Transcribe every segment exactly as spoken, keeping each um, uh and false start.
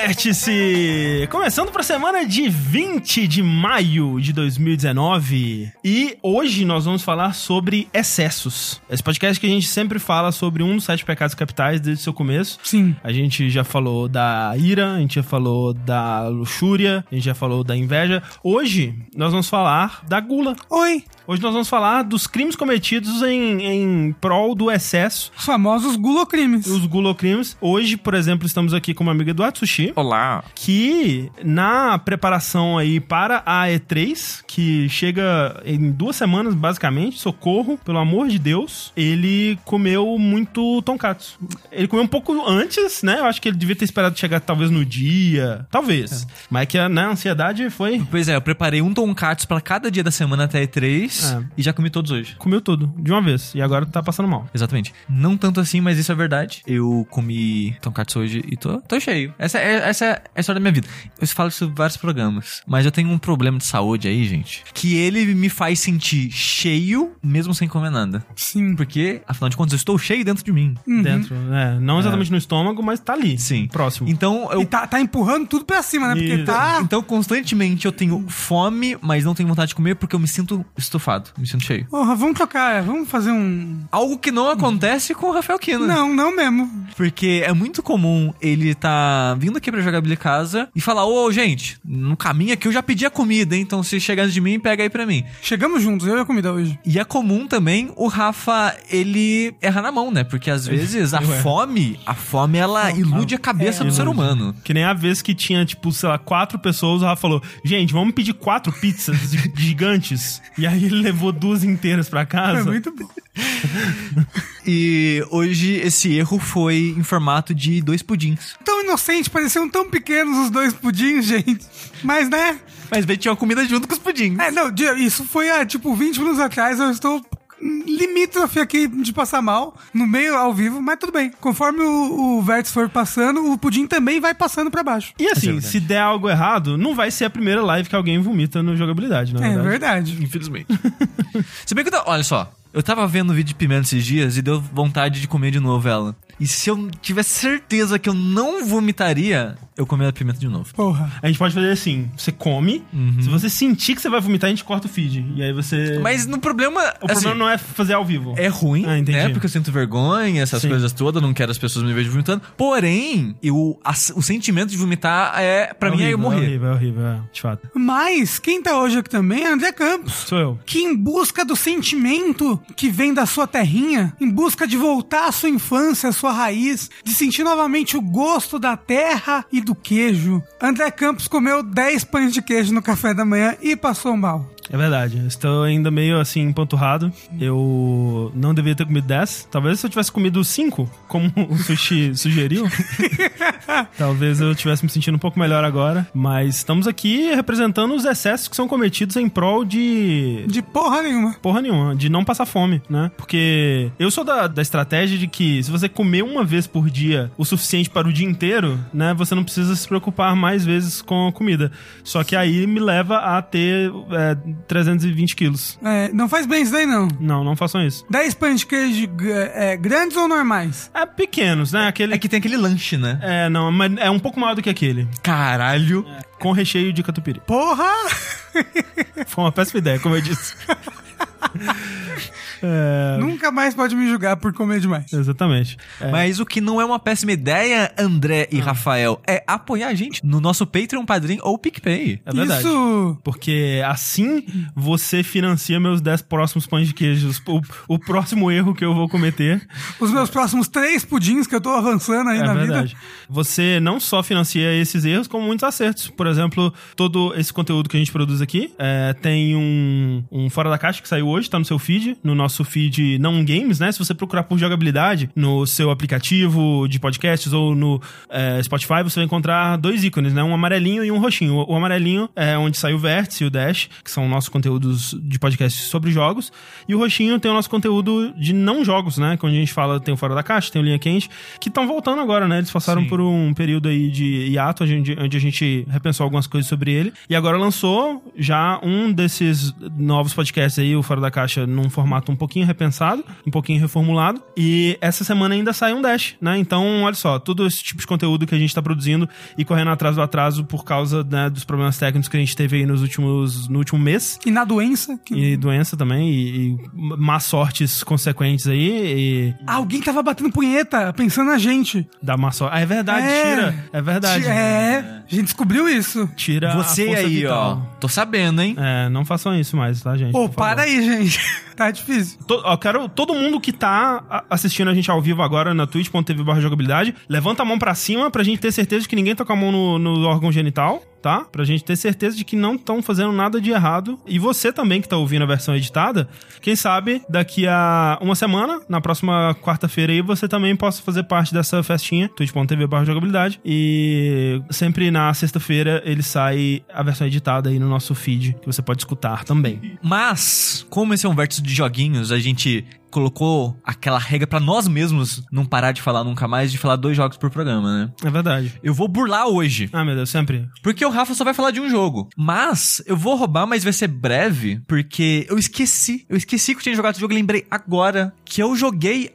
Vértice! Começando para a semana de vinte de maio de dois mil e dezenove. E hoje nós vamos falar sobre excessos. Esse podcast que a gente sempre fala sobre um dos sete pecados capitais desde o seu começo. Sim. A gente já falou da ira, a gente já falou da luxúria, a gente já falou da inveja. Hoje nós vamos falar da gula. Oi! Hoje nós vamos falar dos crimes cometidos em, em prol do excesso. Os famosos gulocrimes. Os gulocrimes. Hoje, por exemplo, estamos aqui com uma amiga do Atsushi. Olá. Que na preparação aí para a E três, que chega em duas semanas, basicamente, socorro, pelo amor de Deus, ele comeu muito tonkatsu. Ele comeu um pouco antes, né? Eu acho que ele devia ter esperado chegar talvez no dia. Talvez. É. Mas que a, né, a ansiedade foi... Pois é, eu preparei um tonkatsu pra cada dia da semana até a E três. É. E já comi todos hoje. Comeu tudo, de uma vez. E agora tá passando mal. Exatamente. Não tanto assim, mas isso é verdade. Eu comi tonkatsu hoje e tô, tô cheio. Essa é, essa é a história da minha vida. Eu falo isso em vários programas. Mas eu tenho um problema de saúde aí, gente, que ele me faz sentir cheio, mesmo sem comer nada. Sim. Porque, afinal de contas, eu estou cheio dentro de mim. Uhum. Dentro, é. Não exatamente é. no estômago, mas tá ali. Sim. Próximo. Então, eu... E tá, tá empurrando tudo pra cima, né? Porque e... tá... Então, constantemente eu tenho fome, mas não tenho vontade de comer porque eu me sinto estufado. Me sinto cheio. Porra, vamos trocar, vamos fazer um... Algo que não acontece com o Rafael Kina. Não, não mesmo. Porque é muito comum ele tá vindo aqui pra jogar Bíblia Casa e falar, ô, gente, no caminho aqui eu já pedi a comida, hein? Então se chegar antes de mim, pega aí pra mim. Chegamos juntos, eu e a comida hoje. E é comum também o Rafa, ele erra na mão, né? Porque às vezes a fome, a fome, ela ilude a cabeça é, do ilude. ser humano. Que nem a vez que tinha, tipo, sei lá, quatro pessoas, o Rafa falou, gente, vamos pedir quatro pizzas gigantes. E aí ele levou duas inteiras pra casa. É muito bom. E hoje esse erro foi em formato de dois pudins. Tão inocente, pareciam tão pequenos os dois pudins, gente. Mas, né? Mas veio tinha uma comida junto com os pudins. É, não, isso foi há, tipo, vinte minutos atrás, eu estou... limítrofe aqui de passar mal no meio ao vivo, mas tudo bem. Conforme o, o vértice for passando, o pudim também vai passando pra baixo. E assim, é se der algo errado, não vai ser a primeira live que alguém vomita no jogabilidade, não é verdade? É verdade. Infelizmente. Se bem que eu tô, olha só, eu tava vendo um vídeo de pimenta esses dias e deu vontade de comer de novo ela. E se eu tivesse certeza que eu não vomitaria, eu comeria a pimenta de novo. Porra. A gente pode fazer assim, você come, uhum. Se você sentir que você vai vomitar, a gente corta o feed. E aí você... Mas no problema... O assim, problema não é fazer ao vivo. É ruim, ah, né? Porque eu sinto vergonha, essas Sim. coisas todas, não quero as pessoas me verem vomitando. Porém, eu, a, o sentimento de vomitar, é pra é mim, horrível, é eu morrer. É horrível, é horrível, é, de fato. Mas, quem tá hoje aqui também é André Campos. Sou eu. Que em busca do sentimento que vem da sua terrinha, em busca de voltar à sua infância, à sua raiz, de sentir novamente o gosto da terra e do queijo, André Campos comeu dez pães de queijo no café da manhã e passou mal. É verdade, estou ainda meio assim empanturrado. Eu não deveria ter comido dez. Talvez se eu tivesse comido cinco, como o sushi sugeriu, talvez eu tivesse me sentindo um pouco melhor agora. Mas estamos aqui representando os excessos que são cometidos em prol de... De porra nenhuma. Porra nenhuma, de não passar fome, né? Porque eu sou da, da estratégia de que se você comer uma vez por dia o suficiente para o dia inteiro, né? Você não precisa se preocupar mais vezes com a comida. Só que aí me leva a ter... É, trezentos e vinte quilos. É, não faz bem isso daí, não. Não, não façam isso. dez pães de queijo é, grandes ou normais? É, pequenos, né? Aquele... É que tem aquele lanche, né? É, não, mas é um pouco maior do que aquele. Caralho! É, com recheio de catupiry. Porra! Foi uma péssima ideia, como eu disse. É... Nunca mais pode me julgar por comer demais. Exatamente. É. Mas o que não é uma péssima ideia, André e ah. Rafael, é apoiar a gente no nosso Patreon, Padrim ou PicPay. É verdade. Isso! Porque assim você financia meus dez próximos pães de queijos. O, o próximo erro que eu vou cometer. Os meus próximos três pudins que eu tô avançando aí é na verdade. vida. Você não só financia esses erros, como muitos acertos. Por exemplo, todo esse conteúdo que a gente produz aqui, é, tem um, um Fora da Caixa que saiu hoje, tá no seu feed, no nosso feed não games, né? Se você procurar por jogabilidade no seu aplicativo de podcasts ou no é, Spotify, você vai encontrar dois ícones, né? Um amarelinho e um roxinho. O, o amarelinho é onde sai o Vértice e o Dash, que são nossos conteúdos de podcast sobre jogos. E o roxinho tem o nosso conteúdo de não jogos, né? Que onde a gente fala, tem o Fora da Caixa, tem o Linha Quente, que estão voltando agora, né? Eles passaram Sim. por um período aí de hiato, onde, onde a gente repensou algumas coisas sobre ele. E agora lançou já um desses novos podcasts aí, o Fora da Caixa, num formato um pouquinho repensado, um pouquinho reformulado. E essa semana ainda sai um Dash, né? Então, olha só, todo esse tipo de conteúdo que a gente tá produzindo e correndo atrás do atraso por causa, né, dos problemas técnicos que a gente teve aí nos últimos, no último mês. E na doença. Que... E doença também, e, e má sortes consequentes aí. E... Ah, alguém tava batendo punheta, pensando na gente. Dá má sorte. Ah, é verdade, É. tira. É verdade. É, a gente descobriu isso. Tira Você a força aí, vital. ó. Tô sabendo, hein? É, não façam isso mais, tá, gente? Pô, Por para favor. aí, gente. Tá difícil. To- ó, quero todo mundo que tá a- assistindo a gente ao vivo agora na twitch ponto tv barra jogabilidade, levanta a mão pra cima pra gente ter certeza de que ninguém tá com a mão no, no órgão genital, tá? Pra gente ter certeza de que não estão fazendo nada de errado. E você também que tá ouvindo a versão editada, quem sabe daqui a uma semana, na próxima quarta-feira aí, você também possa fazer parte dessa festinha, twitch ponto tv barra jogabilidade. E sempre na sexta-feira ele sai a versão editada aí no nosso feed, que você pode escutar também. Mas, como esse é um vértice de joguinhos, a gente colocou aquela regra pra nós mesmos não parar de falar nunca mais, de falar dois jogos por programa, né? É verdade. Eu vou burlar hoje. Ah, meu Deus, sempre. Porque o Rafa só vai falar de um jogo. Mas eu vou roubar, mas vai ser breve, porque eu esqueci. Eu esqueci que eu tinha jogado esse jogo e lembrei agora que eu joguei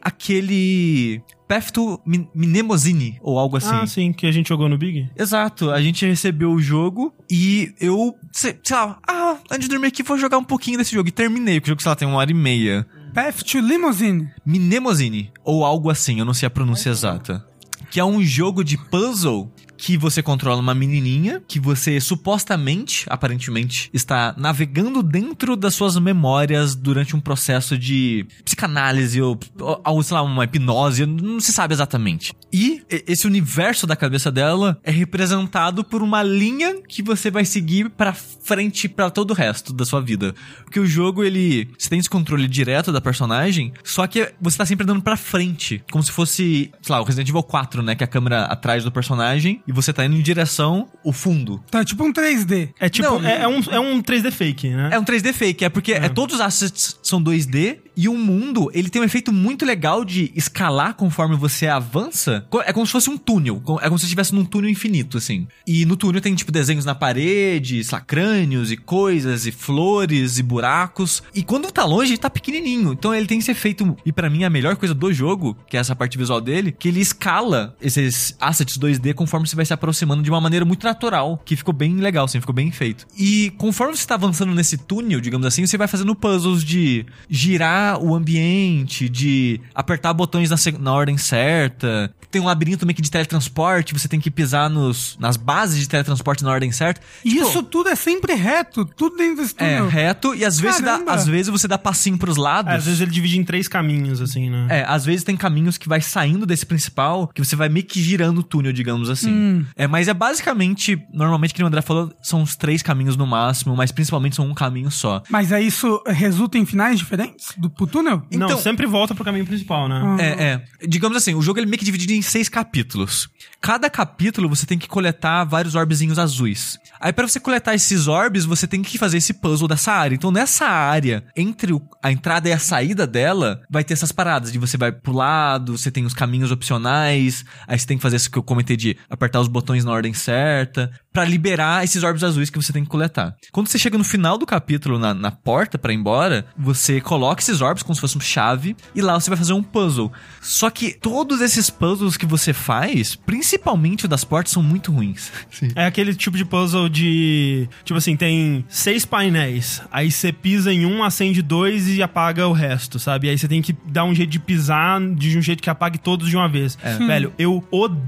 aquele Path to Min- Mnemosine, ou algo assim. Ah, sim, que a gente jogou no Big. Exato, a gente recebeu o jogo e eu, sei, sei lá, ah, antes de dormir aqui vou jogar um pouquinho desse jogo. E terminei, porque o jogo, sei lá, tem uma hora e meia. Path to Limousine. Mnemosine, ou algo assim, eu não sei a pronúncia exata. Que é um jogo de puzzle que você controla uma menininha, que você supostamente, aparentemente, está navegando dentro das suas memórias durante um processo de psicanálise ou, ou sei lá, uma hipnose, não se sabe exatamente. E esse universo da cabeça dela é representado por uma linha que você vai seguir pra frente pra todo o resto da sua vida. Porque o jogo, ele... Você tem esse controle direto da personagem, só que você tá sempre andando pra frente. Como se fosse, sei lá, o Resident Evil quatro, né? Que é a câmera atrás do personagem e você tá indo em direção ao fundo. Tá tipo um três D. É tipo, Não, é, é um, é um três D fake, né? É um três D fake, é porque é. todos os assets são dois D e o mundo, ele tem um efeito muito legal de escalar conforme você avança. É como se fosse um túnel, é como se estivesse num túnel infinito, assim. E no túnel tem, tipo, desenhos na parede, sei lá, crânios e coisas, e flores e buracos. E quando tá longe, ele tá pequenininho. Então ele tem esse efeito, e pra mim a melhor coisa do jogo, que é essa parte visual dele, que ele escala esses assets dois D conforme você vai se aproximando de uma maneira muito natural, que ficou bem legal, assim, ficou bem feito. E conforme você tá avançando nesse túnel, digamos assim, você vai fazendo puzzles de girar o ambiente, de apertar botões na, na ordem certa. Tem um labirinto meio que de teletransporte, você tem que pisar nos, nas bases de teletransporte na ordem certa. E Tipo, isso tudo é sempre reto, tudo dentro desse é túnel. reto, e às vezes, você dá, Caramba. às vezes você dá passinho pros lados. É, às vezes ele divide em três caminhos, assim, né? É, às vezes tem caminhos que vai saindo desse principal, que você vai meio que girando o túnel, digamos assim. Hum. É, mas é basicamente, normalmente, que o André falou, são uns três caminhos no máximo, mas principalmente são um caminho só. Mas aí isso resulta em finais diferentes do pro túnel? Não, então- sempre volta pro caminho principal, né? Ah. É, é. Digamos assim, o jogo ele é meio que dividido em seis capítulos. Cada capítulo você tem que coletar vários orbezinhos azuis. Aí pra você coletar esses orbes, você tem que fazer esse puzzle dessa área. Então nessa área, entre o- a entrada e a saída dela, vai ter essas paradas de você vai pro lado, você tem os caminhos opcionais, aí você tem que fazer isso que eu comentei de apertar os botões na ordem certa, pra liberar esses orbes azuis que você tem que coletar. Quando você chega no final do capítulo, na, na porta pra ir embora, você coloca esses orbes como se fosse uma chave, e lá você vai fazer um puzzle. Só que todos esses puzzles que você faz, principalmente o das portas, são muito ruins. Sim. É aquele tipo de puzzle de... Tipo assim, tem seis painéis. Aí você pisa em um, acende dois e apaga o resto, sabe? Aí você tem que dar um jeito de pisar de um jeito que apague todos de uma vez. É. Velho, eu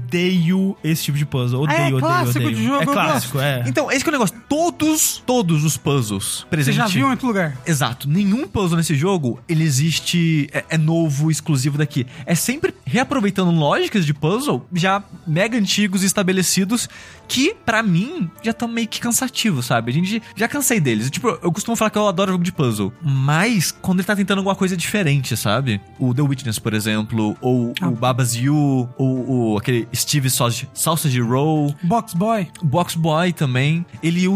odeio esse tipo de puzzle. Odeio, Ah, é odeio, clássico odeio. de jogo, é eu clássico, é. Então, esse que é o negócio. Todos, todos os puzzles Você presentes... já viu em outro lugar? Exato. Nenhum puzzle nesse jogo, ele existe... É, é novo, exclusivo daqui. É sempre reaproveitando lógicas de puzzle já mega antigos e estabelecidos que, pra mim, já estão meio que cansativos, sabe? A gente já cansei deles. Tipo, eu costumo falar que eu adoro jogo de puzzle. Mas, quando ele tá tentando alguma coisa diferente, sabe? O The Witness, por exemplo. Ou Ah. o Babas You. Ou, ou aquele Steve Sausage, Sausage Roll. Box Boy. Box Boy também, ele usa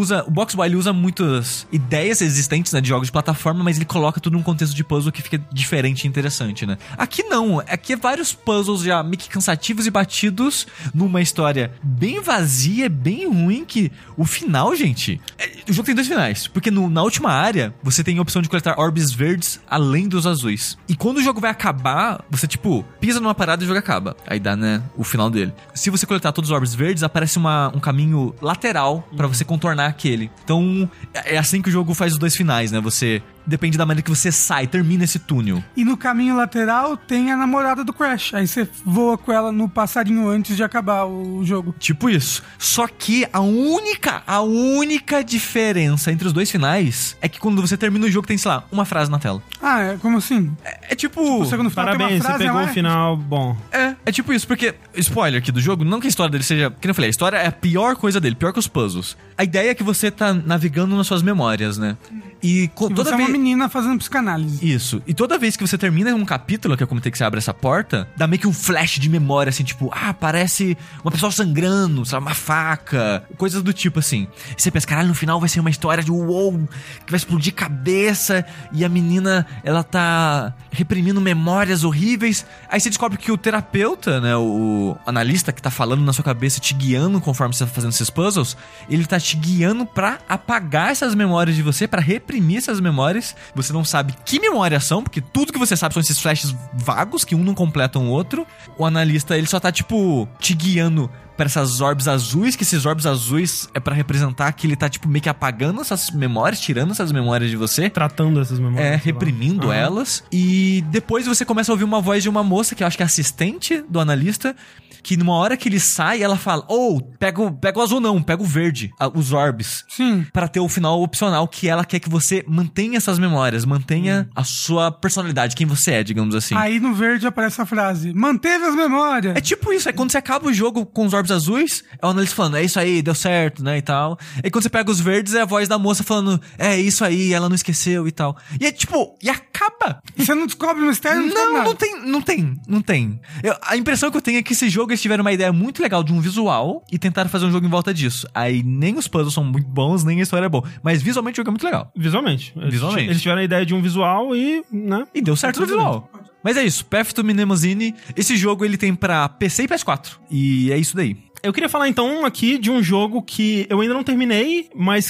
usa... O Boxboy, ele usa muitas ideias existentes, né, de jogos de plataforma, mas ele coloca tudo num contexto de puzzle que fica diferente e interessante, né? Aqui não. Aqui é vários puzzles já meio que cansativos e batidos numa história bem vazia, bem ruim, que o final, gente... É, o jogo tem dois finais, porque no, na última área, você tem a opção de coletar orbes verdes além dos azuis. E quando o jogo vai acabar, você, tipo, pisa numa parada e o jogo acaba. Aí dá, né, o final dele. Se você coletar todos os orbes verdes, aparece uma, um caminho lateral pra você contornar aquele. Então, é assim que o jogo faz os dois finais, né? Você... Depende da maneira que você sai, termina esse túnel. E no caminho lateral tem a namorada do Crash. Aí você voa com ela no passarinho antes de acabar o jogo. Tipo isso. Só que a única, a única diferença entre os dois finais é que quando você termina o jogo tem, sei lá, uma frase na tela. Ah, é? Como assim? É, é tipo... O segundo final Parabéns, tem uma frase, você pegou não é? o final bom. É, é tipo isso, porque... Spoiler aqui do jogo, não que a história dele seja... Que eu falei, a história é a pior coisa dele, pior que os puzzles. A ideia é que você tá navegando nas suas memórias, né? E co- E toda você é vez... uma menina fazendo psicanálise. Isso. E toda vez que você termina um capítulo, que eu comentei que você abre essa porta, dá meio que um flash de memória, assim, tipo, ah, parece uma pessoa sangrando, sabe, uma faca, coisas do tipo, assim. E você pensa, caralho, no final vai ser uma história de uou, que vai explodir cabeça, e a menina, ela tá reprimindo memórias horríveis. Aí você descobre que o terapeuta, né, o analista que tá falando na sua cabeça, te guiando conforme você tá fazendo esses puzzles, ele tá te guiando pra apagar essas memórias de você, pra reprimir essas memórias. Você não sabe que memórias são, porque tudo que você sabe são esses flashes vagos, que um não completa o outro. O analista, ele só tá, tipo, te guiando para essas orbes azuis, que esses orbes azuis é pra representar que ele tá, tipo, meio que apagando essas memórias, tirando essas memórias de você. Tratando essas memórias. É, reprimindo lá. elas. E depois você começa a ouvir uma voz de uma moça, que eu acho que é assistente do analista, que numa hora que ele sai, ela fala, ou, oh, pega, o, pega o azul não, pega o verde, a, os orbes. Sim. Pra ter o final opcional, que ela quer que você mantenha essas memórias, mantenha hum. a sua personalidade, quem você é, digamos assim. Aí no verde aparece a frase, manteve as memórias. É tipo isso, é quando você acaba o jogo com os orbes azuis, é o analista falando, é isso aí, deu certo, né, e tal. E quando você pega os verdes, é a voz da moça falando, é isso aí, ela não esqueceu e tal. E é tipo, e acaba. E você não descobre o mistério, não descobre Não, nada. não tem, não tem, não tem. Eu, a impressão que eu tenho é que esse jogo, eles tiveram uma ideia muito legal de um visual e tentaram fazer um jogo em volta disso. Aí nem os puzzles são muito bons, nem a história é boa. Mas visualmente o jogo é muito legal. Visualmente. Eles Visualmente. t- Eles tiveram a ideia de um visual e, né? E deu certo no visual. Mas é isso, Path to Mnemosyne, esse jogo ele tem pra P C e P S quatro. E é isso daí. Eu queria falar então aqui de um jogo que eu ainda não terminei, mas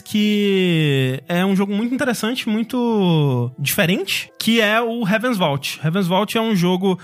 que é um jogo muito interessante, muito diferente, que é o Heaven's Vault. Heaven's Vault é um jogo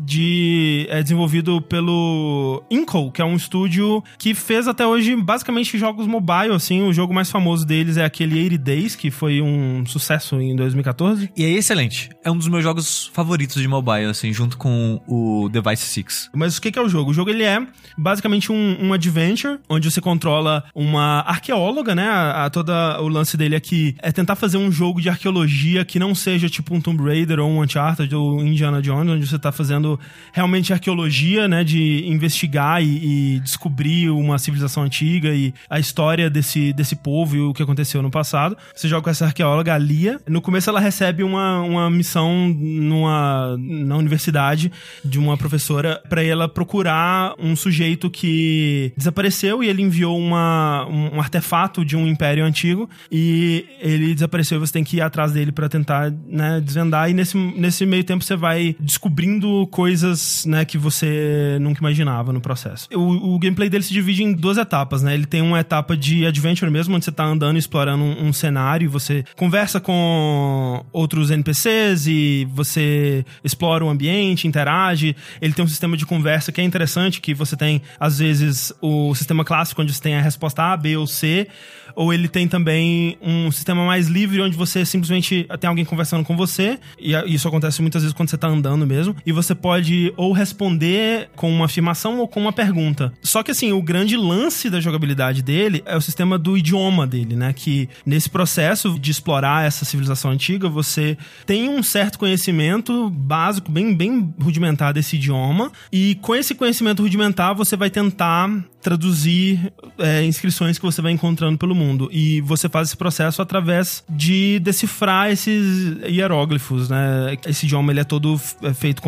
de é desenvolvido pelo Inco, que é um estúdio que fez até hoje basicamente jogos mobile, assim. O jogo mais famoso deles é aquele eighty Days, que foi um sucesso em dois mil e catorze. E é excelente. É um dos meus jogos favoritos de mobile, assim, junto com o Device six. Mas o que que é o jogo? O jogo ele é basicamente um, um adventure, onde você controla uma arqueóloga, né? A, a, toda o lance dele aqui é tentar fazer um jogo de arqueologia que não seja tipo um Tomb Raider ou um Uncharted ou Indiana Jones, onde você tá fazendo realmente arqueologia, né? De investigar e, e descobrir uma civilização antiga e a história desse, desse povo e o que aconteceu no passado. Você joga com essa arqueóloga, a Lia. No começo ela recebe uma, uma missão numa, na universidade de uma professora pra ela procurar um sujeito que desapareceu e ele enviou uma, um, um artefato de um império antigo e ele desapareceu e você tem que ir atrás dele pra tentar, né, desvendar. E nesse, nesse meio tempo você vai descobrindo coisas, né, que você nunca imaginava no processo. O, o gameplay dele se divide em duas etapas, né? Ele tem uma etapa de adventure mesmo, onde você tá andando e explorando um, um cenário, você conversa com outros N P Cs e você explora o ambiente, interage. Ele tem um sistema de conversa que é interessante, que você tem, às vezes, o sistema clássico, onde você tem a resposta A, B ou C, ou ele tem também um sistema mais livre, onde você simplesmente tem alguém conversando com você, e isso acontece muitas vezes quando você tá andando mesmo, e você pode ou responder com uma afirmação ou com uma pergunta. Só que, assim, o grande lance da jogabilidade dele é o sistema do idioma dele, né? Que nesse processo de explorar essa civilização antiga, você tem um certo conhecimento básico, bem, bem rudimentar desse idioma, e com esse conhecimento rudimentar, você vai tentar traduzir é, inscrições que você vai encontrando pelo mundo. E você faz esse processo através de decifrar esses hieróglifos, né? Esse idioma, ele é todo feito com pictogramas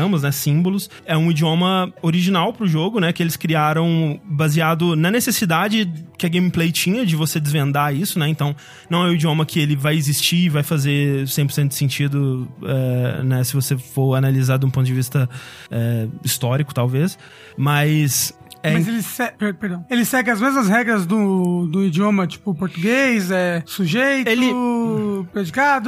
pictogramas, né, símbolos. É um idioma original pro jogo, né, que eles criaram baseado na necessidade que a gameplay tinha de você desvendar isso, né, então não é um idioma que ele vai existir, vai fazer cem por cento de sentido, é, né, se você for analisar de um ponto de vista é, histórico, talvez, mas... É, Mas ele, se... Perdão. ele segue as mesmas regras do, do idioma, tipo português, é sujeito, ele... predicado,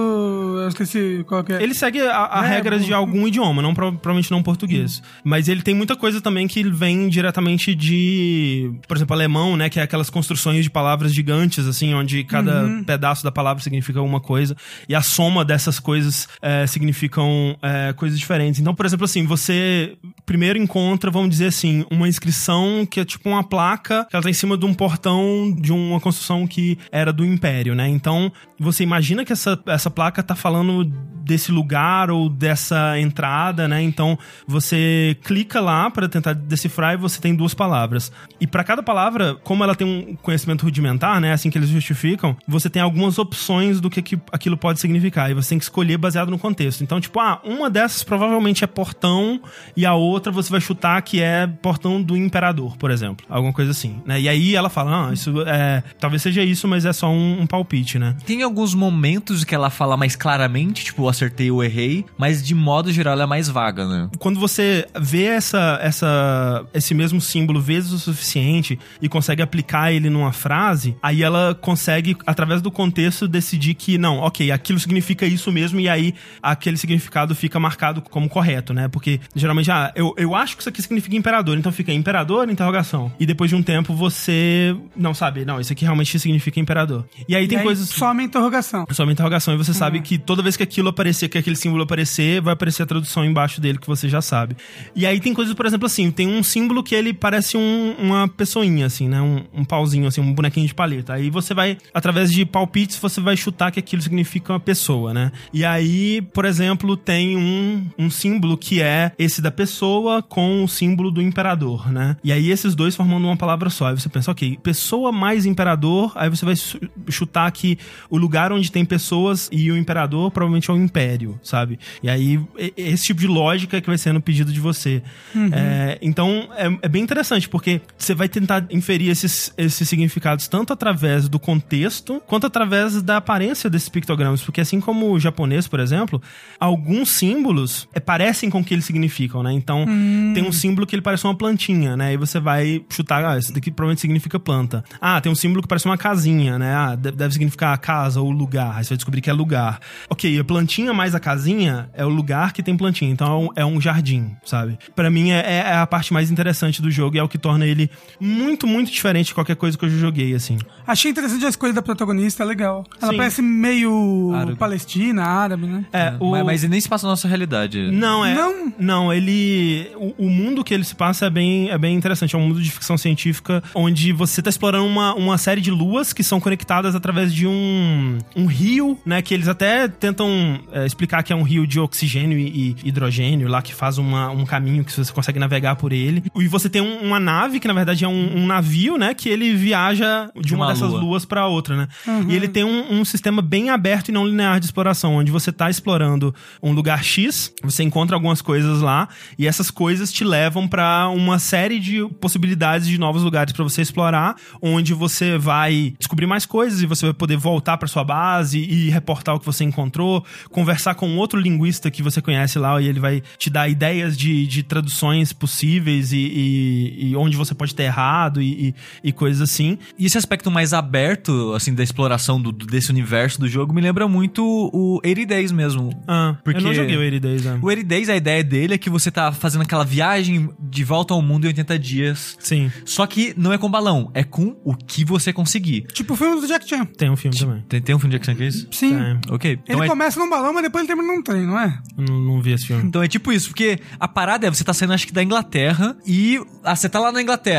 eu esqueci qual que é. Ele segue a, a é, regras bom. de algum idioma, não, provavelmente não português. Sim. Mas ele tem muita coisa também que vem diretamente de, por exemplo, alemão, né, que é aquelas construções de palavras gigantes, assim, onde cada uhum. pedaço da palavra significa uma coisa, e a soma dessas coisas é, significam é, coisas diferentes. Então, por exemplo, assim, você primeiro encontra, vamos dizer assim, uma inscrição que é tipo uma placa que ela tá em cima de um portão de uma construção que era do Império, né? Então, você imagina que essa, essa placa tá falando desse lugar ou dessa entrada, né? Então, você clica lá para tentar decifrar e você tem duas palavras. E para cada palavra, como ela tem um conhecimento rudimentar, né? Assim que eles justificam, você tem algumas opções do que, que aquilo pode significar. E você tem que escolher baseado no contexto. Então, tipo, ah, uma dessas provavelmente é portão e a outra você vai chutar que é portão do imperador, por exemplo. Alguma coisa assim, né? E aí ela fala, ah, isso é... talvez seja isso, mas é só um, um palpite, né? Tem alguns momentos que ela fala mais claramente, tipo, acertei ou errei, mas de modo geral ela é mais vaga, né? Quando você vê essa, essa, esse mesmo símbolo vezes o suficiente e consegue aplicar ele numa frase, aí ela consegue, através do contexto, decidir que, não, ok, aquilo significa isso mesmo, e aí aquele significado fica marcado como correto, né? Porque, geralmente, ah, eu, eu acho que isso aqui significa imperador, então fica imperador, interrogação. E depois de um tempo você não sabe, não, isso aqui realmente significa imperador. E aí e tem aí, coisas... Só uma interrogação. Só uma interrogação. E você uhum. sabe que toda vez que aquilo aparecer, que aquele símbolo aparecer, vai aparecer a tradução embaixo dele que você já sabe. E aí tem coisas, por exemplo, assim, tem um símbolo que ele parece um, uma pessoinha, assim, né? Um, um pauzinho, assim, um bonequinho de paleta. Aí você vai, através de palpites, você vai chutar que aquilo significa uma pessoa, né? E aí, por exemplo, tem um, um símbolo que é esse da pessoa com o símbolo do imperador, né? E aí esses dois formando uma palavra só. Aí você pensa, ok, pessoa mais imperador, aí você vai chutar que o lugar onde tem pessoas e o imperador provavelmente é o império, sabe? E aí esse tipo de lógica que vai sendo pedido de você. Uhum. É, então é, é bem interessante, porque você vai tentar inferir esses, esses significados tanto através do contexto, quanto através da aparência desses pictogramas, porque assim como o japonês, por exemplo, alguns símbolos é, parecem com o que eles significam, né? Então uhum. tem um símbolo que ele parece uma plantinha, né? Aí você vai chutar, ah, isso daqui provavelmente significa planta. Ah, tem um símbolo que parece uma casinha, né? Ah, deve significar casa ou lugar. Aí você vai descobrir que é lugar. Ok, a plantinha mais a casinha é o lugar que tem plantinha. Então é um jardim, sabe? Pra mim é, é a parte mais interessante do jogo e é o que torna ele muito, muito diferente de qualquer coisa que eu já joguei, assim. Achei interessante a escolha da protagonista, é legal. Ela Sim. parece meio árabe. Palestina, árabe, né? É, é o... mas, mas ele nem se passa na nossa realidade. Não, é. Não, não ele... O, o mundo que ele se passa é bem, é bem interessante. É um mundo de ficção científica onde você tá explorando uma, uma série de luas que são conectadas através de um, um rio, né? Que eles até tentam é, explicar que é um rio de oxigênio e, e hidrogênio lá, que faz uma, um caminho que você consegue navegar por ele. E você tem um, uma nave, que na verdade é um, um navio, né? Que ele viaja de, de uma, uma dessas lua. luas pra outra, né? Uhum. E ele tem um, um sistema bem aberto e não linear de exploração, onde você tá explorando um lugar X, você encontra algumas coisas lá, e essas coisas te levam pra uma série de possibilidades de novos lugares pra você explorar, onde você vai descobrir mais coisas e você vai poder voltar pra sua base e reportar o que você encontrou, conversar com outro linguista que você conhece lá e ele vai te dar ideias de, de traduções possíveis e, e, e onde você pode ter errado e, e, e coisas assim. E esse aspecto mais aberto, assim, da exploração do, desse universo do jogo me lembra muito o eighty Days mesmo. Ah, porque eu não joguei o eighty Days, né? O eighty Days, a ideia dele é que você tá fazendo aquela viagem de volta ao mundo em oitenta dias. Sim. Só que não é com balão, é com o que você conseguir. Tipo o filme do Jack Chan. Tem um filme também. Tem, tem um filme do Jack Chan que é isso? Sim. Tem. Ok. Então ele é... começa num balão, mas depois ele termina num trem, não é? Não, não vi esse filme. Então é tipo isso, porque a parada é, você tá saindo acho que da Inglaterra e ah, você tá lá na Inglaterra.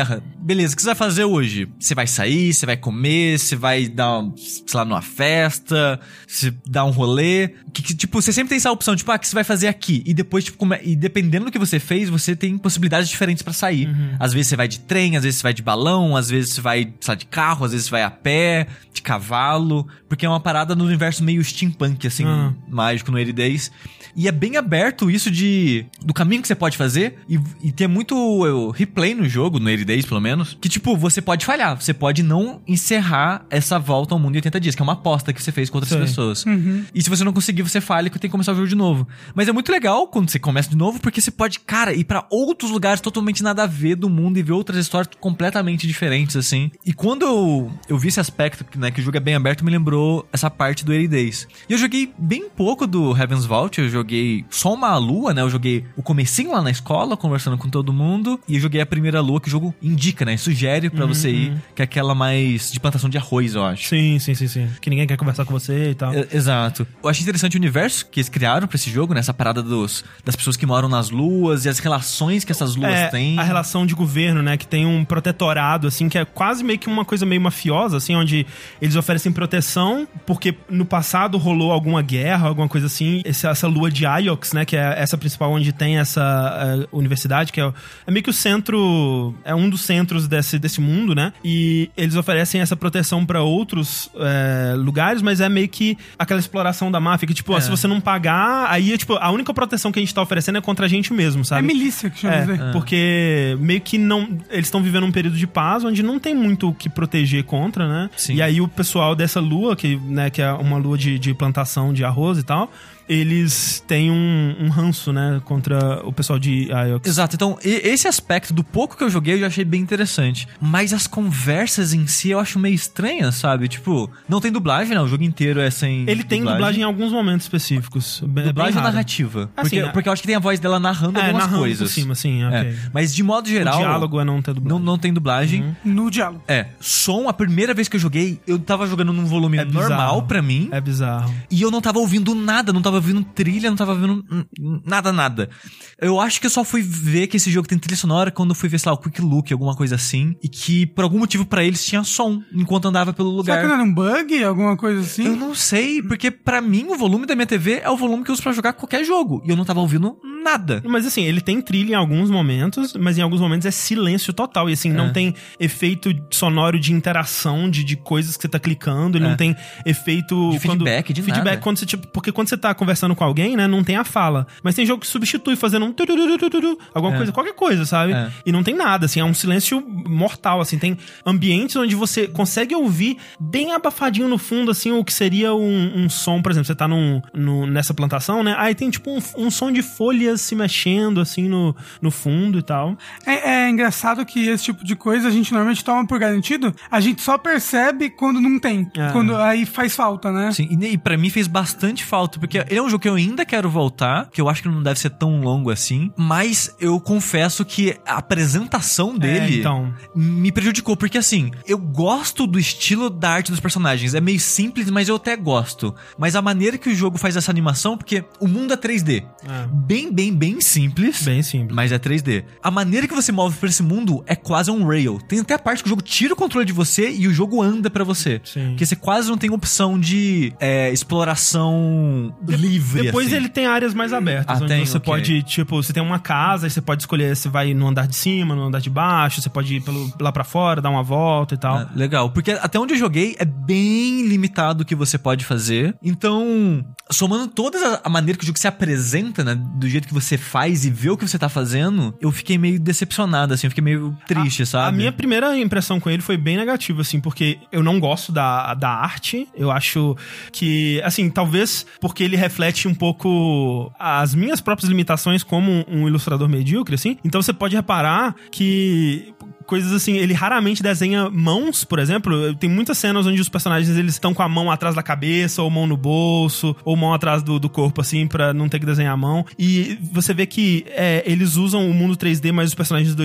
beleza, o que você vai fazer hoje? Você vai sair, você vai comer, você vai dar, sei lá, numa festa, você dá um rolê. Que, que, tipo, você sempre tem essa opção, tipo, ah, o que você vai fazer aqui? E depois, tipo, come... e dependendo do que você fez, você tem possibilidades diferentes pra sair. Uhum. Às vezes você vai de trem, às vezes você vai de balão, às vezes você vai, sei lá, de carro, às vezes você vai a pé, de cavalo, porque é uma parada no universo meio steampunk, assim, uhum. mágico no Early Days. E é bem aberto isso de do caminho que você pode fazer. E, e tem muito eu, replay no jogo, no Early Days pelo menos, que tipo, você pode falhar. Você pode não encerrar essa volta ao mundo em oitenta dias, que é uma aposta que você fez com outras Sei. pessoas. Uhum. E se você não conseguir, você falha, que tem que começar o jogo de novo. Mas é muito legal quando você começa de novo, porque você pode, cara, ir pra outros lugares totalmente nada a ver do mundo e ver outras histórias completamente diferentes, assim. E quando eu, eu vi esse aspecto, né, que o jogo é bem aberto, me lembrou essa parte do Early Days. E eu joguei bem pouco do Heaven's Vault, eu joguei joguei só uma lua, né? Eu joguei o comecinho lá na escola, conversando com todo mundo. E eu joguei a primeira lua, que o jogo indica, né? Sugere pra uhum. você ir, que é aquela mais de plantação de arroz, eu acho. Sim, sim, sim, sim. Que ninguém quer conversar com você e tal. É, exato. Eu achei interessante o universo que eles criaram pra esse jogo, né? Essa parada dos, das pessoas que moram nas luas e as relações que essas luas é, têm. A relação de governo, né? Que tem um protetorado, assim, que é quase meio que uma coisa meio mafiosa, assim, onde eles oferecem proteção, porque no passado rolou alguma guerra, alguma coisa assim. Essa, essa lua de Iox, né? Que é essa principal onde tem essa uh, universidade, que é, é meio que o centro, é um dos centros desse, desse mundo, né? E eles oferecem essa proteção pra outros uh, lugares, mas é meio que aquela exploração da máfia, que tipo, é. ó, se você não pagar, aí é tipo, a única proteção que a gente tá oferecendo é contra a gente mesmo, sabe? É milícia que chama é, dizer. É. Porque meio que não, eles estão vivendo um período de paz onde não tem muito o que proteger contra, né? Sim. E aí o pessoal dessa lua, que, né, que é uma lua de, de plantação de arroz e tal, eles têm um, um ranço, né, contra o pessoal de Iox. Exato, então esse aspecto do pouco que eu joguei eu já achei bem interessante, mas as conversas em si eu acho meio estranhas, sabe? Tipo, não tem dublagem, né? O jogo inteiro é sem Ele tem dublagem, dublagem em alguns momentos específicos. Dublagem ou narrativa? Porque, assim, porque eu acho que tem a voz dela narrando é, algumas narrando coisas. Por cima, sim, ok. É. Mas de modo geral... O diálogo é não ter dublagem. Não, não tem dublagem. Uhum. No diálogo. É. Som, a primeira vez que eu joguei, eu tava jogando num volume é normal pra mim. É bizarro. E eu não tava ouvindo nada, não tava ouvindo trilha, não tava vendo nada, nada. Eu acho que eu só fui ver que esse jogo tem trilha sonora quando eu fui ver, sei lá, o Quick Look, alguma coisa assim. E que, por algum motivo, pra eles tinha som enquanto andava pelo lugar. Será que não era um bug? Alguma coisa assim? Eu não sei, porque pra mim o volume da minha T V é o volume que eu uso pra jogar qualquer jogo. E eu não tava ouvindo nada. Mas assim, ele tem trilha em alguns momentos, mas em alguns momentos é silêncio total. E assim, é. não tem efeito sonoro de interação, de, de coisas que você tá clicando. Ele é. não tem efeito... De quando, feedback, de feedback nada. Quando você, tipo, porque quando você tá conversando com alguém, né, não tem a fala. Mas tem jogo que substitui fazendo um... Alguma é. coisa, qualquer coisa, sabe? É. E não tem nada, assim, é um silêncio mortal, assim. Tem ambientes onde você consegue ouvir bem abafadinho no fundo, assim, o que seria um, um som, por exemplo, você tá num, num, nessa plantação, né? Aí tem, tipo, um, um som de folhas se mexendo, assim, no, no fundo e tal. É, é engraçado que esse tipo de coisa a gente normalmente toma por garantido, a gente só percebe quando não tem. É. Quando aí faz falta, né? Sim, e, e pra mim fez bastante falta, porque é um jogo que eu ainda quero voltar, que eu acho que não deve ser tão longo assim, mas eu confesso que a apresentação dele é, então. me prejudicou, porque assim, eu gosto do estilo da arte dos personagens, é meio simples, mas eu até gosto, mas a maneira que o jogo faz essa animação, porque o mundo é três D, é. bem, bem, bem simples, bem simples, mas é três D. A maneira que você move por esse mundo é quase um rail, tem até a parte que o jogo tira o controle de você e o jogo anda pra você, Sim. porque você quase não tem opção de é, exploração de livre. Depois assim. ele tem áreas mais abertas, ah, onde tem, você okay. pode, tipo, você tem uma casa e você pode escolher se vai no andar de cima, no andar de baixo, você pode ir pelo, lá pra fora, dar uma volta e tal. Ah, legal, porque até onde eu joguei é bem limitado o que você pode fazer, então, somando toda a, a maneira que o jogo se apresenta, né, do jeito que você faz e vê o que você tá fazendo, eu fiquei meio decepcionado, assim, eu fiquei meio triste, a, sabe? A minha primeira impressão com ele foi bem negativa, assim, porque eu não gosto da, da arte, eu acho que, assim, talvez porque ele reflete um pouco as minhas próprias limitações como um ilustrador medíocre, assim. Então você pode reparar que coisas assim, ele raramente desenha mãos, por exemplo. Tem muitas cenas onde os personagens eles estão com a mão atrás da cabeça, ou mão no bolso, ou mão atrás do, do corpo, assim, pra não ter que desenhar a mão. E você vê que é, eles usam o mundo três D, mas os personagens dois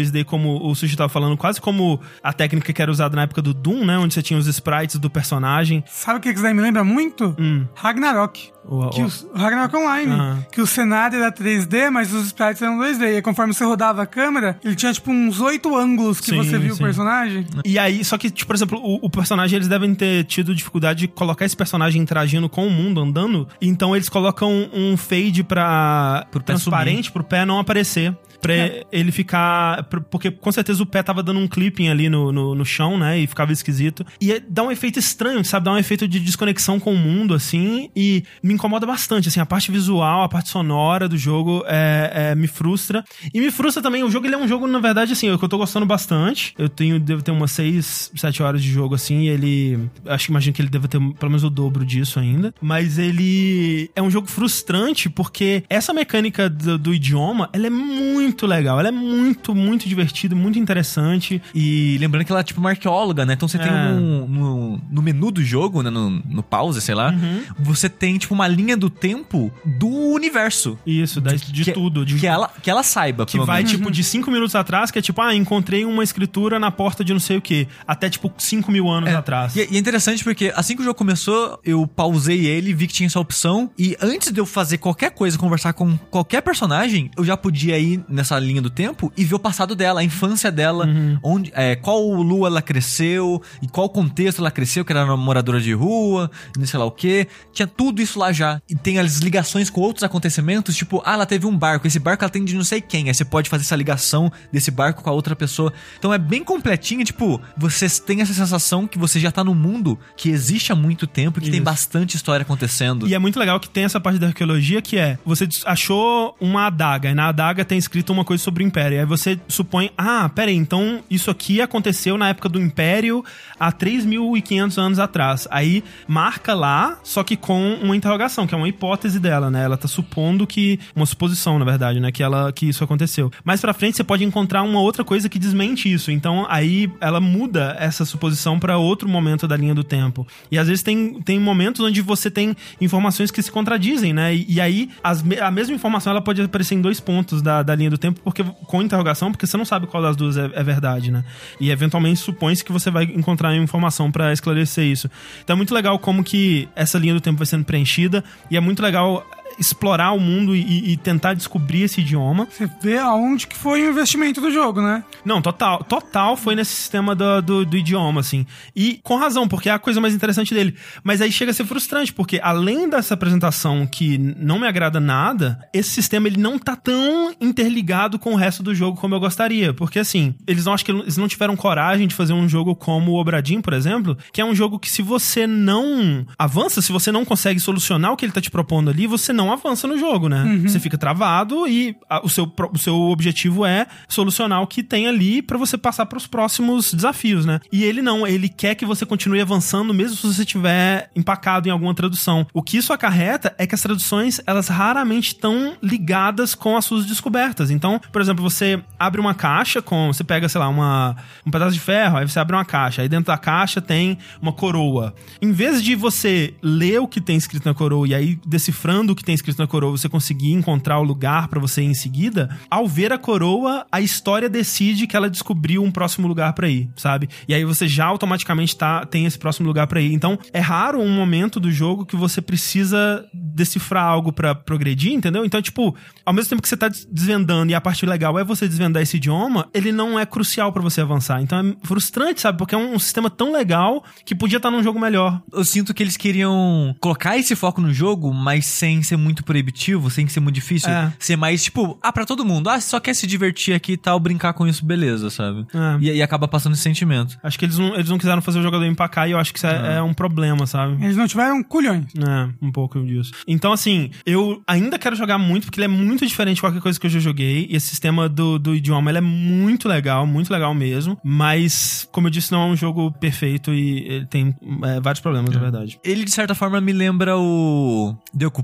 três D, como o Sushi tava falando, quase como a técnica que era usada na época do Doom, né? Onde você tinha os sprites do personagem. Sabe o que isso daí me lembra muito? Hum. Ragnarok. O, Que o... os, Ragnarok Online. Uhum. Que o cenário era três D, mas os sprites eram dois D. E conforme você rodava a câmera, ele tinha tipo uns oito ângulos que Sim, você viu sim. o personagem. E aí, só que, tipo, por exemplo, o, o personagem, eles devem ter tido dificuldade de colocar esse personagem interagindo com o mundo, andando. Então eles colocam um fade pra Pro pé transparente, sumir. pro pé não aparecer. Pra é. ele ficar... Porque com certeza o pé tava dando um clipping ali no, no, no chão, né? E ficava esquisito. E dá um efeito estranho, sabe? Dá um efeito de desconexão com o mundo, assim. E me incomoda bastante, assim. A parte visual, a parte sonora do jogo é, é, me frustra. E me frustra também. O jogo, ele é um jogo, na verdade, assim, que eu tô gostando bastante. Eu tenho, devo ter umas seis, sete horas de jogo, assim. E ele... Acho que imagino que ele deve ter pelo menos o dobro disso ainda. Mas ele é um jogo frustrante porque essa mecânica do, do idioma, ela é muito muito legal. Ela é muito, muito divertida, muito interessante. E lembrando que ela é tipo uma arqueóloga, né? Então você É. tem um... No, no menu do jogo, né? No, no pause, sei lá. Uhum. Você tem tipo uma linha do tempo do universo. Isso, da, de que, tudo. De, Que ela, que ela saiba, que pelo vai, menos. tipo, de cinco minutos atrás, que é tipo, ah, encontrei uma escritura na porta de não sei o quê. Até, tipo, cinco mil anos É, atrás. E, e é interessante porque assim que o jogo começou, eu pausei ele, vi que tinha essa opção. E antes de eu fazer qualquer coisa, conversar com qualquer personagem, eu já podia ir nessa linha do tempo e ver o passado dela, a infância dela, Uhum. onde, é, qual lua ela cresceu, e qual contexto ela cresceu, que era uma moradora de rua, não sei lá o que. Tinha tudo isso lá já. E tem as ligações com outros acontecimentos, tipo, ah, ela teve um barco, esse barco ela tem de não sei quem. Aí você pode fazer essa ligação desse barco com a outra pessoa. Então é bem completinho, tipo, você tem essa sensação que você já tá num mundo que existe há muito tempo, que Isso. tem bastante história acontecendo. E é muito legal que tem essa parte da arqueologia que é, você achou uma adaga, e na adaga tem escrito uma coisa sobre o Império. E aí você supõe, ah, peraí, então isso aqui aconteceu na época do Império há três mil e quinhentos anos atrás. Aí marca lá, só que com uma interrogação, que é uma hipótese dela, né? Ela tá supondo que... Uma suposição, na verdade, né? Que, ela, que isso aconteceu. Mais pra frente você pode encontrar uma outra coisa que desmente isso. Então aí ela muda essa suposição pra outro momento da linha do tempo. E às vezes tem, tem momentos onde você tem informações que se contradizem, né? E, e aí as, a mesma informação ela pode aparecer em dois pontos da, da linha do tempo, porque com interrogação, porque você não sabe qual das duas é, é verdade, né? E eventualmente supõe-se que você vai encontrar informação pra esclarecer isso. Então é muito legal como que essa linha do tempo vai sendo preenchida, e é muito legal explorar o mundo e, e tentar descobrir esse idioma. Você vê aonde que foi o investimento do jogo, né? Não, total. Total foi nesse sistema do, do, do idioma, assim. E com razão, porque é a coisa mais interessante dele. Mas aí chega a ser frustrante, porque além dessa apresentação que não me agrada nada, esse sistema ele não tá tão interligado com o resto do jogo como eu gostaria. Porque, assim, eles não acho que eles não tiveram coragem de fazer um jogo como o Obradin, por exemplo, que é um jogo que se você não avança, se você não consegue solucionar o que ele tá te propondo ali, você não avança no jogo, né? Uhum. Você fica travado e a, o, seu, o seu objetivo é solucionar o que tem ali pra você passar pros próximos desafios, né? E ele não, ele quer que você continue avançando mesmo se você estiver empacado em alguma tradução. O que isso acarreta é que as traduções, elas raramente estão ligadas com as suas descobertas. Então, por exemplo, você abre uma caixa com, você pega, sei lá, uma, um pedaço de ferro, aí você abre uma caixa, aí dentro da caixa tem uma coroa. Em vez de você ler o que tem escrito na coroa e aí decifrando o que tem escrito na coroa, você conseguir encontrar o lugar pra você ir em seguida, ao ver a coroa, a história decide que ela descobriu um próximo lugar pra ir, sabe? E aí você já automaticamente tá, tem esse próximo lugar pra ir. Então, é raro um momento do jogo que você precisa decifrar algo pra progredir, entendeu? Então, tipo, ao mesmo tempo que você tá desvendando e a parte legal é você desvendar esse idioma, ele não é crucial pra você avançar. Então é frustrante, sabe? Porque é um, um sistema tão legal que podia estar num jogo melhor. Eu sinto que eles queriam colocar esse foco no jogo, mas sem ser muito proibitivo, sem ser muito difícil. É. Ser mais, tipo, ah, pra todo mundo. Ah, se só quer se divertir aqui e tal, brincar com isso, beleza, sabe? É. E, e acaba passando esse sentimento. Acho que eles não, eles não quiseram fazer o jogador empacar e eu acho que isso é, é um problema, sabe? Eles não tiveram culhões. É, um pouco disso. Então, assim, eu ainda quero jogar muito, porque ele é muito diferente de qualquer coisa que eu já joguei. E esse sistema do, do idioma, ele é muito legal, muito legal mesmo. Mas, como eu disse, não é um jogo perfeito e ele tem é, vários problemas, é. na verdade. Ele, de certa forma, me lembra o The Occupation,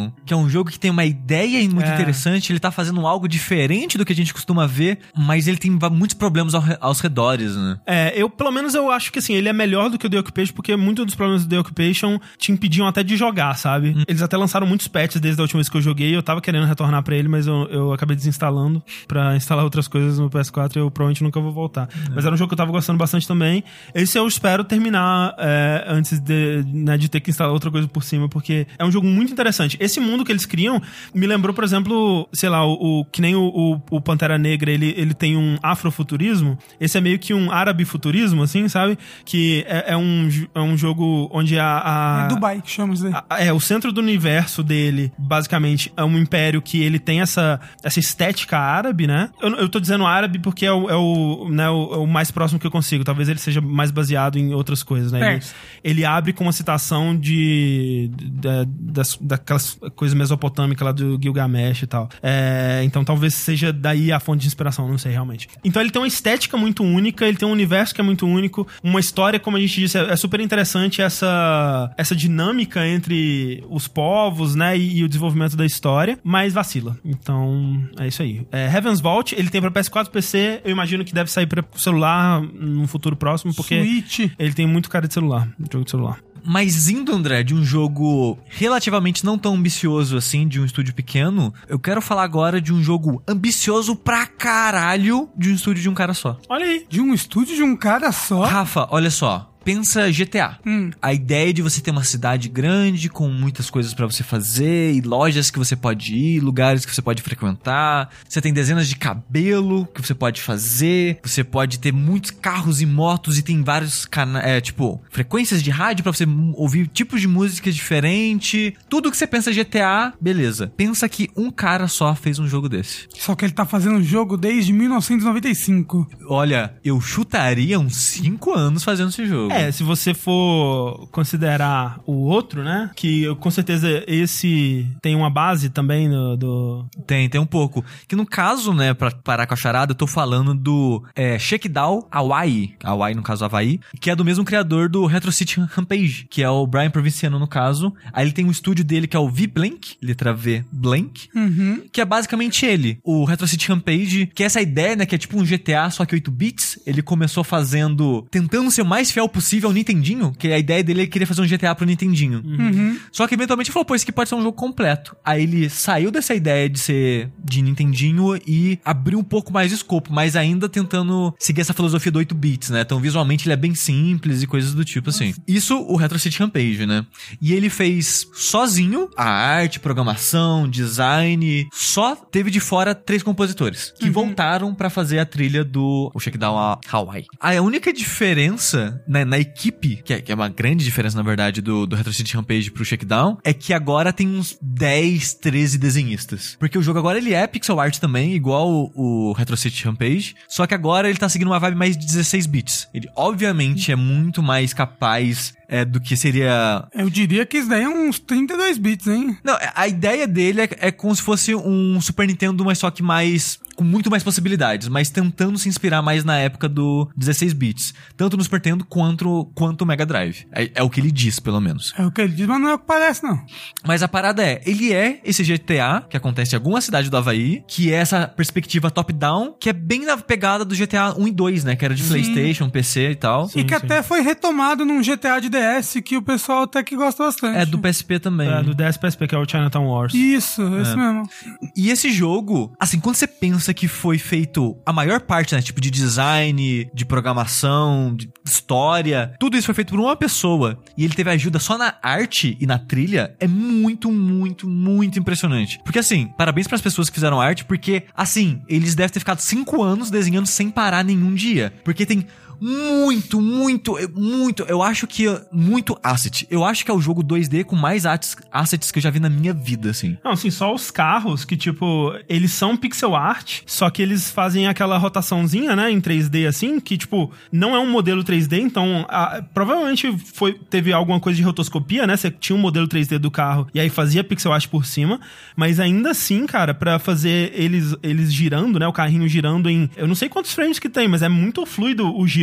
Oblivion, que é um jogo que tem uma ideia muito É. interessante, ele tá fazendo algo diferente do que a gente costuma ver, mas ele tem muitos problemas ao re- aos redores, né? É, eu, pelo menos eu acho que assim, ele é melhor do que o The Occupation, porque muitos dos problemas do The Occupation te impediam até de jogar, sabe? Hum. Eles até lançaram muitos patches desde a última vez que eu joguei, eu tava querendo retornar pra ele, mas eu, eu acabei desinstalando pra instalar outras coisas no P S quatro e eu provavelmente nunca vou voltar. É. Mas era um jogo que eu tava gostando bastante também. Esse eu espero terminar é, antes de, né, de ter que instalar outra coisa por cima, porque é um jogo muito interessante. Esse mundo que eles criam me lembrou, por exemplo, sei lá, o, o que nem o, o, o Pantera Negra, ele, ele tem um afrofuturismo. Esse é meio que um árabe-futurismo, assim, sabe? Que é, é, um, é um jogo onde a... a é Dubai que chama isso daí. A, é, o centro do universo dele, basicamente, é um império que ele tem essa, essa estética árabe, né? Eu, eu tô dizendo árabe porque é o, é, o, né, o, é o mais próximo que eu consigo. Talvez ele seja mais baseado em outras coisas, né? Ele, ele abre com uma citação de... de das, daquelas coisas mesopotâmicas lá do Gilgamesh e tal. É, então talvez seja daí a fonte de inspiração, não sei realmente. Então ele tem uma estética muito única, ele tem um universo que é muito único, uma história, como a gente disse, é, é super interessante essa, essa dinâmica entre os povos, né, e, e o desenvolvimento da história, mas vacila. Então, é isso aí. É, Heaven's Vault, ele tem pra P S quatro, P C, eu imagino que deve sair pra celular num futuro próximo, porque Switch. Ele tem muito cara de celular, jogo de celular. Mas indo, André, de um jogo relativamente não tão ambicioso assim, de um estúdio pequeno, eu quero falar agora de um jogo ambicioso pra caralho de um estúdio de um cara só. Olha aí. De um estúdio de um cara só? Rafa, olha só. Pensa G T A. Hum. A ideia de você ter uma cidade grande com muitas coisas pra você fazer e lojas que você pode ir, lugares que você pode frequentar. Você tem dezenas de cabelo que você pode fazer. Você pode ter muitos carros e motos e tem vários canais, é, tipo, frequências de rádio pra você ouvir tipos de música diferente. Tudo que você pensa G T A, beleza. Pensa que um cara só fez um jogo desse. Só que ele tá fazendo um jogo desde mil novecentos e noventa e cinco. Olha, eu chutaria uns cinco anos fazendo esse jogo. É, se você for considerar o outro, né? Que com certeza esse tem uma base também no, do... Tem, tem um pouco. Que no caso, né, pra parar com a charada, eu tô falando do é, Shakedown Hawaii. Hawaii, no caso, Havaí. Que é do mesmo criador do Retro City Rampage, que é o Brian Provinciano, no caso. Aí ele tem um estúdio dele que é o V-Blank, letra V, Blank. Uhum. Que é basicamente ele. O Retro City Rampage, que é essa ideia, né, que é tipo um G T A, só que oito bits. Ele começou fazendo... Tentando ser o mais fiel possível ao Nintendinho, que a ideia dele é que queria fazer um G T A pro Nintendinho. Uhum. Só que eventualmente ele falou, pô, esse aqui pode ser um jogo completo. Aí ele saiu dessa ideia de ser de Nintendinho e abriu um pouco mais de escopo, mas ainda tentando seguir essa filosofia do oito bits, né? Então visualmente ele é bem simples e coisas do tipo assim. Isso o Retro City Rampage, né? E ele fez sozinho a arte, programação, design, só teve de fora três compositores que uhum. voltaram pra fazer a trilha do o Shakedown Hawaii. A única diferença, né, na equipe, que é, que é uma grande diferença, na verdade, do, do Retro City Rampage pro Shakedown, é que agora tem uns dez, treze desenhistas. Porque o jogo agora, ele é pixel art também, igual o, o Retro City Rampage, só que agora ele tá seguindo uma vibe mais de dezesseis bits. Ele, obviamente, é muito mais capaz... É, do que seria... Eu diria que isso daí é uns trinta e dois bits, hein? Não, a ideia dele é, é como se fosse um Super Nintendo, mas só que mais... com muito mais possibilidades, mas tentando se inspirar mais na época do dezesseis bits. Tanto no Super Nintendo quanto, quanto o Mega Drive. É, é o que ele diz, pelo menos. É o que ele diz, mas não é o que parece, não. Mas a parada é, ele é esse G T A, que acontece em alguma cidade do Havaí, que é essa perspectiva top-down, que é bem na pegada do G T A um e dois, né? Que era de sim. PlayStation, P C e tal. Sim, e que sim. até foi retomado num G T A de D S, que o pessoal até que gosta bastante. É, do P S P também. É, do D S P S P, que é o Chinatown Wars. Isso, esse é. mesmo. E esse jogo, assim, quando você pensa que foi feito a maior parte, né, tipo de design, de programação, de história, tudo isso foi feito por uma pessoa, e ele teve ajuda só na arte e na trilha, é muito, muito, muito impressionante. Porque assim, parabéns pras pessoas que fizeram arte, porque, assim, eles devem ter ficado cinco anos desenhando sem parar nenhum dia. Porque tem... Muito, muito, muito, eu acho que muito asset. Eu acho que é o jogo dois D com mais assets, assets que eu já vi na minha vida, assim. Não, assim, só os carros que, tipo, eles são pixel art, só que eles fazem aquela rotaçãozinha, né, em três D, assim, que, tipo, não é um modelo três D, então, a, provavelmente foi, teve alguma coisa de rotoscopia, né, você tinha um modelo três D do carro e aí fazia pixel art por cima, mas ainda assim, cara, pra fazer eles, eles girando, né, o carrinho girando em, eu não sei quantos frames que tem, mas é muito fluido o giro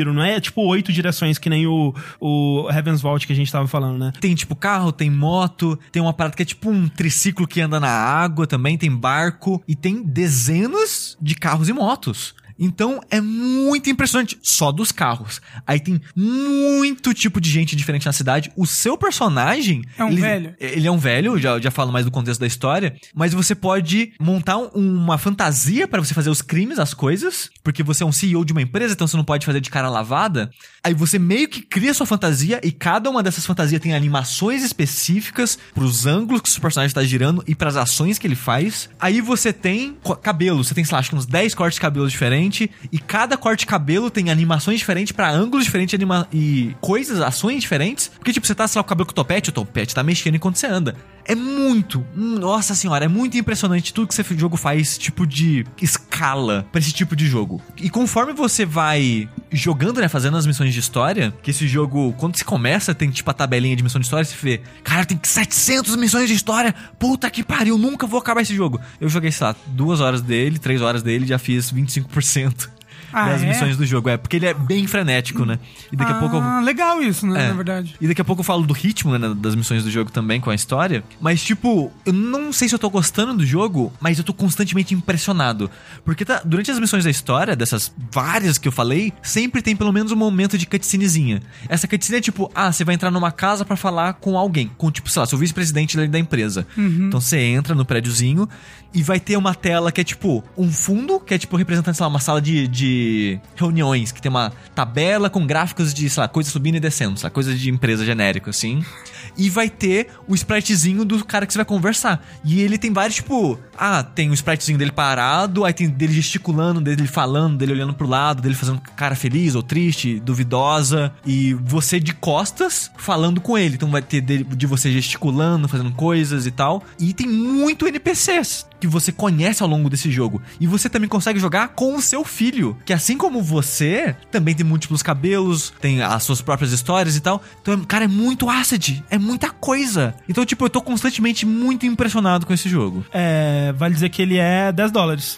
giro, não é tipo oito direções que nem o, o Heaven's Vault que a gente tava falando, né? Tem tipo carro, tem moto, tem uma parada que é tipo um triciclo que anda na água também, tem barco e tem dezenas de carros e motos. Então é muito impressionante só dos carros. Aí tem muito tipo de gente diferente na cidade. O seu personagem... É um ele, velho. Ele é um velho, já, já falo mais do contexto da história. Mas você pode montar um, uma fantasia para você fazer os crimes, as coisas. Porque você é um C E O de uma empresa, então você não pode fazer de cara lavada. Aí você meio que cria sua fantasia e cada uma dessas fantasias tem animações específicas pros ângulos que o seu personagem está girando e pras ações que ele faz. Aí você tem cabelo. Você tem, sei lá, acho que uns dez cortes de cabelo diferentes. E cada corte de cabelo tem animações diferentes pra ângulos diferentes anima- e coisas, ações diferentes. Porque, tipo, você tá, sei lá, com o cabelo com o topete, o topete tá mexendo enquanto você anda. É muito, nossa senhora, é muito impressionante tudo que esse jogo faz, tipo de escala pra esse tipo de jogo. E conforme você vai jogando, né, fazendo as missões de história, que esse jogo, quando se começa, tem tipo a tabelinha de missão de história, você vê, cara, tem setecentas missões de história, puta que pariu, nunca vou acabar esse jogo. Eu joguei, sei lá, duas horas dele, três horas dele, já fiz vinte e cinco por cento. Ah, das é? missões do jogo, é, porque ele é bem frenético, né? E daqui ah, a pouco eu... legal isso, né, É. na verdade. E daqui a pouco eu falo do ritmo, né, das missões do jogo também, com a história. Mas, tipo, eu não sei se eu tô gostando do jogo, mas eu tô constantemente impressionado. Porque tá, durante as missões da história, dessas várias que eu falei, sempre tem pelo menos um momento de cutscenezinha. Essa cutscene é tipo, ah, você vai entrar numa casa pra falar com alguém. Com, tipo, sei lá, seu vice-presidente da empresa. Uhum. Então você entra no prédiozinho e vai ter uma tela que é tipo um fundo, que é tipo representando, sei lá, uma sala de, de reuniões, que tem uma tabela com gráficos de, sei lá, coisa subindo e descendo, sei lá, coisa de empresa genérico, assim. E vai ter o spritezinho do cara que você vai conversar. E ele tem vários, tipo... Ah, tem o spritezinho dele parado, aí tem dele gesticulando, dele falando, dele olhando pro lado, dele fazendo cara feliz ou triste, duvidosa. E você de costas falando com ele. Então vai ter dele, de você gesticulando, fazendo coisas e tal. E tem muito N P Cs que você conhece ao longo desse jogo. E você também consegue jogar com o seu filho, que assim como você, também tem múltiplos cabelos, tem as suas próprias histórias e tal. Então, cara, é muito acid, é muita coisa. Então, tipo, eu tô constantemente muito impressionado com esse jogo. É, vale dizer que ele é dez dólares.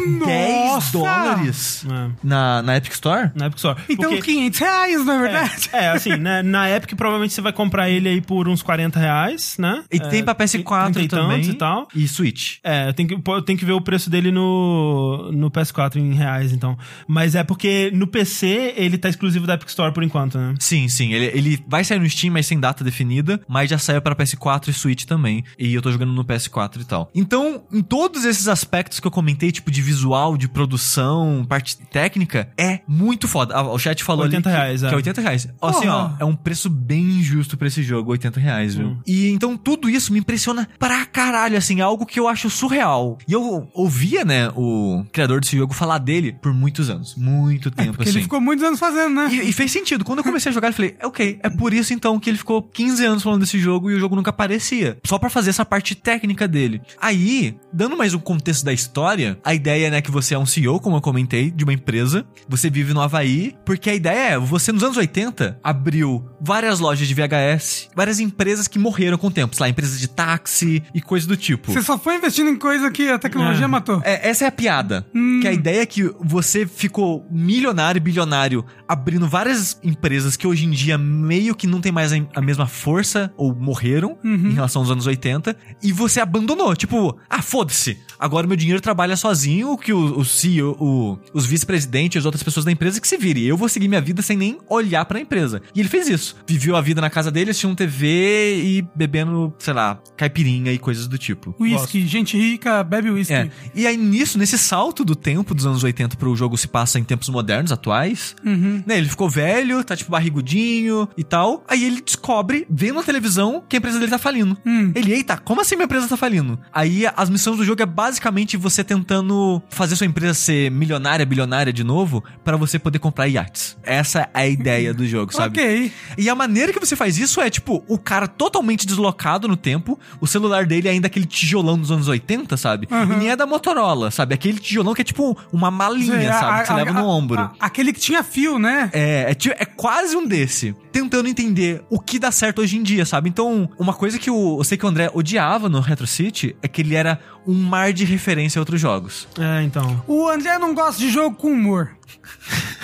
dez Nossa! dólares É. na, na Epic Store? Na Epic Store. Então, Porque- quinhentos reais, não é verdade? É, é, assim, né, na Epic provavelmente você vai comprar ele aí por uns quarenta reais, né? E tem pra P S quatro trinta e também. tantos e tal. E Switch. É, eu tenho que, pô, eu tenho que ver o preço dele no, no P S quatro em reais, então. Mas é porque no P C ele tá exclusivo da Epic Store por enquanto, né? Sim, sim. Ele, ele vai sair no Steam, mas sem data definida. Mas já saiu para P S quatro e Switch também. E eu tô jogando no P S quatro e tal. Então, em todos esses aspectos que eu comentei, tipo de visual, de produção, parte técnica, é muito foda. Ah, o chat falou oitenta ali que, reais, é. que é oitenta reais. Assim, ó, Porra. é um preço bem justo pra esse jogo, oitenta reais, viu? Hum. E então tudo isso me impressiona pra caralho, assim, é algo que eu acho surreal. E eu ouvia, né, o criador desse jogo falar dele por muitos anos. Muito tempo, Porque assim. ele ficou muitos anos fazendo, né? E, e fez sentido. Quando eu comecei a jogar, eu falei, ok, é por isso então que ele ficou quinze anos falando desse jogo e o jogo nunca aparecia. Só pra fazer essa parte técnica dele. Aí, dando mais um contexto da história, a ideia, né, que você é um C E O, como eu comentei, de uma empresa. Você vive no Havaí, porque a ideia é, você nos anos oitenta abriu várias lojas de V H S, várias empresas que morreram com o tempo. Sei lá, empresas de táxi e coisas do tipo. Você só foi investindo em coisa que a tecnologia É. matou. É, essa é a piada. Que a ideia é que você ficou milionário, bilionário, abrindo várias empresas que hoje em dia meio que não tem mais a, a mesma força, ou morreram, em relação aos anos oitenta, e você abandonou. Tipo, ah, foda-se. Agora meu dinheiro trabalha sozinho, que o, o C E O, o, os vice-presidentes e as outras pessoas da empresa que se virem. Eu vou seguir minha vida sem nem olhar pra empresa. E ele fez isso. Viveu a vida na casa dele, assistindo T V e bebendo, sei lá, caipirinha e coisas do tipo. Whisky, gente rica, bebe whisky. É. E aí, nisso, nesse salto do tempo dos anos oitenta pro jogo se passa em tempos modernos, atuais, Uhum. né? Ele ficou velho, tá tipo barrigudinho e tal. Aí ele descobre, vendo na televisão, que a empresa dele tá falindo. Hum. Ele, eita, como assim minha empresa tá falindo? Aí as missões do jogo é basicamente você tentando fazer sua empresa ser milionária, bilionária de novo, pra você poder comprar iates. Essa é a ideia do jogo, sabe? Ok. E a maneira que você faz isso é, tipo, o cara totalmente deslocado no tempo, o celular dele é ainda aquele tijolão dos anos oitenta, sabe? Uhum. E nem é da Motorola, sabe? Aquele tijolão que é tipo uma malinha, Sei, sabe? a- que você a- leva no a- ombro. a- aquele que tinha fio, né? É, é, ti- é quase um desse. Tentando entender o que dá certo hoje em dia, sabe? Então, uma coisa que o, eu sei que o André odiava no Retro City é que ele era um mar de referência a outros jogos. É, então. O André não gosta de jogo com humor.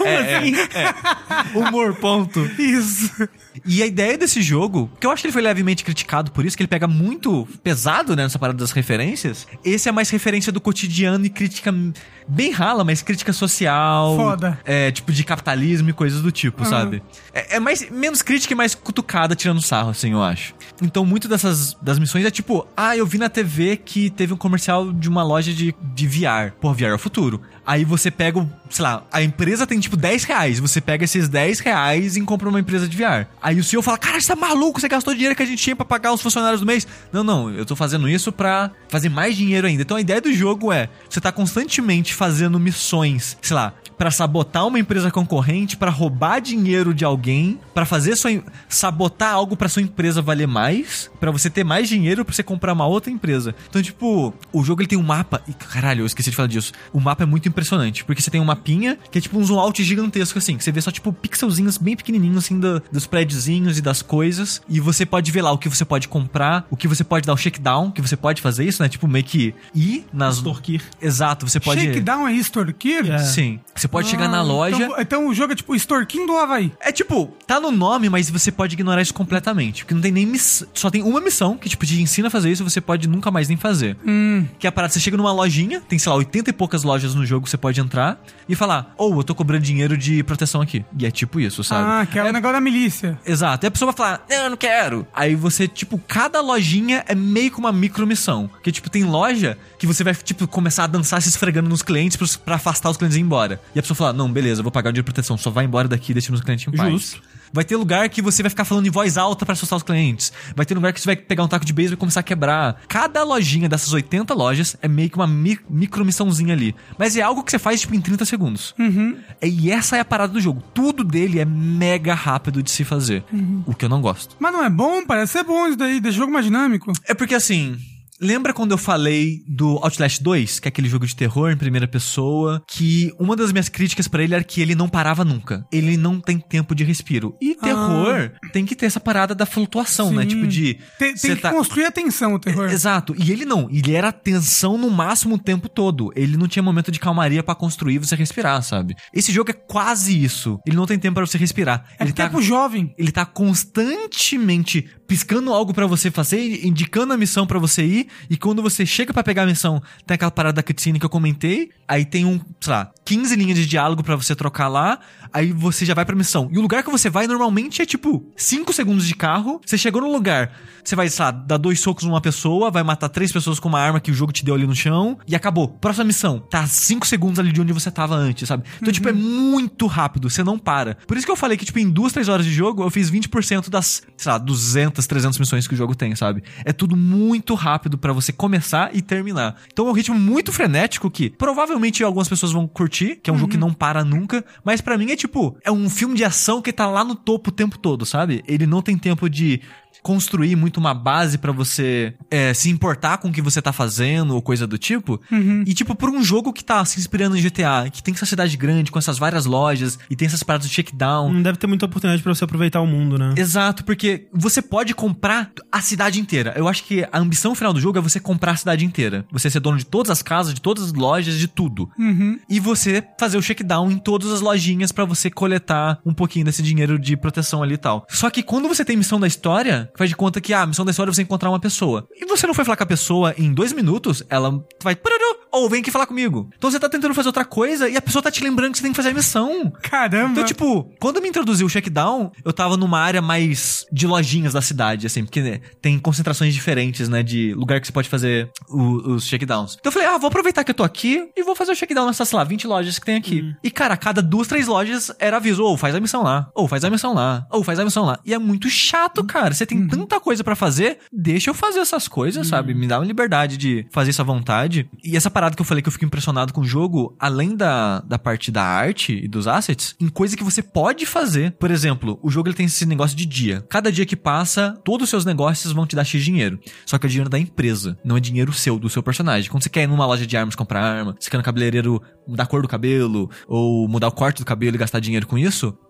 Como É, assim? é, é. Humor, ponto. Isso. E a ideia desse jogo, que eu acho que ele foi levemente criticado por isso, que ele pega muito pesado, né, nessa parada das referências. Esse é mais referência do cotidiano e crítica bem rala, mas crítica social. Foda. É, tipo, de capitalismo e coisas do tipo, Uhum. sabe? É, é mais, menos crítica e mais cutucada, tirando sarro, assim, eu acho. Então, muito dessas das missões é tipo, ah, eu vi na T V que teve um comercial de uma loja de, de V R. Pô, V R é o futuro. Aí você pega, o, sei lá, a empresa tem tipo dez reais. Você pega esses dez reais e compra uma empresa de V R. Aí o senhor fala, cara, você tá maluco? Você gastou dinheiro que a gente tinha pra pagar os funcionários do mês. Não, não, eu tô fazendo isso pra fazer mais dinheiro ainda. Então a ideia do jogo é, você tá constantemente fazendo missões, sei lá, pra sabotar uma empresa concorrente, pra roubar dinheiro de alguém, pra fazer sua, sabotar algo pra sua empresa valer mais, pra você ter mais dinheiro pra você comprar uma outra empresa. Então, tipo, o jogo ele tem um mapa, e caralho, eu esqueci de falar disso. O mapa é muito impressionante, porque você tem um mapinha que é tipo um zoom out gigantesco, assim, que você vê só tipo pixelzinhos bem pequenininhos, assim, do, dos prédiozinhos e das coisas, e você pode ver lá o que você pode comprar, o que você pode dar o shakedown, que você pode fazer isso, né? Tipo, meio que ir nas... Extorquir. Exato, você pode... Shakedown é extorquir? É. Sim. Você pode Ah, chegar na loja... Então, então o jogo é tipo extorquindo do Havaí. É tipo, tá no nome, mas você pode ignorar isso completamente. Porque não tem nem missão. Só tem uma missão que, tipo, te ensina a fazer isso e você pode nunca mais nem fazer. Hum. Que é a parada, você chega numa lojinha, tem, sei lá, oitenta e poucas lojas no jogo que você pode entrar e falar, ou oh, eu tô cobrando dinheiro de proteção aqui. E é tipo isso, sabe? Ah, que é o negócio da milícia. Exato. E a pessoa vai falar, não, eu não quero. Aí você, tipo, cada lojinha é meio que uma micromissão. Que, tipo, tem loja que você vai, tipo, começar a dançar se esfregando nos clientes pra, pra afastar os clientes e ir embora. E a pessoa fala, não, beleza, eu vou pagar o dinheiro de proteção, só vai embora daqui e deixa os clientes em paz. Justo. Vai ter lugar que você vai ficar falando em voz alta pra assustar os clientes. Vai ter lugar que você vai pegar um taco de beisebol e começar a quebrar. Cada lojinha dessas oitenta lojas é meio que uma mi- micromissãozinha ali. Mas é algo que você faz, tipo, em trinta segundos. Uhum. E essa é a parada do jogo. Tudo dele é mega rápido de se fazer. Uhum. O que eu não gosto. Mas não é bom? Parece ser bom isso daí. Deixa o jogo mais dinâmico. É porque, assim... Lembra quando eu falei do Outlast dois, que é aquele jogo de terror em primeira pessoa, que uma das minhas críticas pra ele era que ele não parava nunca. Ele não tem tempo de respiro. E terror ah. tem que ter essa parada da flutuação, Sim. né? Tipo de... Tem, tem que tá... construir a tensão, o terror. É, exato. E ele não. Ele era tensão no máximo o tempo todo. Ele não tinha momento de calmaria pra construir e você respirar, sabe? Esse jogo é quase isso. Ele não tem tempo pra você respirar. É ele tempo tá... jovem. Ele tá constantemente piscando algo pra você fazer, indicando a missão pra você ir. E quando você chega pra pegar a missão, tem aquela parada da cutscene que eu comentei. Aí tem um, sei lá, quinze linhas de diálogo pra você trocar lá. Aí você já vai pra missão. E o lugar que você vai normalmente é tipo cinco segundos de carro. Você chegou no lugar, você vai, sei lá, dar dois socos numa pessoa, vai matar três pessoas com uma arma que o jogo te deu ali no chão. E acabou. Próxima missão. Tá cinco segundos ali de onde você tava antes, sabe? Então, uhum. tipo, é muito rápido. Você não para. Por isso que eu falei que, tipo, em duas, três horas de jogo, eu fiz vinte por cento das, sei lá, duzentas, trezentas missões que o jogo tem, sabe? É tudo muito rápido pra você começar e terminar. Então é um ritmo muito frenético que provavelmente algumas pessoas vão curtir, que é um uhum. jogo que não para nunca, mas pra mim é tipo, é um filme de ação que tá lá no topo o tempo todo, sabe? Ele não tem tempo de construir muito uma base pra você é, se importar com o que você tá fazendo ou coisa do tipo. Uhum. E tipo, por um jogo que tá se inspirando em G T A, que tem essa cidade grande, com essas várias lojas, e tem essas paradas de shakedown. Não deve ter muita oportunidade pra você aproveitar o mundo, né? Exato, porque você pode comprar a cidade inteira. Eu acho que a ambição final do jogo é você comprar a cidade inteira. Você ser dono de todas as casas, de todas as lojas, de tudo. Uhum. E você fazer o shakedown em todas as lojinhas pra você coletar um pouquinho desse dinheiro de proteção ali e tal. Só que quando você tem missão da história, faz de conta que ah, a missão da história é você encontrar uma pessoa. E você não foi falar com a pessoa em dois minutos, ela vai... Ou vem aqui falar comigo. Então você tá tentando fazer outra coisa e a pessoa tá te lembrando que você tem que fazer a missão. Caramba. Então, tipo, quando me introduziu o shakedown, eu tava numa área mais de lojinhas da cidade, assim, porque né, tem concentrações diferentes, né, de lugar que você pode fazer o, os shakedowns. Então eu falei, ah, vou aproveitar que eu tô aqui e vou fazer o shakedown nessas, sei lá, vinte lojas que tem aqui. Hum. E, cara, a cada duas, três lojas era aviso, ou faz a missão lá, ou faz a missão lá, ou faz a missão lá. E é muito chato, cara. Você tem hum. tanta coisa pra fazer, deixa eu fazer essas coisas, hum. sabe? Me dá uma liberdade de fazer isso à vontade. E essa parada que eu falei que eu fico impressionado com o jogo, além da, da parte da arte e dos assets, em coisa que você pode fazer. Por exemplo, o jogo ele tem esse negócio de dia. Cada dia que passa, todos os seus negócios vão te dar X dinheiro. Só que é dinheiro da empresa, não é dinheiro seu, do seu personagem. Quando você quer ir numa loja de armas comprar arma, você quer no cabeleireiro mudar a cor do cabelo, ou mudar o corte do cabelo e gastar dinheiro com isso,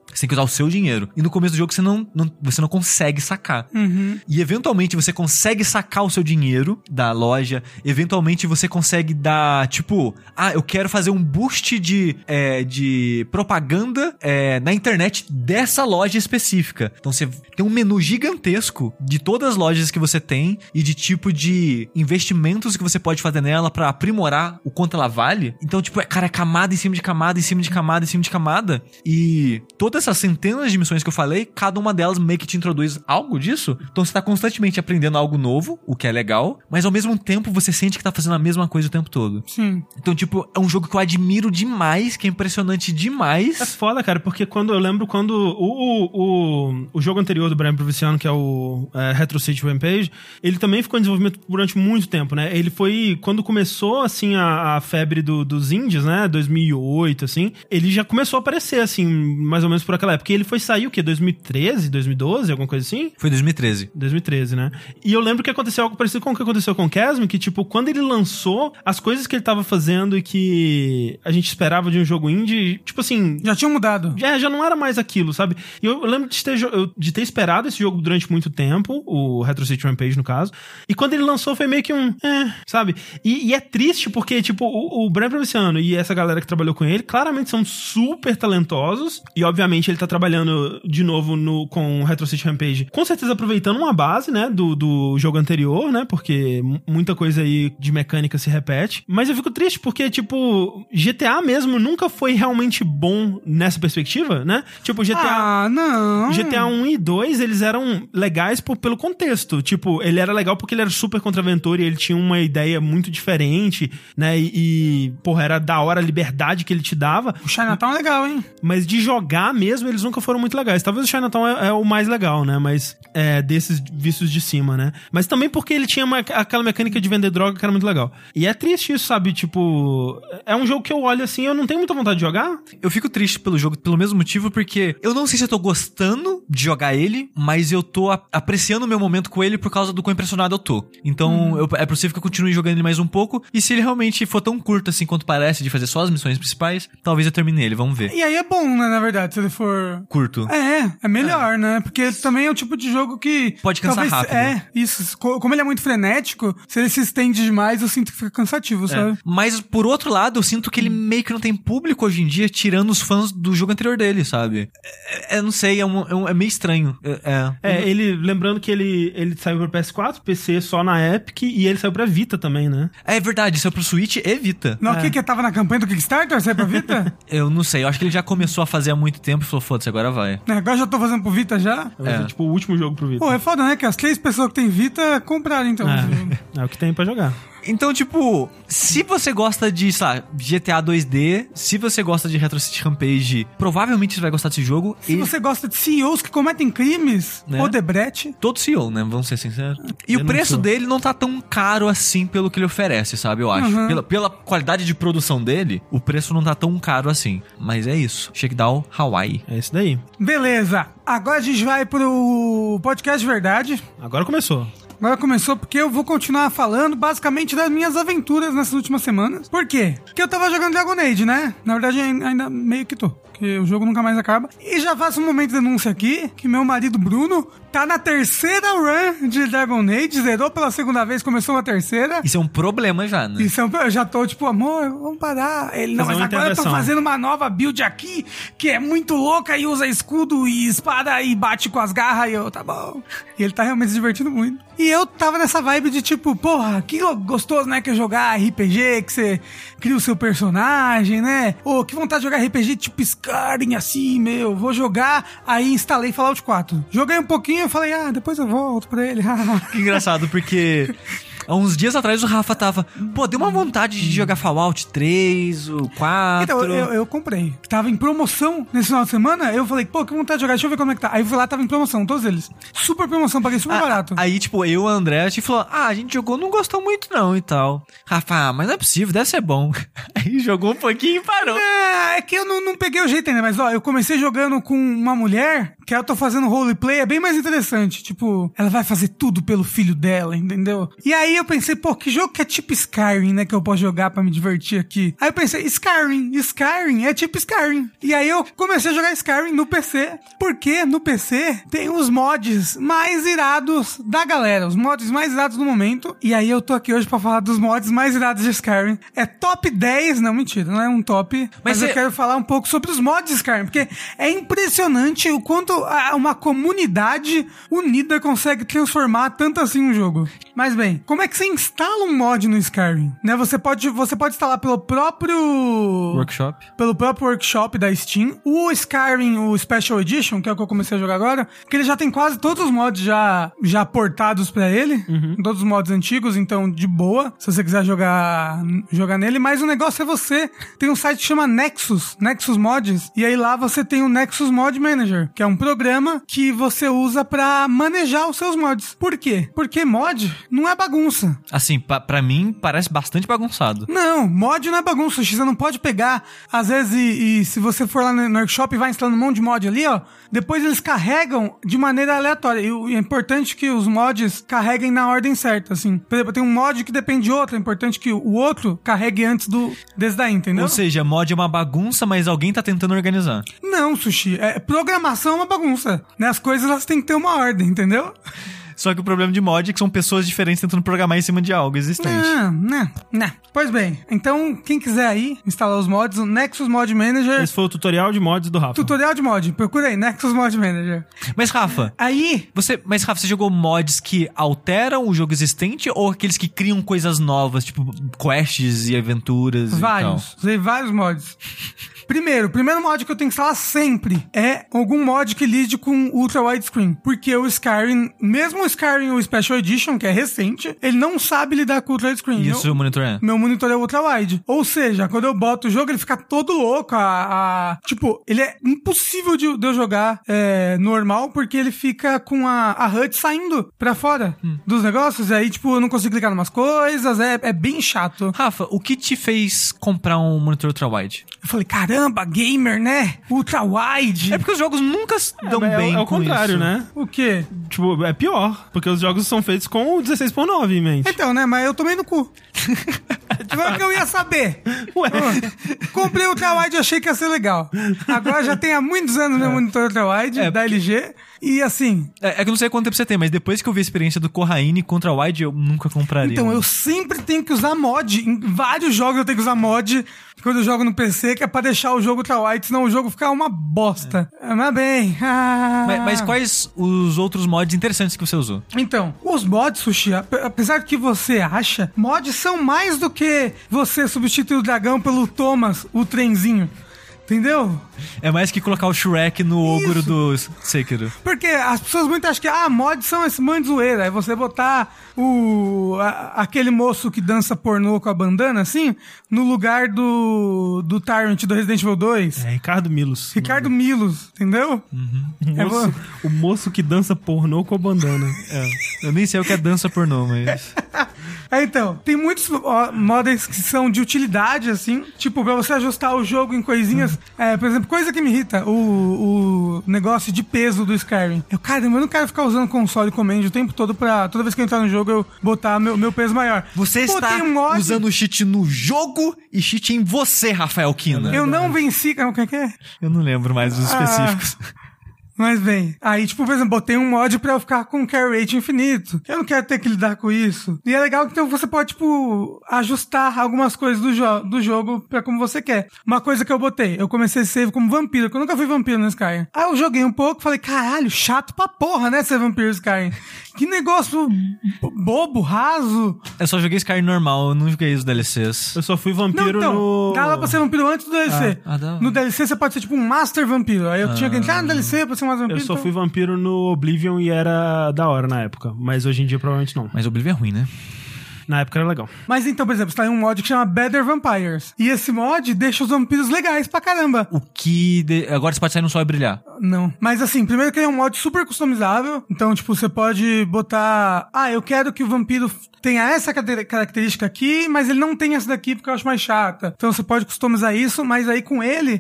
Você tem que usar o seu dinheiro. E no começo do jogo você não, não, você não consegue sacar. Uhum. E eventualmente você consegue sacar o seu dinheiro da loja. Eventualmente você consegue dar, tipo... Ah, eu quero fazer um boost de, é, de propaganda é, na internet dessa loja específica. Então você tem um menu gigantesco de todas as lojas que você tem e de tipo de investimentos que você pode fazer nela pra aprimorar o quanto ela vale. Então, tipo, é, cara, é camada em cima de camada, em cima de camada, em cima de camada. E todas essas centenas de missões que eu falei, cada uma delas meio que te introduz algo disso. Então você tá constantemente aprendendo algo novo, o que é legal, mas ao mesmo tempo você sente que tá fazendo a mesma coisa o tempo todo. Sim. Então, tipo, é um jogo que eu admiro demais, que é impressionante demais. É foda, cara, porque quando eu lembro quando o, o, o, o jogo anterior do Brian Proviciano, que é o é, Retro City Rampage, ele também ficou em desenvolvimento durante muito tempo, né? Ele foi, quando começou, assim, a, a febre do, dos indies, né? dois mil e oito, assim, ele já começou a aparecer, assim, mais ou menos por aquela época. E ele foi sair o quê? dois mil e treze, dois mil e doze, alguma coisa assim? Foi dois mil e treze. dois mil e treze, né? E eu lembro que aconteceu algo parecido com o que aconteceu com o Chasm, que, tipo, quando ele lançou, as coisas que ele tava fazendo e que a gente esperava de um jogo indie, tipo assim... Já tinham mudado. Já, já não era mais aquilo, sabe? E eu, eu lembro de ter, de ter esperado esse jogo durante muito tempo, o Retro City Rampage, no caso, e quando ele lançou foi meio que um... É, sabe? E, e é triste porque, tipo, o, o Brian Proviciano e essa galera que trabalhou com ele, claramente são super talentosos, e obviamente ele tá trabalhando de novo no, com o Retro City Rampage, com certeza aproveitando uma base, né, do, do jogo anterior, né, porque muita coisa aí de mecânica se repete, mas eu fico triste porque, tipo, G T A mesmo nunca foi realmente bom nessa perspectiva, né, tipo, G T A... Ah, não. G T A um e dois, eles eram legais por, pelo contexto, tipo, ele era legal porque ele era super contra-aventura e ele tinha uma ideia muito diferente, né, e, e porra, era da hora a liberdade que ele te dava. O Chinatown é legal, hein? Mas de jogar mesmo, eles nunca foram muito legais. Talvez o Chinatown é, é o mais legal, né? Mas é desses vistos de cima, né? Mas também porque ele tinha uma, aquela mecânica de vender droga que era muito legal. E é triste isso, sabe? Tipo, é um jogo que eu olho assim, eu não tenho muita vontade de jogar. Eu fico triste pelo jogo, pelo mesmo motivo, porque eu não sei se eu tô gostando de jogar ele, mas eu tô a- apreciando o meu momento com ele por causa do quão impressionado eu tô. Então, hum. eu, é possível que eu continue jogando ele mais um pouco, e se ele realmente for tão curto assim quanto parece, de fazer só as missões principais, talvez eu termine ele, vamos ver. E aí é bom, né, na verdade, se ele for... Curto. É, é melhor, é. né? Porque também é o tipo de jogo que... Pode cansar talvez, rápido. É, isso. Como ele é muito frenético, se ele se estende demais, eu sinto que fica cansativo, sabe? É. Mas, por outro lado, eu sinto que ele meio que não tem público hoje em dia, tirando os fãs do jogo anterior dele, sabe? É, é não sei, é, um, é, um, é meio estranho. É, é. é, ele... Lembrando que ele, ele saiu pra P S quatro, P C só na Epic, e ele saiu pra Vita também, né? É verdade, saiu pro Switch e Vita. Não, o é. que que tava na campanha do Kickstarter? Saiu pra Vita? Eu não sei, eu acho que ele já começou a fazer há muito tempo e falou, foda-se, agora vai. É, agora já tô fazendo pro Vita já. Vai ser, É. tipo, o último jogo pro Vita. Pô, é foda, né? Que as três pessoas que tem Vita compraram, então. É, é o que tem pra jogar. Então, tipo, se você gosta de, sei lá, G T A dois D, se você gosta de Retro City Rampage, provavelmente você vai gostar desse jogo. Se e você gosta de C E Os que cometem crimes, Né? Odebrecht. todo C E O, né? Vamos ser sinceros. E Eu o não preço sou. dele não tá tão caro assim pelo que ele oferece, sabe? Eu acho. Uhum. Pela, pela qualidade de produção dele, o preço não tá tão caro assim. Mas é isso. Shakedown Hawaii. É isso daí. Beleza. Agora a gente vai pro podcast de verdade. Agora começou. Agora começou porque eu vou continuar falando basicamente das minhas aventuras nessas últimas semanas. Por quê? Porque eu tava jogando Dragon Age, né? Na verdade, ainda meio que tô. Porque o jogo nunca mais acaba. E já faço um momento de denúncia aqui, que meu marido Bruno tá na terceira run de Dragon Age, zerou pela segunda vez, começou uma terceira. Isso é um problema já, né? Isso é um, eu já tô tipo, amor, vamos parar. Ele, não, Fazer mas uma agora eu tô intervenção. fazendo uma nova build aqui, que é muito louca e usa escudo e espada e bate com as garras. E eu, tá bom. E ele tá realmente se divertindo muito. E eu tava nessa vibe de tipo, porra, que gostoso, né, que é jogar R P G, que você cria o seu personagem, né? Ô, que vontade de jogar R P G tipo Skyrim, assim, meu, vou jogar. Aí instalei Fallout quatro. Joguei um pouquinho e falei, ah, depois eu volto pra ele. Que engraçado, porque há uns dias atrás o Rafa tava, pô, deu uma vontade de jogar Fallout três, o quatro. Então, eu, eu comprei. Tava em promoção nesse final de semana. Eu falei, pô, que vontade de jogar, deixa eu ver como é que tá. Aí eu fui lá, tava em promoção, todos eles. Super promoção, paguei super Ah, barato. Aí, tipo, eu e o André, a gente falou, ah, a gente jogou, não gostou muito não e tal. Rafa, ah, mas não é possível, deve ser bom. Aí jogou um pouquinho e parou. É, é que eu não, não peguei o jeito ainda, mas ó, eu comecei jogando com uma mulher que que ela tá fazendo roleplay é bem mais interessante. Tipo, ela vai fazer tudo pelo filho dela, entendeu? E aí eu pensei, pô, que jogo que é tipo Skyrim, né? Que eu posso jogar pra me divertir aqui. Aí eu pensei, Skyrim, Skyrim é tipo Skyrim. E aí eu comecei a jogar Skyrim no P C, porque no P C tem os mods mais irados da galera, os mods mais irados do momento. E aí eu tô aqui hoje pra falar dos mods mais irados de Skyrim. É top dez, não, mentira, não é um top, mas, mas cê... eu quero falar um pouco sobre os mods de Skyrim, porque é impressionante o quanto uma comunidade unida consegue transformar tanto assim um jogo. Mas bem, como é que você instala um mod no Skyrim? Né, você pode, você pode instalar pelo próprio Workshop. Pelo próprio Workshop da Steam. O Skyrim, o Special Edition, que é o que eu comecei a jogar agora, que ele já tem quase todos os mods já, já portados pra ele. Uhum. Todos os mods antigos, então de boa, se você quiser jogar, jogar nele. Mas o negócio é você. Tem um site que chama Nexus, Nexus Mods, e aí lá você tem o Nexus Mod Manager, que é um programa que você usa pra manejar os seus mods. Por quê? Porque mod não é bagunça. Assim, pra, pra mim parece bastante bagunçado. Não, mod não é bagunça. Você não pode pegar, às vezes, e, e se você for lá no workshop e vai instalando um monte de mod ali, ó, depois eles carregam de maneira aleatória. E é importante que os mods carreguem na ordem certa, assim. Por exemplo, tem um mod que depende de outro, é importante que o outro carregue antes do desse daí, entendeu? Ou seja, mod é uma bagunça, mas alguém tá tentando organizar. Não, Sushi, é, programação é uma bagunça, né? As coisas, elas têm que ter uma ordem, entendeu? Só que o problema de mod é que são pessoas diferentes tentando programar em cima de algo existente. Não, não, não. Pois bem, então quem quiser aí instalar os mods, o Nexus Mod Manager... Esse foi o tutorial de mods do Rafa. Tutorial de mod, procura aí, Nexus Mod Manager. Mas Rafa... Aí... Você, mas Rafa, você jogou mods que alteram o jogo existente ou aqueles que criam coisas novas, tipo quests e aventuras? Vários, usei vários mods. Primeiro, o primeiro mod que eu tenho que instalar sempre é algum mod que lide com Ultra Widescreen. Porque o Skyrim, mesmo o Skyrim o Special Edition, que é recente, ele não sabe lidar com Ultra Widescreen. E o seu monitor é? Meu monitor é Ultra Wide. Ou seja, quando eu boto o jogo, ele fica todo louco. A, a... Tipo, ele é impossível de, de eu jogar é, normal, porque ele fica com a, a H U D saindo pra fora hum. dos negócios. E aí, tipo, eu não consigo clicar em umas coisas. É, é bem chato. Rafa, o que te fez comprar um monitor Ultra Wide? Eu falei, caramba, gamer, né? Ultra Wide. É porque os jogos nunca dão é, bem é, é o com contrário, isso. né? O quê? Tipo, é pior. Porque os jogos são feitos com o dezesseis por nove em mente. Então, né? Mas eu tomei no cu. Como é que eu ia saber? Ué. Oh, comprei o Ultra Wide e achei que ia ser legal. Agora já tem há muitos anos meu é. monitor Ultra Wide, é, da porque... L G. E assim... É, é que eu não sei quanto tempo você tem, mas depois que eu vi a experiência do Corraine contra Wide, eu nunca compraria. Então, eu sempre tenho que usar mod. Em vários jogos eu tenho que usar mod quando eu jogo no P C, que é pra deixar o jogo Ultra Wide, senão o jogo fica uma bosta. É. Mas bem... Ah... Mas, mas quais os outros mods interessantes que você usou? Então, os mods, Sushi, apesar do que você acha, mods são mais do que você substituir o dragão pelo Thomas, o trenzinho. Entendeu? É mais que colocar o Shrek no ogro do Sekiro. Porque as pessoas muito acham que ah, mods são esse monte de zoeira. É você botar o, a, aquele moço que dança pornô com a bandana, assim, no lugar do, do Tyrant do Resident Evil dois. É, Ricardo Milos. Ricardo Milos, entendeu? Uhum. O, moço, é, o moço que dança pornô com a bandana. É. Eu nem sei o que é dança pornô, mas... É, então, tem muitos ó, mods que são de utilidade, assim, tipo, pra você ajustar o jogo em coisinhas, é, por exemplo, coisa que me irrita, o, o negócio de peso do Skyrim. Eu, cara, eu não quero ficar usando console e command o tempo todo pra, toda vez que eu entrar no jogo, eu botar meu, meu peso maior. Você Pô, está um mod... usando cheat no jogo e cheat em você, Rafael Kina. Eu não venci, o que é que é? Eu não lembro mais os específicos. Ah... Mas bem, aí tipo, por exemplo, botei um mod pra eu ficar com carry rate infinito. Eu não quero ter que lidar com isso. E é legal que então você pode, tipo, ajustar algumas coisas do, jo- do jogo pra como você quer. Uma coisa que eu botei, eu comecei save como vampiro, porque eu nunca fui vampiro no Skyrim. Aí eu joguei um pouco, falei, caralho, chato pra porra, né, ser vampiro no Skyrim. Que negócio bobo, raso. Eu só joguei Skyrim normal, eu não joguei os D L Cs. Eu só fui vampiro não, então, no... dava pra ser vampiro antes do D L C. Ah, ah, no D L C você pode ser tipo um Master Vampiro. Aí eu ah. tinha que entrar no D L C pra ser um Master Vampiro. Eu só então... fui vampiro no Oblivion e era da hora na época. Mas hoje em dia provavelmente não. Mas Oblivion é ruim, né? Na época era legal. Mas então, por exemplo, você tá em um mod que chama Better Vampires. E esse mod deixa os vampiros legais pra caramba. O que... De... Agora você pode sair no sol e brilhar. Não. Mas assim, primeiro que ele é um mod super customizável. Então, tipo, você pode botar... Ah, eu quero que o vampiro tenha essa característica aqui, mas ele não tem essa daqui porque eu acho mais chata. Então você pode customizar isso, mas aí com ele...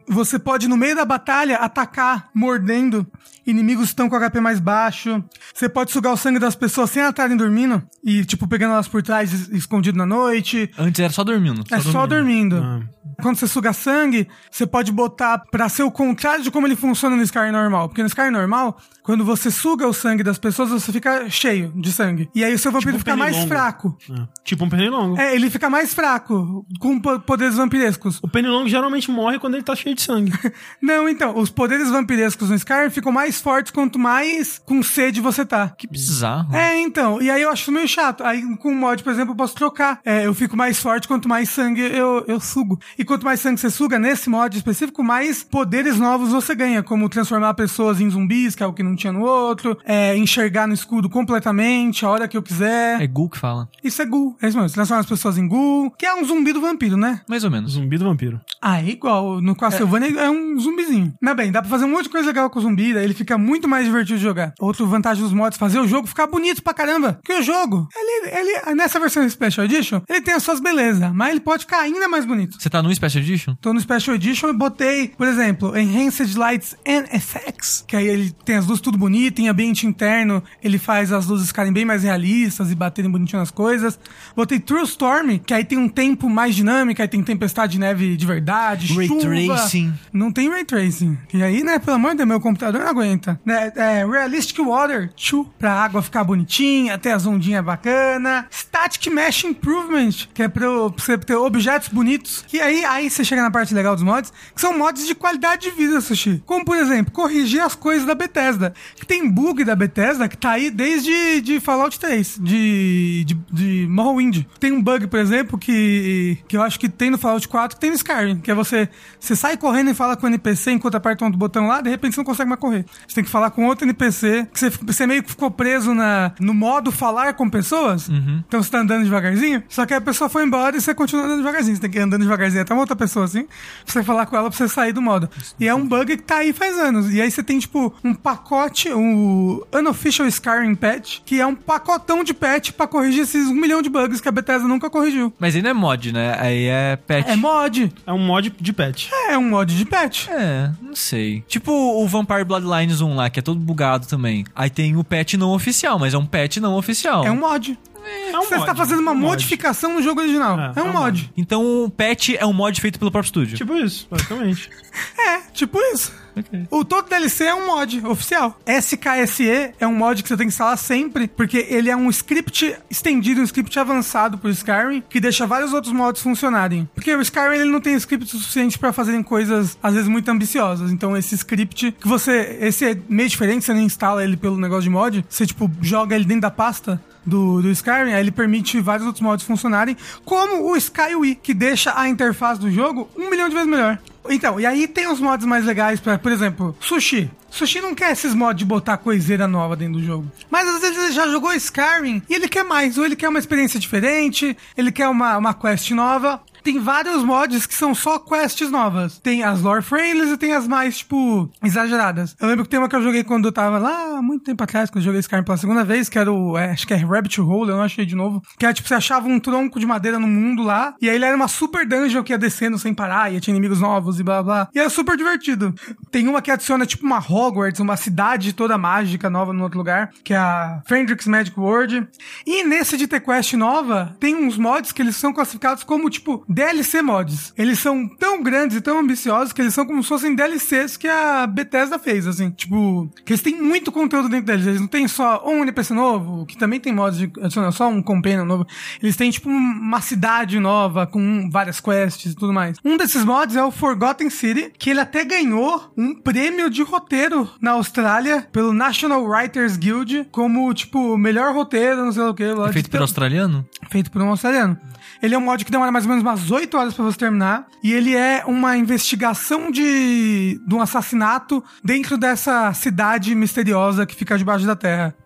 Você pode, no meio da batalha, atacar mordendo inimigos que estão com H P mais baixo. Você pode sugar o sangue das pessoas sem elas estarem dormindo e, tipo, pegando elas por trás, escondido na noite. Antes era só dormindo. É só só dormindo. Ah. Quando você suga sangue, você pode botar pra ser o contrário de como ele funciona no Skyrim normal. Porque no Skyrim normal, quando você suga o sangue das pessoas, você fica cheio de sangue. E aí o seu vampiro Tipo um fica mais pernilongo. fraco. É. Tipo um pernilongo. É, ele fica mais fraco, com po- poderes vampirescos. O pernilongo geralmente morre quando ele tá cheio de sangue. Não, então, os poderes vampirescos no Skyrim ficam mais fortes quanto mais com sede você tá. Que bizarro. É, então, e aí eu acho meio chato. Aí com o mod, por exemplo, eu posso trocar. É, eu fico mais forte quanto mais sangue eu, eu sugo. E quanto mais sangue você suga, nesse mod específico, mais poderes novos você ganha, como transformar pessoas em zumbis, que é o que não tinha no outro, é, enxergar no escudo completamente, a hora que eu quiser. É Ghoul que fala. Isso é ghoul, é isso mesmo. Você transforma as pessoas em ghoul, que é um zumbi do vampiro, né? Mais ou menos. Zumbi do vampiro. Ah, é igual. No Castlevania é. é um zumbizinho. Mas bem, dá pra fazer um monte de coisa legal com o zumbi, daí ele fica muito mais divertido de jogar. Outra vantagem dos mods é fazer o jogo ficar bonito pra caramba. Porque o jogo, ele, ele nessa versão Special Edition, ele tem as suas belezas, mas ele pode ficar ainda mais bonito. Você tá no Special Edition? Tô no Special Edition e botei, por exemplo, Enhanced Lights and Effects, que aí ele tem as luzes tudo bonito, em ambiente interno ele faz as luzes ficarem bem mais realistas e baterem bonitinho nas coisas. Botei True Storm, que aí tem um tempo mais dinâmico, aí tem tempestade de neve de verdade, Ray chuva. Tracing. Não tem Ray Tracing. E aí, né, pelo amor de Deus, meu computador não aguenta. Né, é, Realistic Water, tchu, pra água ficar bonitinha, ter as ondinhas bacanas. Static Mesh Improvement, que é pra você ter objetos bonitos. E aí, aí você chega na parte legal dos mods, que são mods de qualidade de vida, Sushi. Como, por exemplo, corrigir as coisas da Bethesda. Que tem bug da Bethesda que tá aí desde de Fallout três, de, de, de Morrowind. Tem um bug, por exemplo, que, que eu acho que tem no Fallout quatro, que tem no Skyrim, que é você, você sai correndo e fala com o N P C enquanto aperta um botão lá, de repente você não consegue mais correr. Você tem que falar com outro N P C, que você, você meio que ficou preso na, no modo falar com pessoas, Uhum. então você tá andando devagarzinho, só que a pessoa foi embora e você continua andando devagarzinho. Você tem que ir andando devagarzinho até uma outra pessoa assim, pra você falar com ela pra você sair do modo. E é um bug que tá aí faz anos. E aí você tem, tipo, um pacote, o Unofficial Skyrim Patch, que é um pacotão de patch pra corrigir esses um milhão de bugs que a Bethesda nunca corrigiu. Mas aí não é mod, né? Aí é patch. É mod. É um mod de patch. É um mod de patch. É, não sei. Tipo o Vampire Bloodlines um lá, que é todo bugado também. Aí tem o patch não oficial, mas é um patch não oficial. É um mod. É um Você mod, está fazendo uma é um mod. modificação no jogo original. É, É, um é um mod. mod. Então o patch é um mod feito pelo próprio estúdio. Tipo isso, basicamente. É, tipo isso. Ok. O todo D L C é um mod oficial. S K S E é um mod que você tem que instalar sempre, porque ele é um script estendido, um script avançado pro Skyrim, que deixa vários outros mods funcionarem. Porque o Skyrim ele não tem script suficiente pra fazerem coisas, às vezes, muito ambiciosas. Então esse script, que você... Esse é meio diferente, você não instala ele pelo negócio de mod, você, tipo, joga ele dentro da pasta do, do Skyrim, aí ele permite vários outros mods funcionarem, como o SkyWii, que deixa a interface do jogo um milhão de vezes melhor. Então, e aí tem os mods mais legais pra, por exemplo, Sushi. Sushi não quer esses mods de botar coiseira nova dentro do jogo. Mas às vezes ele já jogou Skyrim e ele quer mais. Ou ele quer uma experiência diferente, ele quer uma, uma quest nova. Tem vários mods que são só quests novas. Tem as lore friendlies e tem as mais, tipo, exageradas. Eu lembro que tem uma que eu joguei quando eu tava lá, há muito tempo atrás, quando eu joguei Skyrim pela segunda vez, que era o, é, acho que é Rabbit Hole, eu não achei de novo. Que era, tipo, você achava um tronco de madeira no mundo lá, e aí ele era uma super dungeon que ia descendo sem parar, e tinha inimigos novos e blá blá. E era super divertido. Tem uma que adiciona, tipo, uma Hogwarts, uma cidade toda mágica nova no outro lugar, que é a Fendrix Magic World. E nesse de ter quest nova, tem uns mods que eles são classificados como, tipo, D L C mods. Eles são tão grandes e tão ambiciosos que eles são como se fossem D L Cs que a Bethesda fez, assim. Tipo, que eles têm muito conteúdo dentro deles. Eles não têm só um N P C novo, que também tem mods de adicionar só um companion novo. Eles têm, tipo, uma cidade nova com várias quests e tudo mais. Um desses mods é o Forgotten City, que ele até ganhou um prêmio de roteiro na Austrália pelo National Writers Guild como, tipo, melhor roteiro, não sei o que. É feito por australiano? Feito por um australiano. Ele é um mod que demora mais ou menos umas oito horas pra você terminar. E ele é uma investigação de, de um assassinato dentro dessa cidade misteriosa que fica debaixo da terra.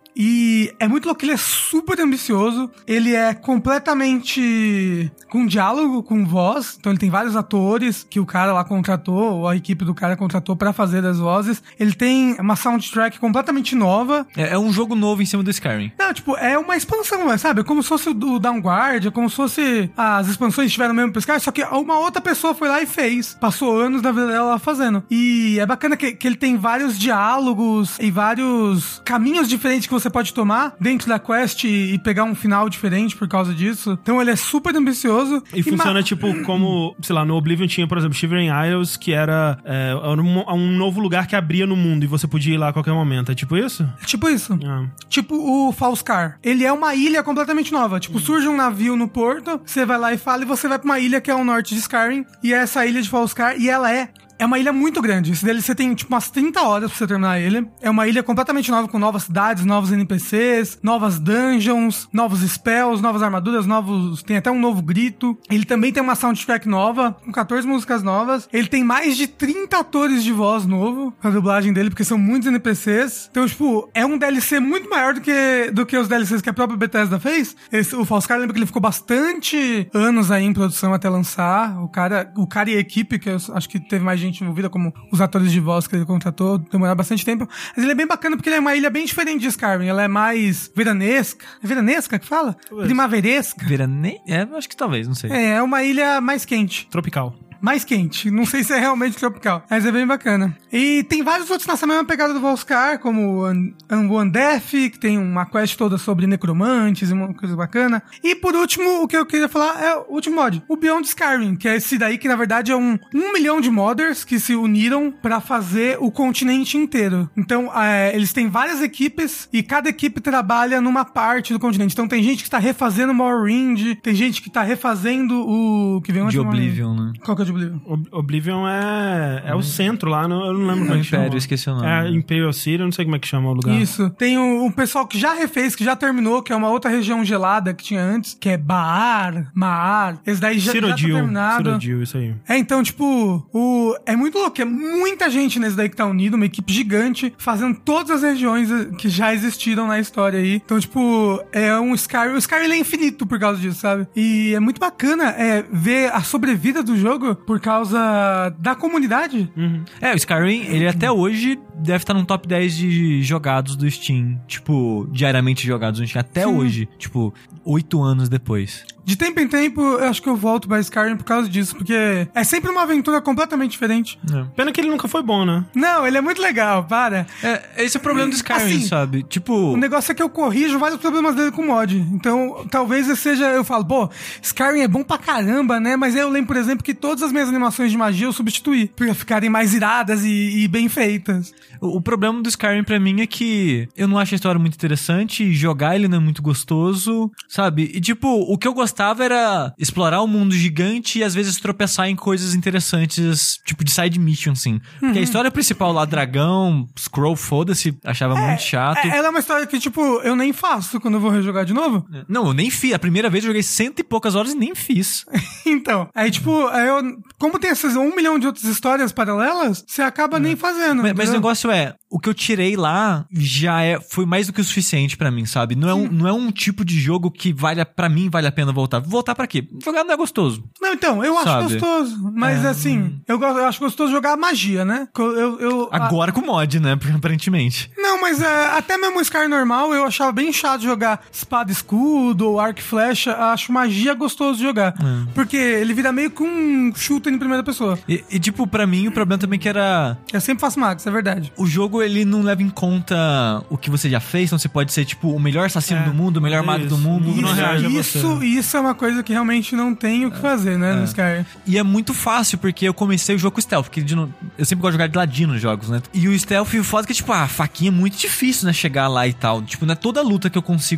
E é muito louco, ele é super ambicioso, ele é completamente com diálogo, com voz, então ele tem vários atores que o cara lá contratou, ou a equipe do cara contratou pra fazer as vozes. Ele tem uma soundtrack completamente nova. É, é um jogo novo em cima do Skyrim. Não, tipo, é uma expansão, sabe? Como se fosse o Downguard, é como se fosse as expansões estiveram mesmo pro Skyrim, só que uma outra pessoa foi lá e fez. Passou anos da vida dela lá fazendo. E é bacana que, que ele tem vários diálogos e vários caminhos diferentes que você pode tomar dentro da quest e, e pegar um final diferente por causa disso. Então ele é super ambicioso. E, e funciona ma- tipo como, sei lá, no Oblivion tinha, por exemplo, Shivering Isles, que era, é, era um, um novo lugar que abria no mundo e você podia ir lá a qualquer momento. É tipo isso? Tipo isso. Ah. Tipo o Falskar. Ele é uma ilha completamente nova. Tipo, surge um navio no porto, você vai lá e fala, e você vai pra uma ilha que é ao norte de Skyrim, e é essa ilha de Falskar, e ela é É uma ilha muito grande. Esse D L C tem, tipo, umas trinta horas pra você terminar ele. É uma ilha completamente nova, com novas cidades, novos N P Cs, novas dungeons, novos spells, novas armaduras, novos... Tem até um novo grito. Ele também tem uma soundtrack nova, com quatorze músicas novas. Ele tem mais de trinta atores de voz novo pra dublagem dele, porque são muitos N P Cs. Então, tipo, é um D L C muito maior do que, do que os D L Cs que a própria Bethesda fez. Esse, o Falskar, lembra que ele ficou bastante anos aí em produção até lançar. O cara, o cara e a equipe, que eu acho que teve mais gente envolvida, como os atores de voz que ele contratou, demoraram bastante tempo. Mas ele é bem bacana porque ele é uma ilha bem diferente de Skyrim. Ela é mais veranesca. É veranesca que fala? Primaveresca? Verane... É, acho que talvez, não sei. É, é uma ilha mais quente. Tropical. Mais quente. Não sei se é realmente tropical, mas é bem bacana. E tem vários outros nessa mesma pegada do Falskar, como o Undeath, que tem uma quest toda sobre necromantes e uma coisa bacana. E por último, o que eu queria falar é o último mod, o Beyond Skyrim, que é esse daí que na verdade é um, um milhão de modders que se uniram pra fazer o continente inteiro. Então, é, eles têm várias equipes e cada equipe trabalha numa parte do continente. Então tem gente que tá refazendo Morrowind, tem gente que tá refazendo o... que vem de Oblivion, né? Qual que é o de Oblivion? Oblivion é, é hum. o centro lá, não, eu não lembro é como é que chama. Império, esqueci o nome. É Imperial City, eu não sei como é que chama o lugar. Isso. Tem o, o pessoal que já refez, que já terminou, que é uma outra região gelada que tinha antes, que é Baar, Maar. Esse daí já, já tá terminado. Cyrodiil, isso aí. É, então, tipo, o, é muito louco. É muita gente nesse daí que tá unido, uma equipe gigante, fazendo todas as regiões que já existiram na história aí. Então, tipo, é um Skyrim. O Skyrim é infinito por causa disso, sabe? E é muito bacana é, ver a sobrevida do jogo por causa da comunidade. Uhum. É, o Skyrim, ele até hoje deve estar no top dez de jogados do Steam. Tipo, diariamente jogados no Steam. Até Sim. hoje. Tipo, oito anos depois. De tempo em tempo, eu acho que eu volto pra Skyrim por causa disso, porque é sempre uma aventura completamente diferente. É. Pena que ele nunca foi bom, né? Não, ele é muito legal, para. É, esse é o problema do Skyrim, assim, sabe? Tipo... O negócio é que eu corrijo vários problemas dele com mod. Então, talvez seja... Eu falo, pô, Skyrim é bom pra caramba, né? Mas eu lembro, por exemplo, que todas as minhas animações de magia eu substituí, pra ficarem mais iradas e, e bem feitas. O, o problema do Skyrim pra mim é que eu não acho a história muito interessante, jogar ele não é muito gostoso, sabe? E tipo, o que eu gostava era explorar o mundo gigante e às vezes tropeçar em coisas interessantes, tipo de side mission, assim. Uhum. Porque a história principal lá, dragão, scroll, foda-se, achava é, muito chato. É, ela é uma história que, tipo, eu nem faço quando eu vou rejogar de novo. Não, eu nem fiz. A primeira vez eu joguei cento e poucas horas e nem fiz. Então, aí tipo, eu, como tem essas um milhão de outras histórias paralelas, você acaba é. nem fazendo. Mas, mas o negócio é, o que eu tirei lá já é, foi mais do que o suficiente pra mim, sabe? Não é, um, não é um tipo de jogo que vale, pra mim vale a pena voltar. Voltar pra quê? Jogar não é gostoso. Não, então, eu sabe? acho gostoso. Mas é, assim, hum. eu, eu acho gostoso jogar magia, né? Eu, eu, Agora a... com mod, né? Aparentemente. Não, mas é, até mesmo o Skyrim normal, eu achava bem chato jogar espada e escudo ou arco e flecha. Acho magia gostoso de jogar. Hum. Porque ele vira meio que um shooter em primeira pessoa. E, e tipo, pra mim, o problema também que era... Eu sempre faço magos, é verdade. O jogo, ele não leva em conta o que você já fez, então você pode ser, tipo, o melhor assassino é, do mundo, o melhor mago do mundo. Isso, não reage a isso, você. isso é uma coisa que realmente não tem o que fazer, né, é. no Skyrim. E é muito fácil, porque eu comecei o jogo com stealth, porque eu sempre gosto de jogar de ladinho nos jogos, né? E o stealth, o foda é que, tipo, a faquinha é muito difícil, né, chegar lá e tal. Tipo, não é toda luta que eu consigo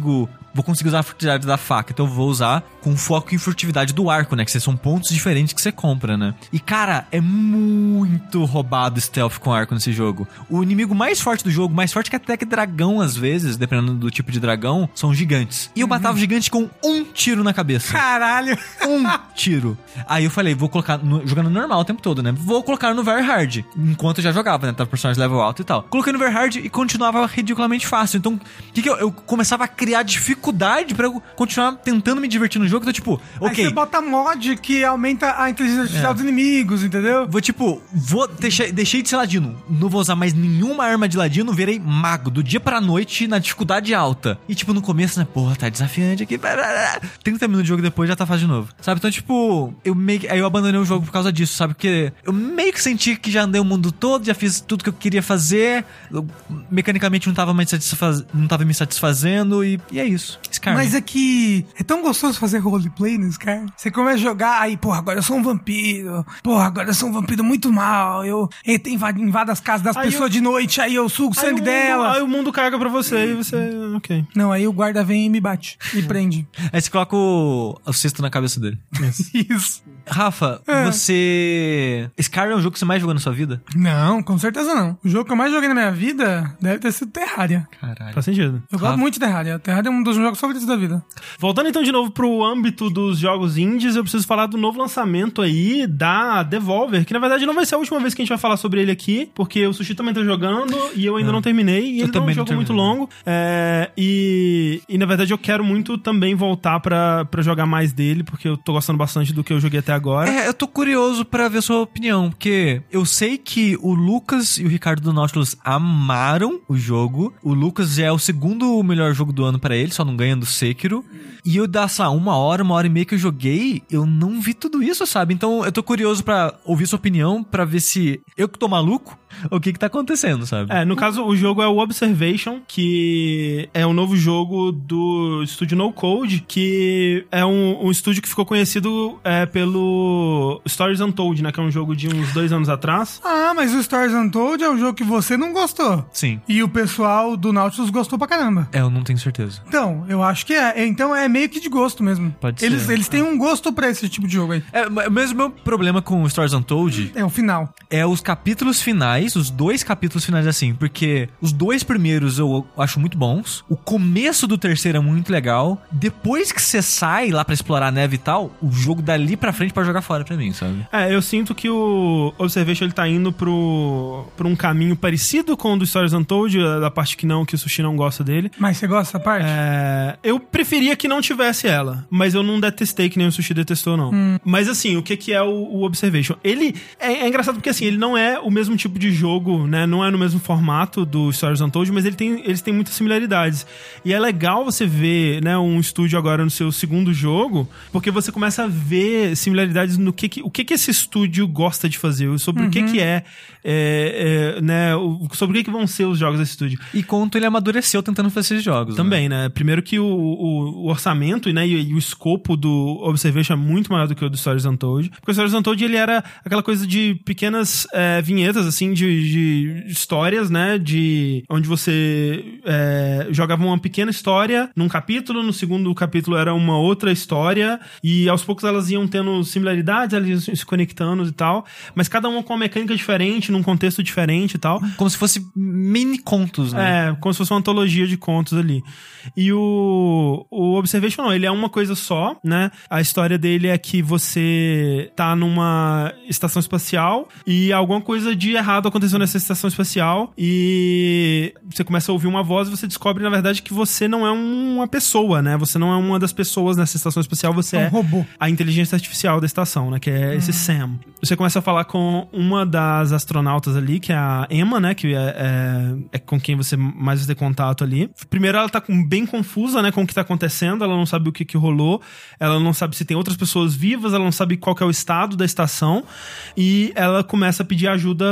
vou conseguir usar a furtividade da faca, então eu vou usar com foco em furtividade do arco, né? Que são pontos diferentes que você compra, né? E, cara, é muito roubado stealth com arco nesse jogo. O inimigo mais forte do jogo, mais forte que até que dragão, às vezes, dependendo do tipo de dragão, são gigantes. E eu matava o gigante com um tiro na cabeça. Caralho! Um tiro. Aí eu falei, vou colocar, no, jogando normal o tempo todo, né? Vou colocar no Very Hard, enquanto eu já jogava, né? Tava personagem level alto e tal. Coloquei no Very Hard e continuava ridiculamente fácil. Então, o que que eu, eu começava a criar dificuldade pra eu continuar tentando me divertir no jogo. Então, tipo, ok. Aí você bota mod que aumenta a inteligência artificial É. dos inimigos, entendeu? Vou, tipo, vou deixar, deixei de ser ladino. Não vou usar mais nenhuma arma de ladino, virei mago do dia pra noite na dificuldade alta. E, tipo, no começo, né? Porra, tá desafiante aqui. trinta minutos de jogo depois já tá fácil de novo. Sabe? Então, tipo, eu meio que, aí eu abandonei o jogo por causa disso, sabe? Porque eu meio que senti que já andei o mundo todo, já fiz tudo que eu queria fazer. Eu, mecanicamente não tava, mais satisfaz... não tava me satisfazendo e, e é isso. Skyrim. Mas é que é tão gostoso fazer roleplay no Skyrim. Você começa a jogar, aí, porra, agora eu sou um vampiro. Porra, agora eu sou um vampiro muito mal. Eu invado, invado as casas das Aí pessoas eu- de noite, aí eu sugo o Aí o sangue mundo- delas. Aí o mundo caga pra você e você... Ok. Não, aí o guarda vem e me bate. E prende. Aí você coloca o, o cesto na cabeça dele. Isso. Rafa, É. você... Skyrim é o jogo que você mais jogou na sua vida? Não, com certeza não. O jogo que eu mais joguei na minha vida deve ter sido Terraria. Caralho. Faz sentido. Eu gosto Rafa. muito de Terraria. Terraria é um dos meus jogos favoritos da vida. Voltando então de novo pro âmbito dos jogos indies, eu preciso falar do novo lançamento aí da Devolver, que na verdade não vai ser a última vez que a gente vai falar sobre ele aqui, porque o Sushi também tá jogando e eu ainda É. não terminei, e Eu ele é um também não jogo muito terminei. longo, é, e, e na verdade eu quero muito também voltar pra, pra jogar mais dele, porque eu tô gostando bastante do que eu joguei até agora. É, eu tô curioso pra ver sua opinião, porque eu sei que o Lucas e o Ricardo do Nautilus amaram o jogo. O Lucas já é o segundo melhor jogo do ano pra ele, só não ganha do Sekiro. E eu dá, sei lá, uma hora, uma hora e meia que eu joguei, eu não vi tudo isso, sabe? Então eu tô curioso pra ouvir sua opinião, pra ver se eu que tô maluco, o que que tá acontecendo, sabe? É, no caso, o jogo é o Observation, que é um novo jogo do estúdio No Code, que é um, um estúdio que ficou conhecido é, pelo Stories Untold, né? Que é um jogo de uns dois anos atrás. Ah, mas o Stories Untold é um jogo que você não gostou. Sim. E o pessoal do Nautilus gostou pra caramba. É, eu não tenho certeza. Então, eu acho que é. Então é meio que de gosto mesmo. Pode eles, ser. Eles têm um gosto pra esse tipo de jogo aí. É, mas mesmo meu problema com Stories Untold É o final. é os capítulos finais, os dois capítulos finais assim, porque os dois primeiros eu acho muito bons, o começo do terceiro é muito legal, depois que você sai lá pra explorar a neve e tal, o jogo dali pra frente pra jogar fora pra mim, sabe? É, eu sinto que o Observation ele tá indo pro, pro um caminho parecido com o do Stories Untold, da parte que não, que o Sushi não gosta dele. Mas você gosta dessa parte? É, eu preferia que não tivesse ela, mas eu não detestei que nem o Sushi detestou, não. Mas assim, o que que é o, o Observation? Ele é, é engraçado porque assim, ele não é o mesmo tipo de jogo, né? Não é no mesmo formato do Stories Untold, mas ele tem, eles têm muitas similaridades. E é legal você ver, né, um estúdio agora no seu segundo jogo, porque você começa a ver similaridades no que, que o que que esse estúdio gosta de fazer, sobre o que que é, é, é né, o- sobre o que que vão ser os jogos desse estúdio. E quanto ele amadureceu tentando fazer esses jogos, né? Também, né? Primeiro que o, o, o orçamento, né, e, e o escopo do Observation é muito maior do que o do Stories Untold. Porque o Stories Untold, ele era aquela coisa de pequenas é, vinhetas, assim, de, de histórias, né, de onde você é, jogava uma pequena história num capítulo, no segundo capítulo era uma outra história, e aos poucos elas iam tendo similaridades, elas iam se conectando e tal, mas cada uma com uma mecânica diferente, num contexto diferente e tal. Como se fosse mini contos, né? É, como se fosse uma antologia de contos ali. E o, o Observation não, ele é uma coisa só, né? A história dele é que você tá numa estação espacial e alguma coisa de errado aconteceu nessa estação espacial e você começa a ouvir uma voz e você descobre, na verdade, que você não é uma pessoa, né? Você não é uma das pessoas nessa estação espacial, você É um é robô. a inteligência artificial da estação, né? Que é esse Sam. Você começa a falar com uma das astronautas ali, que é a Emma, né? Que é, é, é com quem você mais vai ter contato ali. Primeiro ela tá com- bem confusa, né? Com o que tá acontecendo. Ela não sabe o que que rolou. Ela não sabe se tem outras pessoas vivas. Ela não sabe qual que é o estado da estação. E ela começa a pedir ajuda pra você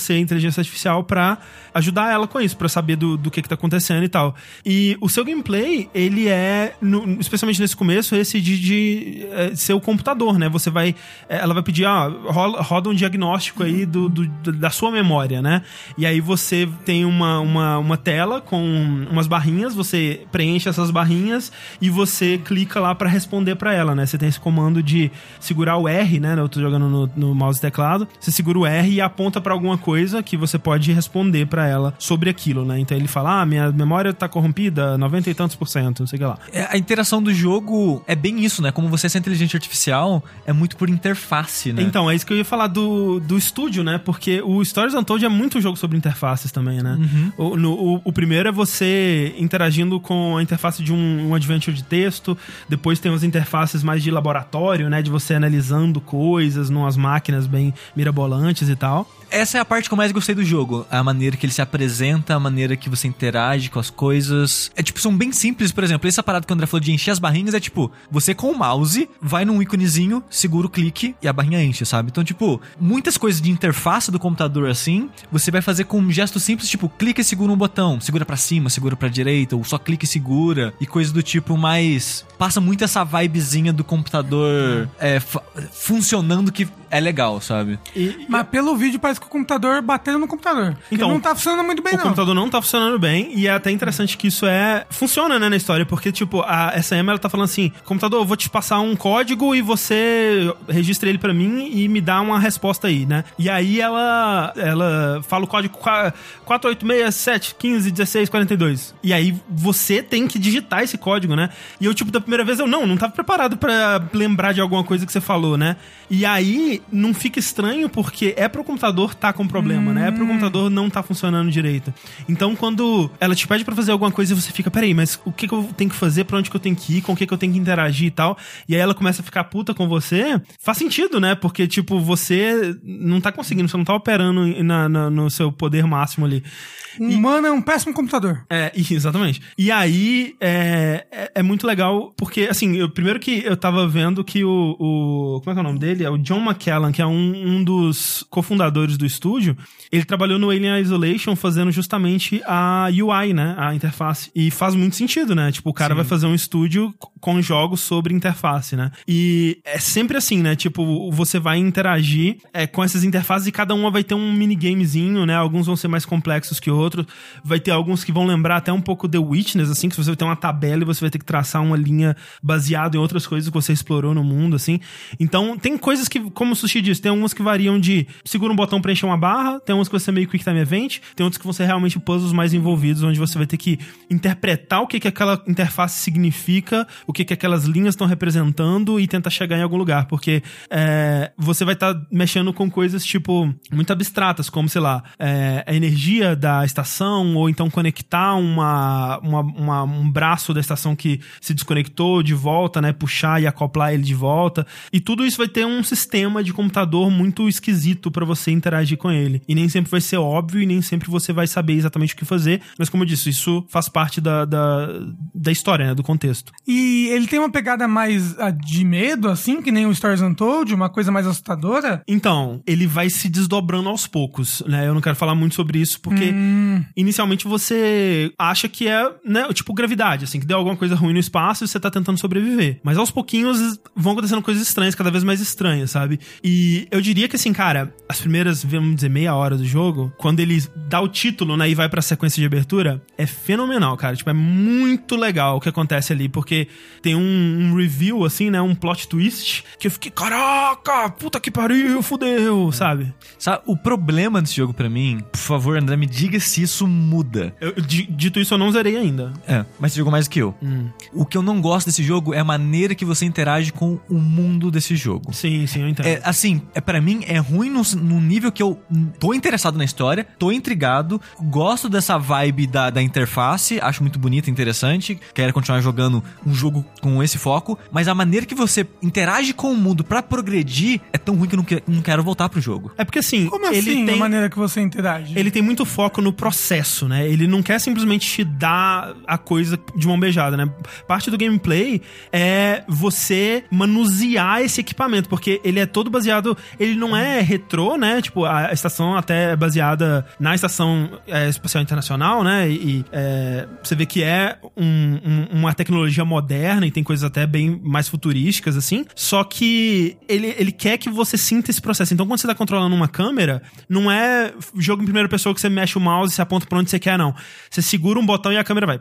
você, inteligência artificial, pra ajudar ela com isso, pra saber do, do que que tá acontecendo e tal. E o seu gameplay, ele é, no, especialmente nesse começo, esse de, de é, ser o computador, né? Você vai, ela vai pedir, ah, roda, roda um diagnóstico aí do, do, da sua memória, né? E aí você tem uma, uma, uma tela com umas barrinhas, você preenche essas barrinhas e você clica lá pra responder pra ela, né? Você tem esse comando de segurar o R, né? Eu tô jogando no, no mouse e teclado. Você segura o R e aponta pra alguma coisa que você pode responder pra ela sobre aquilo, né? Então ele fala, ah, minha memória tá corrompida noventa e tantos por cento, não sei o que lá. A interação do jogo é bem isso, né? Como você é inteligente artificial, é muito por interface, né? Então, é isso que eu ia falar do, do estúdio, né? Porque o Stories Untold é muito um jogo sobre interfaces também, né? Uhum. O, no, o, o primeiro é você interagindo com a interface de um, um adventure de texto, depois tem as interfaces mais de laboratório, né? De você analisando coisas numas máquinas bem mirabolantes e tal. Essa é a parte que eu mais gostei do jogo. A maneira que ele se apresenta, a maneira que você interage com as coisas. É tipo, são bem simples, por exemplo, essa parada que o André falou de encher as barrinhas é tipo, você com o mouse vai num íconezinho, segura o clique e a barrinha enche, sabe? Então, tipo, muitas coisas de interface do computador assim, você vai fazer com um gesto simples, tipo, clica e segura um botão, segura pra cima, segura pra direita, ou só clica e segura, e coisas do tipo, mas passa muito essa vibezinha do computador é, funcionando que é legal, sabe? E, Mas pelo vídeo parece que o computador batendo no computador. Então, não tá funcionando muito bem, o não. O computador não tá funcionando bem, e é até interessante que isso é... Funciona, né, na história, porque, tipo, a S M, ela tá falando assim, computador, eu vou te passar um código e você registra ele pra mim e me dá uma resposta aí, né? E aí ela, ela fala o código quatro oito seis sete um cinco um seis quatro dois. E aí você tem que digitar esse código, né? E eu, tipo, da primeira vez, eu não, não tava preparado pra lembrar de alguma coisa que você falou, né? E aí não fica estranho porque é pro computador tá com problema, hum. né? É pro computador não tá funcionando direito. Então, quando ela te pede pra fazer alguma coisa, você fica, peraí, mas o que que eu tenho que fazer? Pra onde que eu tenho que ir? Com o que que eu tenho que interagir e tal? E aí ela começa a ficar puta com você. Faz sentido, né? Porque, tipo, você não tá conseguindo, você não tá operando na, na, no seu poder máximo ali. Um humano é um péssimo computador. É, exatamente. E aí, é, é, é muito legal, porque, assim, eu, primeiro que eu tava vendo que o, o... Como é que é o nome dele? É o John McKellan, que é um, um dos cofundadores do estúdio. Ele trabalhou no Alien Isolation fazendo justamente a U I, né? A interface. E faz muito sentido, né? Tipo, o cara Sim. vai fazer um estúdio com jogos sobre interface, né? E é sempre assim, né? Tipo, você vai interagir é, com essas interfaces e cada uma vai ter um minigamezinho, né? Alguns vão ser mais complexos que outros. Vai ter alguns que vão lembrar até um pouco The Witness, assim, que você vai ter uma tabela e você vai ter que traçar uma linha baseada em outras coisas que você explorou no mundo, assim. Então, tem coisas que, como o Sushi disse, tem algumas que variam de segura um botão pra encher uma barra, tem umas que vai ser meio Quick Time Event, tem outros que vão ser realmente puzzles mais envolvidos, onde você vai ter que interpretar o que que aquela interface significa, o que que aquelas linhas estão representando e tentar chegar em algum lugar, porque é, você vai estar tá mexendo com coisas, tipo, muito abstratas, como, sei lá, é, a energia da estação, ou então conectar uma, uma, uma, um braço da estação que se desconectou de volta, né, puxar e acoplar ele de volta, e tudo isso vai ter um sistema de computador muito esquisito pra você interagir com ele, e nem sempre vai ser óbvio, e nem sempre você vai saber exatamente o que fazer, mas como eu disse, isso faz parte da, da, da história, né, do contexto. E ele tem uma pegada mais de medo, assim, que nem o Stories Untold, uma coisa mais assustadora? Então, ele vai se desdobrando aos poucos, né, eu não quero falar muito sobre isso, porque hum. inicialmente você acha que é, né, tipo gravidade, assim, que deu alguma coisa ruim no espaço e você tá tentando sobreviver. Mas aos pouquinhos vão acontecendo coisas estranhas, cada vez mais estranhas, sabe? E eu diria que, assim, cara, as primeiras, vamos dizer, meia hora do jogo, quando ele dá o título, né, e vai pra sequência de abertura, é fenomenal, cara. Tipo, é muito legal o que acontece ali, porque tem um, um review, assim, né, um plot twist, que eu fiquei, caraca, puta que pariu, fudeu, é. sabe? Sabe, o problema desse jogo pra mim, por favor, André, me diga se isso muda. Eu, dito isso, eu não zerei ainda. É, mas você jogou mais do que eu. Hum. O que eu não gosto desse jogo é a maneira que você interage com o mundo desse jogo. Sim, sim, eu entendo. É, assim, é, pra mim, é ruim no, no nível que eu tô interessado na história, tô intrigado, gosto dessa vibe da, da interface, acho muito bonita e interessante, quero continuar jogando um jogo com esse foco, mas a maneira que você interage com o mundo pra progredir é tão ruim que eu não, que, não quero voltar pro jogo. É porque, assim... Como ele assim, tem, a maneira que você interage? Ele tem muito foco no processo, né? Ele não quer simplesmente te dar a coisa de mão beijada, né? Parte do gameplay é você manusear esse equipamento, porque ele é todo baseado... Ele não é retrô, né? Tipo, a estação até é baseada na Estação é, Espacial Internacional, né? E, e é, você vê que é um, um, uma tecnologia moderna e tem coisas até bem mais futurísticas, assim. Só que ele, ele quer que você sinta esse processo. Então, quando você tá controlando uma câmera, não é jogo em primeira pessoa que você mexe o mouse e você aponta pra onde você quer, não. Você segura um botão e a câmera vai...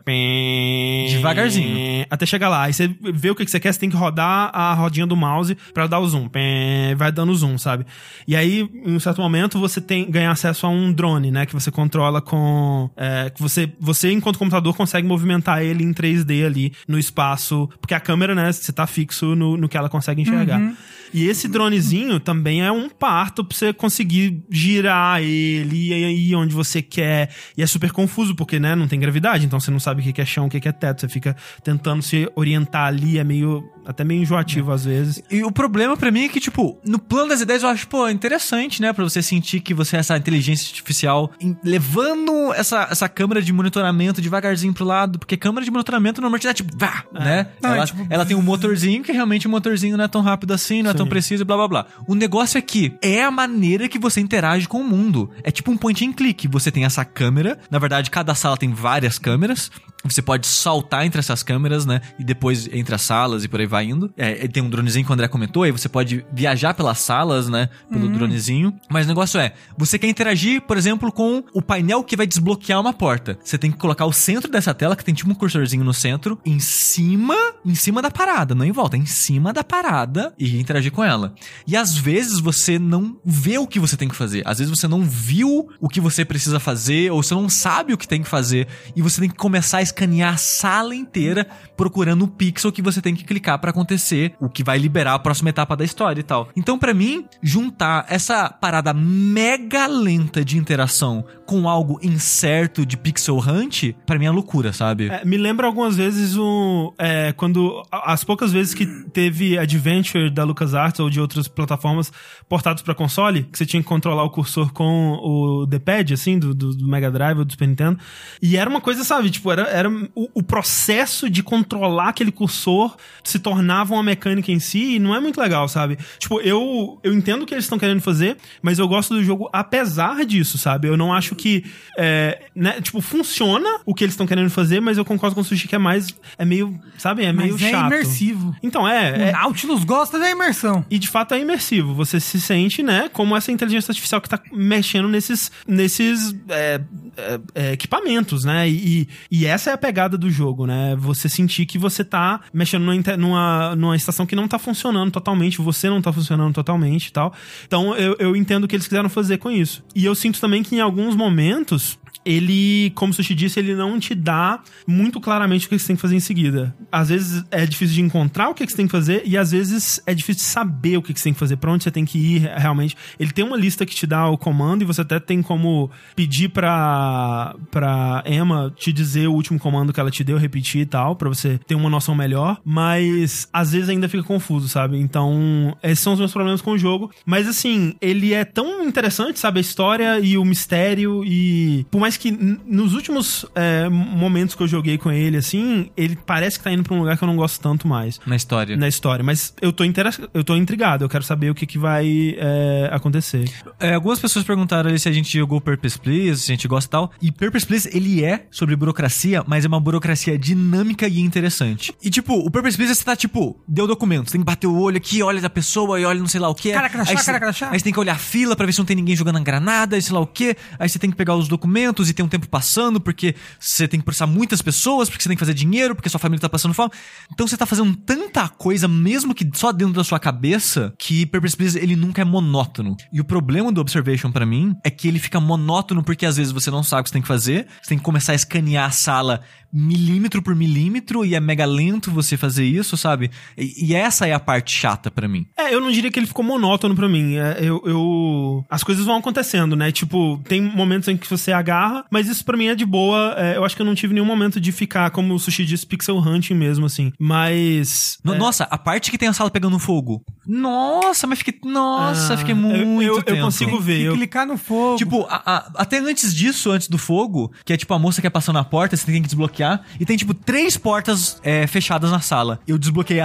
Devagarzinho. Até chegar lá. Aí você vê o que você quer, você tem que rodar a rodinha do mouse pra dar o zoom. Vai dando zoom, sabe? E aí, em um certo momento, você tem ganha acesso a um drone, né? Que você controla com... É, que você, você, enquanto computador, consegue movimentar ele em três D ali no espaço. Porque a câmera, né? Você tá fixo no, no que ela consegue enxergar. Uhum. E esse dronezinho também é um parto pra você conseguir girar ele e ir onde você quer. E é super confuso, porque, né, não tem gravidade, então você não sabe o que é chão, o que é teto. Você fica tentando se orientar ali, é meio... até meio enjoativo, é. às vezes. E o problema pra mim é que, tipo, no plano das ideias eu acho, pô, interessante, né? Pra você sentir que você é essa inteligência artificial em, levando essa, essa câmera de monitoramento devagarzinho pro lado, porque câmera de monitoramento normalmente dá, tipo, vá, é. né? Não, ela, é, tipo... ela tem um motorzinho, que realmente o motorzinho não é tão rápido assim, não é Sim. tão preciso, blá, blá, blá. O negócio é que é a maneira que você interage com o mundo. É tipo um point and click. Você tem essa câmera, na verdade, cada sala tem várias câmeras, você pode saltar entre essas câmeras, né? E depois entre as salas e por aí vai indo. É, tem um dronezinho que o André comentou, aí você pode viajar pelas salas, né? Pelo uhum. dronezinho. Mas o negócio é, você quer interagir, por exemplo, com o painel que vai desbloquear uma porta. Você tem que colocar o centro dessa tela, que tem tipo um cursorzinho no centro, em cima, em cima da parada, não em volta, em cima da parada e interagir com ela. E às vezes você não vê o que você tem que fazer. Às vezes você não viu o que você precisa fazer, ou você não sabe o que tem que fazer, e você tem que começar a escanear a sala inteira procurando o pixel que você tem que clicar pra acontecer, o que vai liberar a próxima etapa da história e tal. Então, pra mim, juntar essa parada mega lenta de interação com algo incerto de pixel hunt, pra mim é loucura, sabe? É, me lembra algumas vezes o... É, quando... As poucas vezes que teve Adventure da LucasArts ou de outras plataformas portados pra console, que você tinha que controlar o cursor com o D-pad, assim, do, do, do Mega Drive ou do Super Nintendo. E era uma coisa, sabe? Tipo, era, era o, o processo de controlar aquele cursor se tornava uma mecânica em si e não é muito legal, sabe? Tipo, eu, eu entendo o que eles estão querendo fazer, mas eu gosto do jogo apesar disso, sabe? Eu não acho que, é, né, tipo, funciona o que eles estão querendo fazer, mas eu concordo com o Sushi que é mais, é meio, sabe? É meio mas chato. é imersivo. Então, é... O é... Nautilus gosta da imersão. E de fato é imersivo. Você se sente, né, como essa inteligência artificial que tá mexendo nesses, nesses é, é, é, equipamentos, né? E, e essa é a pegada do jogo, né? Você sentir que você tá mexendo numa, numa, numa estação que não tá funcionando totalmente, você não tá funcionando totalmente e tal. Então eu, eu entendo o que eles quiseram fazer com isso. E eu sinto também que em alguns momentos... ele, como o Sushi disse, ele não te dá muito claramente o que você tem que fazer em seguida. Às vezes é difícil de encontrar o que você tem que fazer e às vezes é difícil de saber o que você tem que fazer, pra onde você tem que ir realmente. Ele tem uma lista que te dá o comando e você até tem como pedir pra, pra Emma te dizer o último comando que ela te deu, repetir e tal, pra você ter uma noção melhor, mas às vezes ainda fica confuso, sabe? Então, esses são os meus problemas com o jogo. Mas assim, ele é tão interessante, sabe? A história e o mistério e... por mais que nos últimos é, momentos que eu joguei com ele, assim, ele parece que tá indo pra um lugar que eu não gosto tanto mais. Na história. Na história. Mas eu tô, interess... eu tô intrigado. Eu quero saber o que, que vai é, acontecer. É, algumas pessoas perguntaram ali se a gente jogou Papers, Please, se a gente gosta e tal. E Papers, Please, ele é sobre burocracia, mas é uma burocracia dinâmica e interessante. E, tipo, o Papers, Please, você tá, tipo, deu documento. Você tem que bater o olho aqui, olha da pessoa e olha não sei lá o que. Cara crachá, aí cara cê... crachá. Aí você tem que olhar a fila pra ver se não tem ninguém jogando a granada e sei lá o que. Aí você tem que pegar os documentos e tem um tempo passando, porque você tem que processar muitas pessoas, porque você tem que fazer dinheiro, porque sua família tá passando fome. Então você tá fazendo tanta coisa, mesmo que só dentro da sua cabeça, que Papers, Please, ele nunca é monótono. E o problema do Observation pra mim é que ele fica monótono porque às vezes você não sabe o que você tem que fazer, você tem que começar a escanear a sala milímetro por milímetro e é mega lento você fazer isso, sabe? E, e essa é a parte chata pra mim. É, eu não diria que ele ficou monótono pra mim. É, eu, eu... As coisas vão acontecendo, né? Tipo, tem momentos em que você agarra, mas isso pra mim é de boa. É, eu acho que eu não tive nenhum momento de ficar, como o Sushi disse, pixel hunting mesmo, assim. Mas... No, é... Nossa, a parte que tem a sala pegando fogo. Nossa, mas fiquei... Nossa, ah, fiquei muito eu, eu, tempo. Eu consigo ver. E eu... clicar no fogo. Tipo, a, a, até antes disso, antes do fogo, que é tipo a moça que é passando na porta, você tem que desbloquear, e tem tipo três portas é, fechadas na sala. Eu desbloqueei as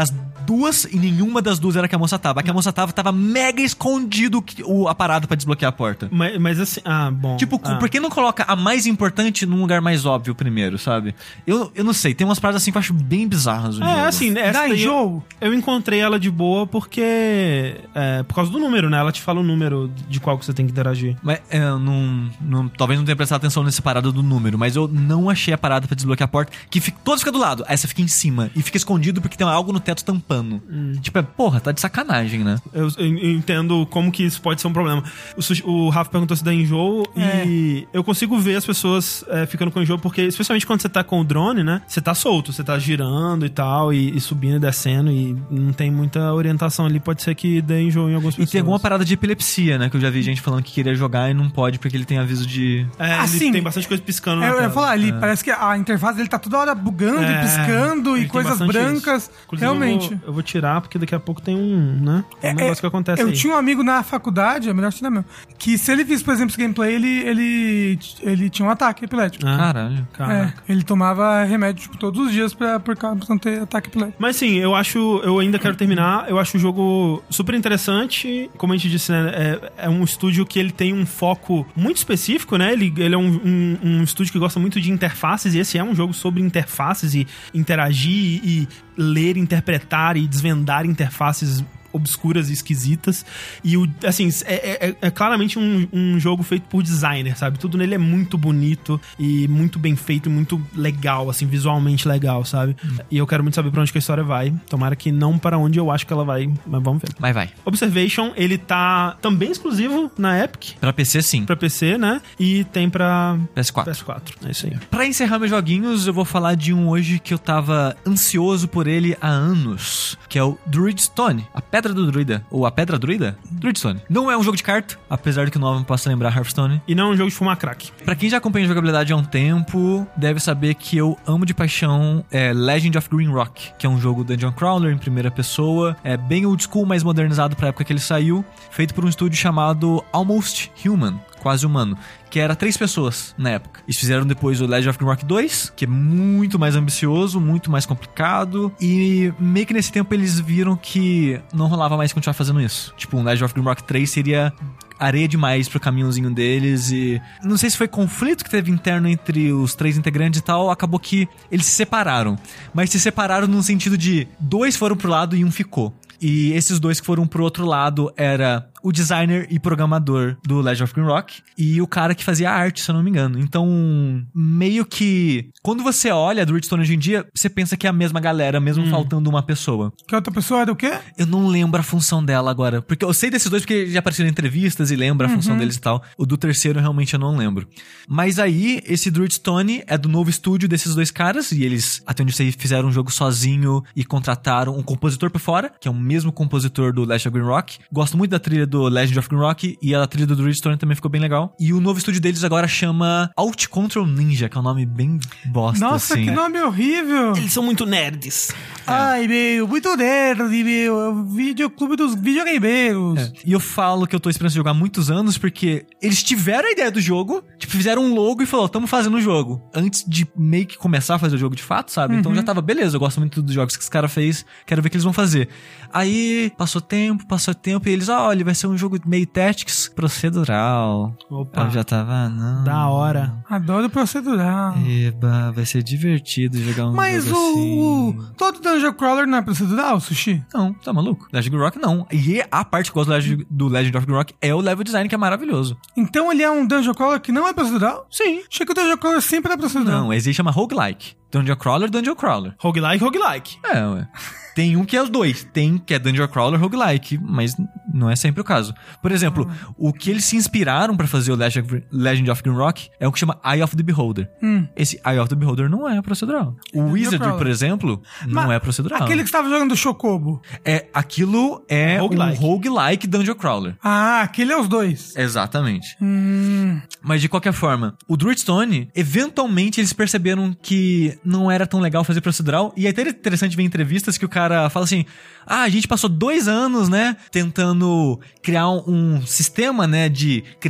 duas e nenhuma das duas era que a moça tava. A que a moça tava, tava mega escondido o, a parada pra desbloquear a porta. Mas, mas assim, ah, bom. Tipo, ah. por que não coloca a mais importante num lugar mais óbvio primeiro, sabe? Eu, eu não sei, tem umas paradas assim que eu acho bem bizarras no É, jogo. assim, essa Dá daí enjoo? eu, eu encontrei ela de boa porque... É, por causa do número, né? Ela te fala o número de qual que você tem que interagir. Mas é, não, não, talvez não tenha prestado atenção nessa parada do número, mas eu não achei a parada pra desbloquear a porta, que fica, todas ficam do lado, aí você fica em cima e fica escondido porque tem algo no teto tampando. Hum. Tipo, é, porra, tá de sacanagem, né? Eu, eu, eu entendo como que isso pode ser um problema. O, o Rafa perguntou se dá enjoo É. e eu consigo ver as pessoas é, ficando com enjoo, porque especialmente quando você tá com o drone, né? Você tá solto, você tá girando e tal, e, e subindo e descendo, e não tem muita orientação ali, pode ser que dê enjoo em algumas E pessoas. tem alguma parada de epilepsia, né? Que eu já vi gente falando que queria jogar e não pode porque ele tem aviso de... É, Assim, ele tem bastante coisa piscando na Eu, eu tela. ia falar ali, parece que a interface dele tá toda hora bugando É, e piscando ele e tem coisas bastante brancas. isso. Inclusive, Realmente. Eu vou, eu vou tirar, porque daqui a pouco tem um, né? Um É, negócio é, que acontece eu aí. tinha um amigo na faculdade, é melhor tirar mesmo, que se ele visse, por exemplo, esse gameplay, ele, ele, ele tinha um ataque epilético. Ah, Caralho. caraca. É, ele tomava remédio tipo, todos os dias pra, por causa de não ter ataque epilético. Mas sim, eu acho, eu ainda quero terminar, eu acho o jogo super interessante, como a gente disse, né, é, é um estúdio que ele tem um foco muito específico, né, ele, ele é um, um, um estúdio que gosta muito de interfaces, e esse é um jogo sobre interfaces e interagir e ler, interpretar e desvendar interfaces obscuras e esquisitas. E, o, assim, é, é, é claramente um, um jogo feito por designer, sabe? Tudo nele é muito bonito e muito bem feito e muito legal, assim, visualmente legal, sabe? Hum. E eu quero muito saber pra onde que a história vai. Tomara que não para onde eu acho que ela vai, mas vamos ver. Mas vai. Observation, ele tá também exclusivo na Epic. Pra P C, sim. Pra P C, né? E tem pra P S quatro. P S quatro. É isso aí. Pra encerrar meus joguinhos, eu vou falar de um hoje que eu tava ansioso por ele há anos, que é o Druidstone, a Pedra do Druida, ou a Pedra Druida? Druidstone. Não é um jogo de carta, apesar de que o nome possa lembrar Hearthstone. E não é um jogo de fumar crack. Pra quem já acompanha a jogabilidade há um tempo, deve saber que eu amo de paixão é, Legend of Green Rock, que é um jogo Dungeon Crawler em primeira pessoa, é bem old school, mas modernizado pra época que ele saiu, feito por um estúdio chamado Almost Human, quase humano, que era três pessoas na época. Eles fizeram depois o Legend of Green Rock dois, que é muito mais ambicioso, muito mais complicado, e meio que nesse tempo eles viram que não rolava mais continuar fazendo isso. Tipo, um Legend of Green Rock três seria areia demais pro caminhozinho deles, e não sei se foi conflito que teve interno entre os três integrantes e tal, acabou que eles se separaram, mas se separaram no sentido de dois foram pro lado e um ficou. E esses dois que foram pro outro lado era o designer e programador do Legend of Green Rock e o cara que fazia a arte, se eu não me engano. Então, meio que quando você olha a Druidstone hoje em dia, você pensa que é a mesma galera, mesmo hum. faltando uma pessoa. Que outra pessoa era o quê? Eu não lembro a função dela agora, porque eu sei desses dois porque já apareceram em entrevistas e lembro a uhum. função deles e tal. O do terceiro realmente eu não lembro. Mas aí, esse Druidstone é do novo estúdio desses dois caras, e eles, até onde eu sei, fizeram um jogo sozinho e contrataram um compositor por fora, que é o mesmo compositor do Legend of Green Rock. Gosto muito da trilha do Legend of Green Rock, e a trilha do Druidstone também ficou bem legal. E o novo estúdio deles agora chama Out Control Ninja, que é um nome bem bosta, Nossa, assim. que nome horrível! Eles são muito nerds. É. Ai, meu, muito nerd, meu. É o videoclube dos videogameiros. É. E eu falo que eu tô esperando jogar há muitos anos, porque eles tiveram a ideia do jogo, tipo, fizeram um logo e falaram, tamo fazendo o jogo. Antes de meio que começar a fazer o jogo de fato, sabe? Uhum. Então já tava, beleza, eu gosto muito dos jogos que esse cara fez, quero ver o que eles vão fazer. Aí, passou tempo, passou tempo, e eles, ah, olha, vai ser um jogo meio Tactics procedural. Opa. Eu já tava, ah, não. Da hora. Adoro procedural. Eba, vai ser divertido jogar um Mas jogo o, assim. o... todo Dungeon Crawler não é procedural, Sushi? Não, tá maluco? Legend of Green Rock não. E a parte que eu gosto do Legend, do Legend of Green Rock é o level design, que é maravilhoso. Então ele é um Dungeon Crawler que não é procedural? Sim. Achei que o Dungeon Crawler sempre é procedural. Não, esse aí chama roguelike. Dungeon Crawler, Dungeon Crawler. Roguelike, roguelike. É, ué. Tem um que é os dois. Tem que é Dungeon Crawler, roguelike, mas não é sempre o caso. Por exemplo, ah. o que eles se inspiraram pra fazer o Legend of, Legend of Green Rock é o que chama Eye of the Beholder. Hum. Esse Eye of the Beholder não é procedural. O Dungeon Wizardry, Crawler, por exemplo, não mas é procedural. Aquele que você tava jogando Chocobo. É, aquilo é roguelike. um roguelike Dungeon Crawler. Ah, aquele é os dois. Exatamente. Hum. Mas de qualquer forma, o Druidstone, eventualmente eles perceberam que não era tão legal fazer procedural, e é até interessante ver em entrevistas que o cara fala assim, ah, a gente passou dois anos, né, tentando criar um, um sistema, né, de criar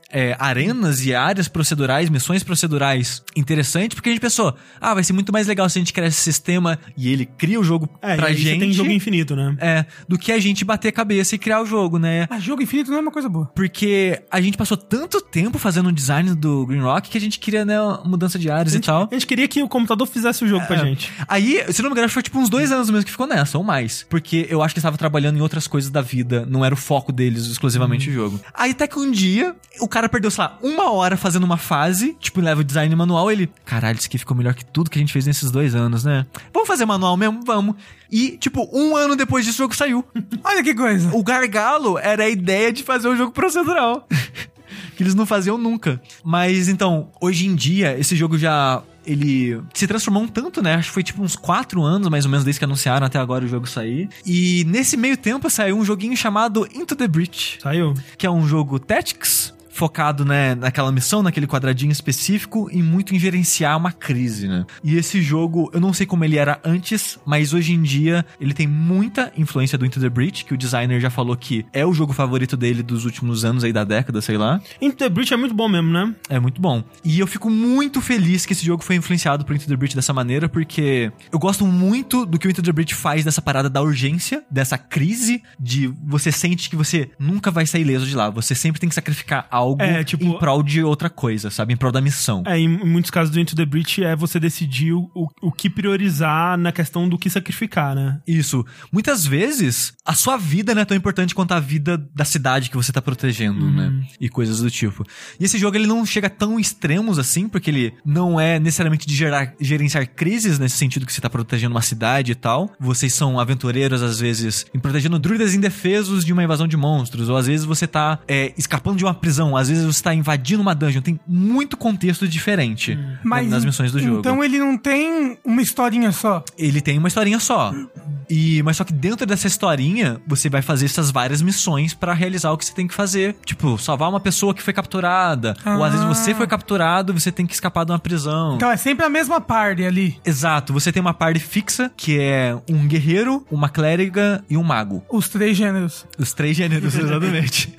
é, arenas e áreas procedurais, missões procedurais interessantes, porque a gente pensou, ah, vai ser muito mais legal se a gente criar esse sistema e ele cria o jogo é, pra e aí gente. Você tem jogo infinito, né? É, do que a gente bater a cabeça e criar o jogo, né? Mas jogo infinito não é uma coisa boa. Porque a gente passou tanto tempo fazendo o design do Green Rock que a gente queria, né, mudança de áreas gente, e tal. A gente queria que o computador fizesse o jogo é. pra gente. Aí, se não me engano, foi tipo uns dois anos mesmo que ficou nessa, ou mais. Porque eu acho que estava trabalhando em outras coisas da vida, não era o foco deles exclusivamente hum. o jogo. Aí até que um dia, o cara perdeu, sei lá, uma hora fazendo uma fase, tipo, leva o design manual, ele, caralho, isso aqui ficou melhor que tudo que a gente fez nesses dois anos, né? Vamos fazer manual mesmo? Vamos. E, tipo, um ano depois disso o jogo saiu. Olha que coisa. O gargalo era a ideia de fazer um jogo procedural. Que eles não faziam nunca. Mas, então, hoje em dia, esse jogo já... ele se transformou um tanto, né? Acho que foi tipo uns quatro anos, mais ou menos, desde que anunciaram até agora o jogo sair. E nesse meio tempo saiu um joguinho chamado Into the Breach. Saiu. Que é um jogo Tactics, focado, né, naquela missão, naquele quadradinho específico e muito em gerenciar uma crise, né? E esse jogo, eu não sei como ele era antes, mas hoje em dia ele tem muita influência do Into the Breach, que o designer já falou que é o jogo favorito dele dos últimos anos aí da década, sei lá. Into the Breach é muito bom mesmo, né? É muito bom. E eu fico muito feliz que esse jogo foi influenciado por Into the Breach dessa maneira, porque eu gosto muito do que o Into the Breach faz dessa parada da urgência, dessa crise de você sente que você nunca vai sair ileso de lá, você sempre tem que sacrificar algo algo é, tipo, em prol de outra coisa, sabe? Em prol da missão. É, em muitos casos do Into the Breach é você decidir o, o que priorizar na questão do que sacrificar, né? Isso. Muitas vezes, a sua vida não é tão importante quanto a vida da cidade que você tá protegendo, uhum. né? E coisas do tipo. E esse jogo, ele não chega tão extremos assim, porque ele não é necessariamente de gerar, gerenciar crises, nesse sentido que você tá protegendo uma cidade e tal. Vocês são aventureiros, às vezes, em protegendo druidas indefesos de uma invasão de monstros, ou às vezes você tá é, escapando de uma prisão, às vezes você tá invadindo uma dungeon. Tem muito contexto diferente hum. Mas, nas missões do jogo. Então ele não tem uma historinha só? Ele tem uma historinha só. E, mas só que dentro dessa historinha, você vai fazer essas várias missões pra realizar o que você tem que fazer. Tipo, salvar uma pessoa que foi capturada. Ah. Ou às vezes você foi capturado e você tem que escapar de uma prisão. Então é sempre a mesma party ali. Exato. Você tem uma party fixa, que é um guerreiro, uma clériga e um mago. Os três gêneros. Os três gêneros, exatamente.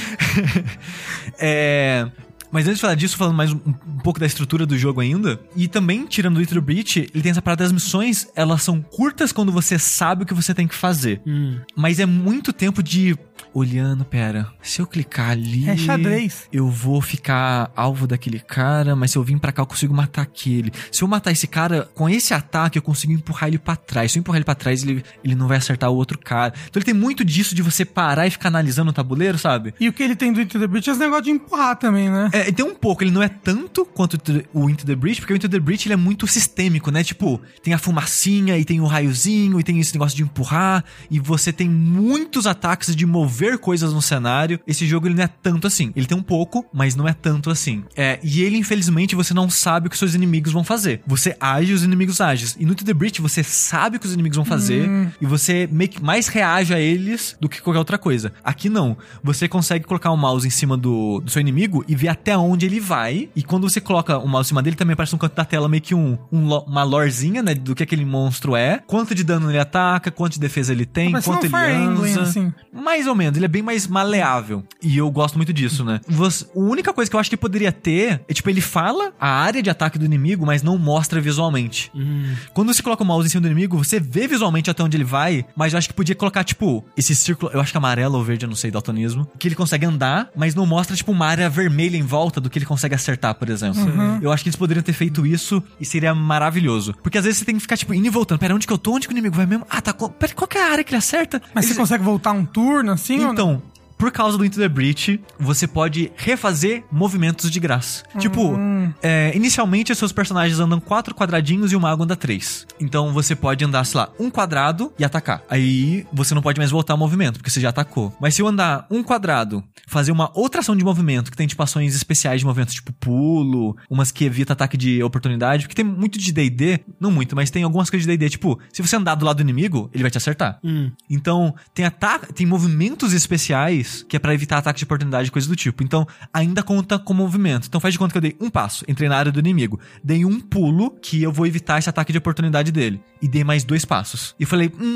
é... Mas antes de falar disso, falando mais um, um pouco da estrutura do jogo ainda, e também, tirando o Into the Breach, ele tem essa parada das missões, elas são curtas quando você sabe o que você tem que fazer. Hum. Mas é muito tempo de... olhando, pera, se eu clicar ali... é xadrez. Eu vou ficar alvo daquele cara, mas se eu vir pra cá eu consigo matar aquele. Se eu matar esse cara, com esse ataque eu consigo empurrar ele pra trás. Se eu empurrar ele pra trás, ele, ele não vai acertar o outro cara. Então ele tem muito disso de você parar e ficar analisando o tabuleiro, sabe? E o que ele tem do Into the Breach é esse negócio de empurrar também, né? É, tem um pouco, ele não é tanto quanto o Into the Breach, porque o Into the Breach ele é muito sistêmico, né? Tipo, tem a fumacinha e tem o raiozinho e tem esse negócio de empurrar e você tem muitos ataques de mover coisas no cenário. Esse jogo ele não é tanto assim. Ele tem um pouco, mas não é tanto assim. É, e ele, infelizmente, você não sabe o que seus inimigos vão fazer. Você age e os inimigos agem. E no Into the Breach você sabe o que os inimigos vão fazer hum. e você meio que mais reage a eles do que qualquer outra coisa. Aqui não. Você consegue colocar o mouse em cima do, do seu inimigo e ver até onde ele vai. E quando você coloca o mouse em cima dele, também aparece no canto da tela meio que um, um uma lorezinha, né, do que aquele monstro é. Quanto de dano ele ataca, quanto de defesa ele tem, Parece quanto um ele England, usa. assim. Mais ou menos. Ele é bem mais maleável. E eu gosto muito disso, né? Você, a única coisa que eu acho que poderia ter é, tipo, ele fala a área de ataque do inimigo, mas não mostra visualmente. Hum. Quando você coloca o mouse em cima do inimigo, você vê visualmente até onde ele vai, mas eu acho que podia colocar, tipo, esse círculo, eu acho que é amarelo ou verde, eu não sei, daltonismo, que ele consegue andar, mas não mostra, tipo, uma área vermelha em volta do que ele consegue acertar, por exemplo. Uhum. Eu acho que eles poderiam ter feito isso e seria maravilhoso. Porque às vezes você tem que ficar, tipo, indo e voltando. Pera, onde que eu tô? Onde que o inimigo vai mesmo? Ah, tá. Pera, qual que é a área que ele acerta? Mas eles... você consegue voltar um turno, assim, então, ou não? Por causa do Into the Breach, você pode refazer movimentos de graça. Hum. Tipo, é, inicialmente os seus personagens andam quatro quadradinhos e o mago anda três. Então você pode andar, sei lá, um quadrado e atacar. Aí você não pode mais voltar ao movimento, porque você já atacou. Mas se eu andar um quadrado, fazer uma outra ação de movimento, que tem tipo ações especiais de movimentos, tipo pulo, umas que evita ataque de oportunidade, porque tem muito de D e D, não muito, mas tem algumas coisas de D e D, tipo, se você andar do lado do inimigo, ele vai te acertar. Hum. Então, tem, ata- tem movimentos especiais que é pra evitar ataque de oportunidade e coisa do tipo. Então, ainda conta com movimento. Então, faz de conta que eu dei um passo, entrei na área do inimigo. Dei um pulo, que eu vou evitar esse ataque de oportunidade dele. E dei mais dois passos. E falei, hum...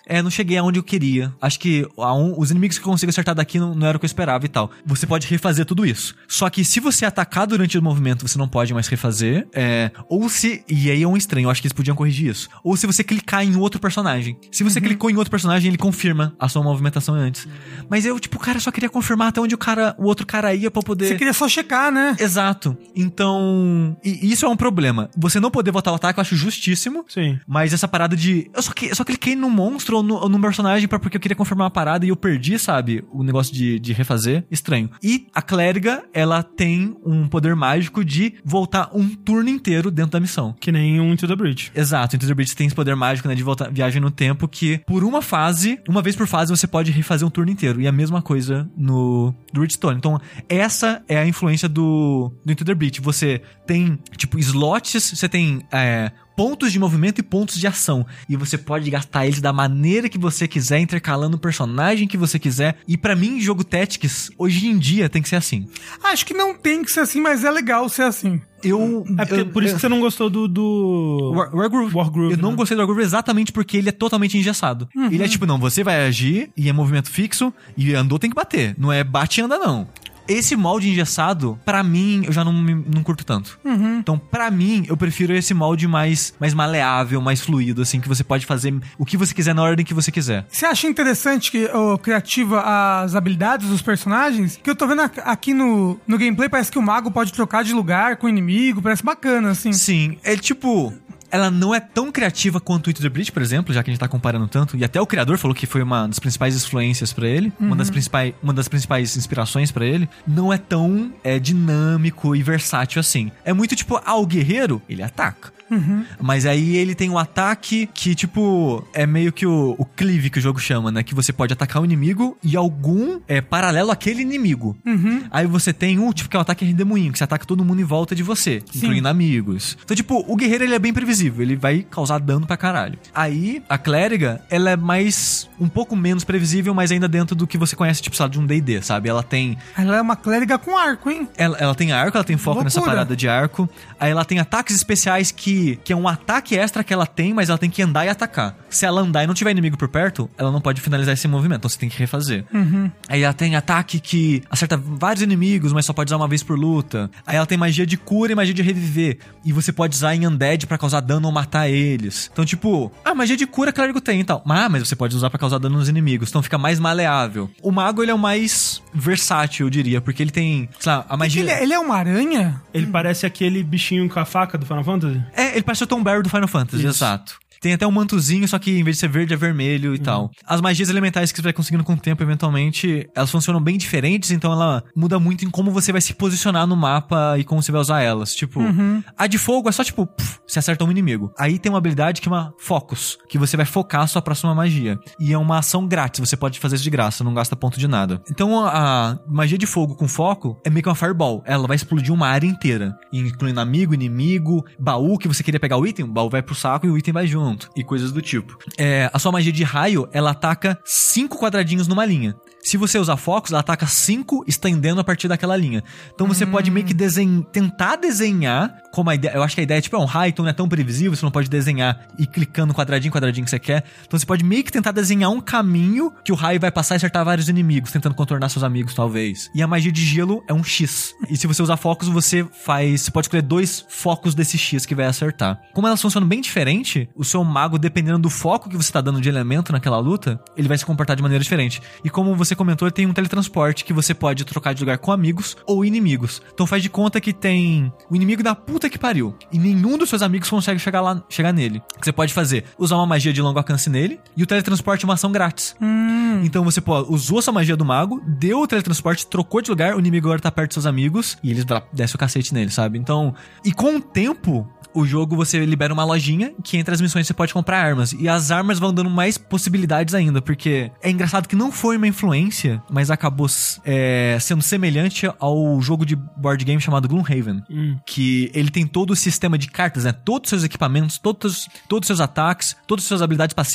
é, não cheguei aonde eu queria. Acho que a um, os inimigos que eu consigo acertar daqui não, não era o que eu esperava e tal. Você pode refazer tudo isso. Só que se você atacar durante o movimento, você não pode mais refazer. É, ou se... E aí é um estranho, eu acho que eles podiam corrigir isso. Ou se você clicar em outro personagem. Se você uhum. clicou em outro personagem, ele confirma a sua movimentação antes. Mas eu, tipo, cara, só queria confirmar até onde o cara, o outro cara ia pra poder... Você queria só checar, né? Exato. Então... E isso é um problema. Você não poder votar o ataque, eu acho justíssimo. Sim. Mas essa parada de... Eu só, que, eu só cliquei no monstro ou no, ou no personagem pra, porque eu queria confirmar uma parada e eu perdi, sabe? O negócio de, de refazer. Estranho. E a clériga, ela tem um poder mágico de voltar um turno inteiro dentro da missão. Que nem um Into the Breach. Exato. Into the Breach tem esse poder mágico, né? De voltar, viagem no tempo, que por uma fase, uma vez por fase, você pode refazer um turno inteiro. E a mesma coisa no do Redstone. Então, essa é a influência do, do Into the Breach. Você tem, tipo, slots, você tem... É, pontos de movimento e pontos de ação. E você pode gastar eles da maneira que você quiser, intercalando o personagem que você quiser. E pra mim, jogo Tactics, hoje em dia, tem que ser assim. Acho que não tem que ser assim, mas é legal ser assim. Eu... É porque, eu, por isso eu, que você não gostou do... do... War, Wargroove. Wargroove. Eu né? não gostei do Wargroove exatamente porque ele é totalmente engessado. Uhum. Ele é tipo, não, você vai agir e é movimento fixo e andou tem que bater. Não é bate e anda, não. Esse molde engessado, pra mim, eu já não, não curto tanto. Uhum. Então, pra mim, eu prefiro esse molde mais, mais maleável, mais fluido, assim, que você pode fazer o que você quiser na ordem que você quiser. Você acha interessante que oh, criativa as habilidades dos personagens? Que eu tô vendo aqui no, no gameplay, parece que o mago pode trocar de lugar com o inimigo, parece bacana, assim. Sim, é tipo... Ela não é tão criativa quanto o Into the Breach, por exemplo, já que a gente tá comparando tanto. E até o criador falou que foi uma das principais influências pra ele. Uhum. Uma das principais, uma das principais inspirações pra ele. Não é tão é, dinâmico e versátil assim. É muito tipo, ah, o guerreiro, ele ataca. Uhum. Mas aí ele tem um ataque que, tipo, é meio que o, o cleave que o jogo chama, né? Que você pode atacar o inimigo e algum é paralelo àquele inimigo. Uhum. Aí você tem um, tipo, que é o ataque redemoinho, que você ataca todo mundo em volta de você, Sim. incluindo amigos. Então, tipo, o guerreiro, ele é bem previsível, ele vai causar dano pra caralho. Aí, a clériga, ela é mais, um pouco menos previsível, mas ainda dentro do que você conhece, tipo, sabe, de um D e D, sabe? Ela tem... Ela é uma clériga com arco, hein? Ela, ela tem arco, ela tem foco Loucura. nessa parada de arco. Aí ela tem ataques especiais que que é um ataque extra que ela tem, mas ela tem que andar e atacar. Se ela andar e não tiver inimigo por perto, ela não pode finalizar esse movimento, então você tem que refazer. Uhum. Aí ela tem ataque que acerta vários inimigos, mas só pode usar uma vez por luta. Aí ela tem magia de cura e magia de reviver, e você pode usar em Undead pra causar dano ou matar eles. Então, tipo, ah, magia de cura, clérigo tem e tal. Ah, mas você pode usar pra causar dano nos inimigos, então fica mais maleável. O mago, ele é o mais versátil, eu diria, porque ele tem, sei lá, a magia... Ele é, ele é uma aranha? Ele hum. parece aquele bichinho com a faca do Final Fantasy? É, ele parece o Tom Barrow do Final Fantasy, Isso. exato. Tem até um mantozinho, só que em vez de ser verde é vermelho e uhum. tal. As magias elementais que você vai conseguindo com o tempo, eventualmente, elas funcionam bem diferentes, então ela muda muito em como você vai se posicionar no mapa e como você vai usar elas. Tipo, uhum. a de fogo é só tipo, puf, você acerta um inimigo. Aí tem uma habilidade que é uma Focus, que você vai focar a sua próxima magia. E é uma ação grátis, você pode fazer isso de graça, não gasta ponto de nada. Então a magia de fogo com foco é meio que uma Fireball. Ela vai explodir uma área inteira, incluindo amigo, inimigo, baú que você queria pegar o item, o baú vai pro saco e o item vai junto. E coisas do tipo. É, a sua magia de raio, ela ataca cinco quadradinhos numa linha. Se você usar focos, ela ataca cinco estendendo a partir daquela linha. Então você hum. pode meio que desen... tentar desenhar como a ideia... Eu acho que a ideia é tipo, é um raio, então não é tão previsível, você não pode desenhar e clicando quadradinho, quadradinho que você quer. Então você pode meio que tentar desenhar um caminho que o raio vai passar e acertar vários inimigos, tentando contornar seus amigos, talvez. E a magia de gelo é um X. E se você usar focos, você faz... Você pode escolher dois focos desse X que vai acertar. Como elas funcionam bem diferente, o seu mago, dependendo do foco que você tá dando de elemento naquela luta, ele vai se comportar de maneira diferente. E como você comentou, ele tem um teletransporte que você pode trocar de lugar com amigos ou inimigos. Então faz de conta que tem o inimigo da puta que pariu e nenhum dos seus amigos consegue chegar lá, chegar nele. O que você pode fazer? Usar uma magia de longo alcance nele, e o teletransporte é uma ação grátis. Hum. Então você pô, usou essa magia do mago, deu o teletransporte, trocou de lugar, o inimigo agora tá perto dos seus amigos e eles descem o cacete nele, sabe? Então, e com o tempo, o jogo você libera uma lojinha que entre as missões você pode comprar armas. E as armas vão dando mais possibilidades ainda, porque é engraçado que não foi uma influência, mas acabou é, sendo semelhante ao jogo de board game chamado Gloomhaven. Hum. Que ele tem todo o sistema de cartas, né? Todos os seus equipamentos, todos, todos os seus ataques, todas as suas habilidades passivas,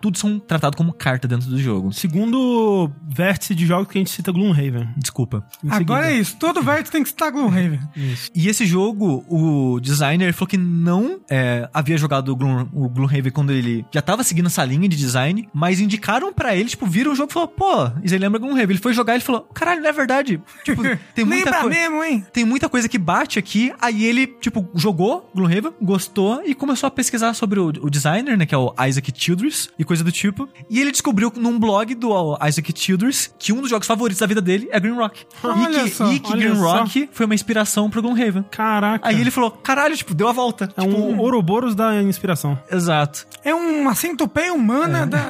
tudo são tratados como carta dentro do jogo. Segundo vértice de jogos que a gente cita Gloomhaven. Desculpa. Agora é isso. Todo vértice tem que citar Gloomhaven. Isso. E esse jogo, o designer falou que não é, havia jogado o, Gloom, o Gloomhaven quando ele já tava seguindo essa linha de design, mas indicaram pra ele, tipo, viram o jogo e falou, pô, isso aí lembra Gloomhaven. Ele foi jogar e ele falou, caralho, não é verdade. Tipo, tem muita Lembra coisa. mesmo, hein? Tem muita coisa que bate aqui. Aí ele, tipo, jogou Gloomhaven, gostou e começou a pesquisar sobre o, o designer, né, que é o Isaac Childress e coisa do tipo. E ele descobriu num blog do Isaac Childress que um dos jogos favoritos da vida dele é Green Rock. Olha e que, só, e que olha Green só. Rock foi uma inspiração pro Gloomhaven. Caraca. Aí ele falou, caralho, tipo, deu a volta. É tipo, um Ouroboros da inspiração. Exato. É uma centopeia humana da,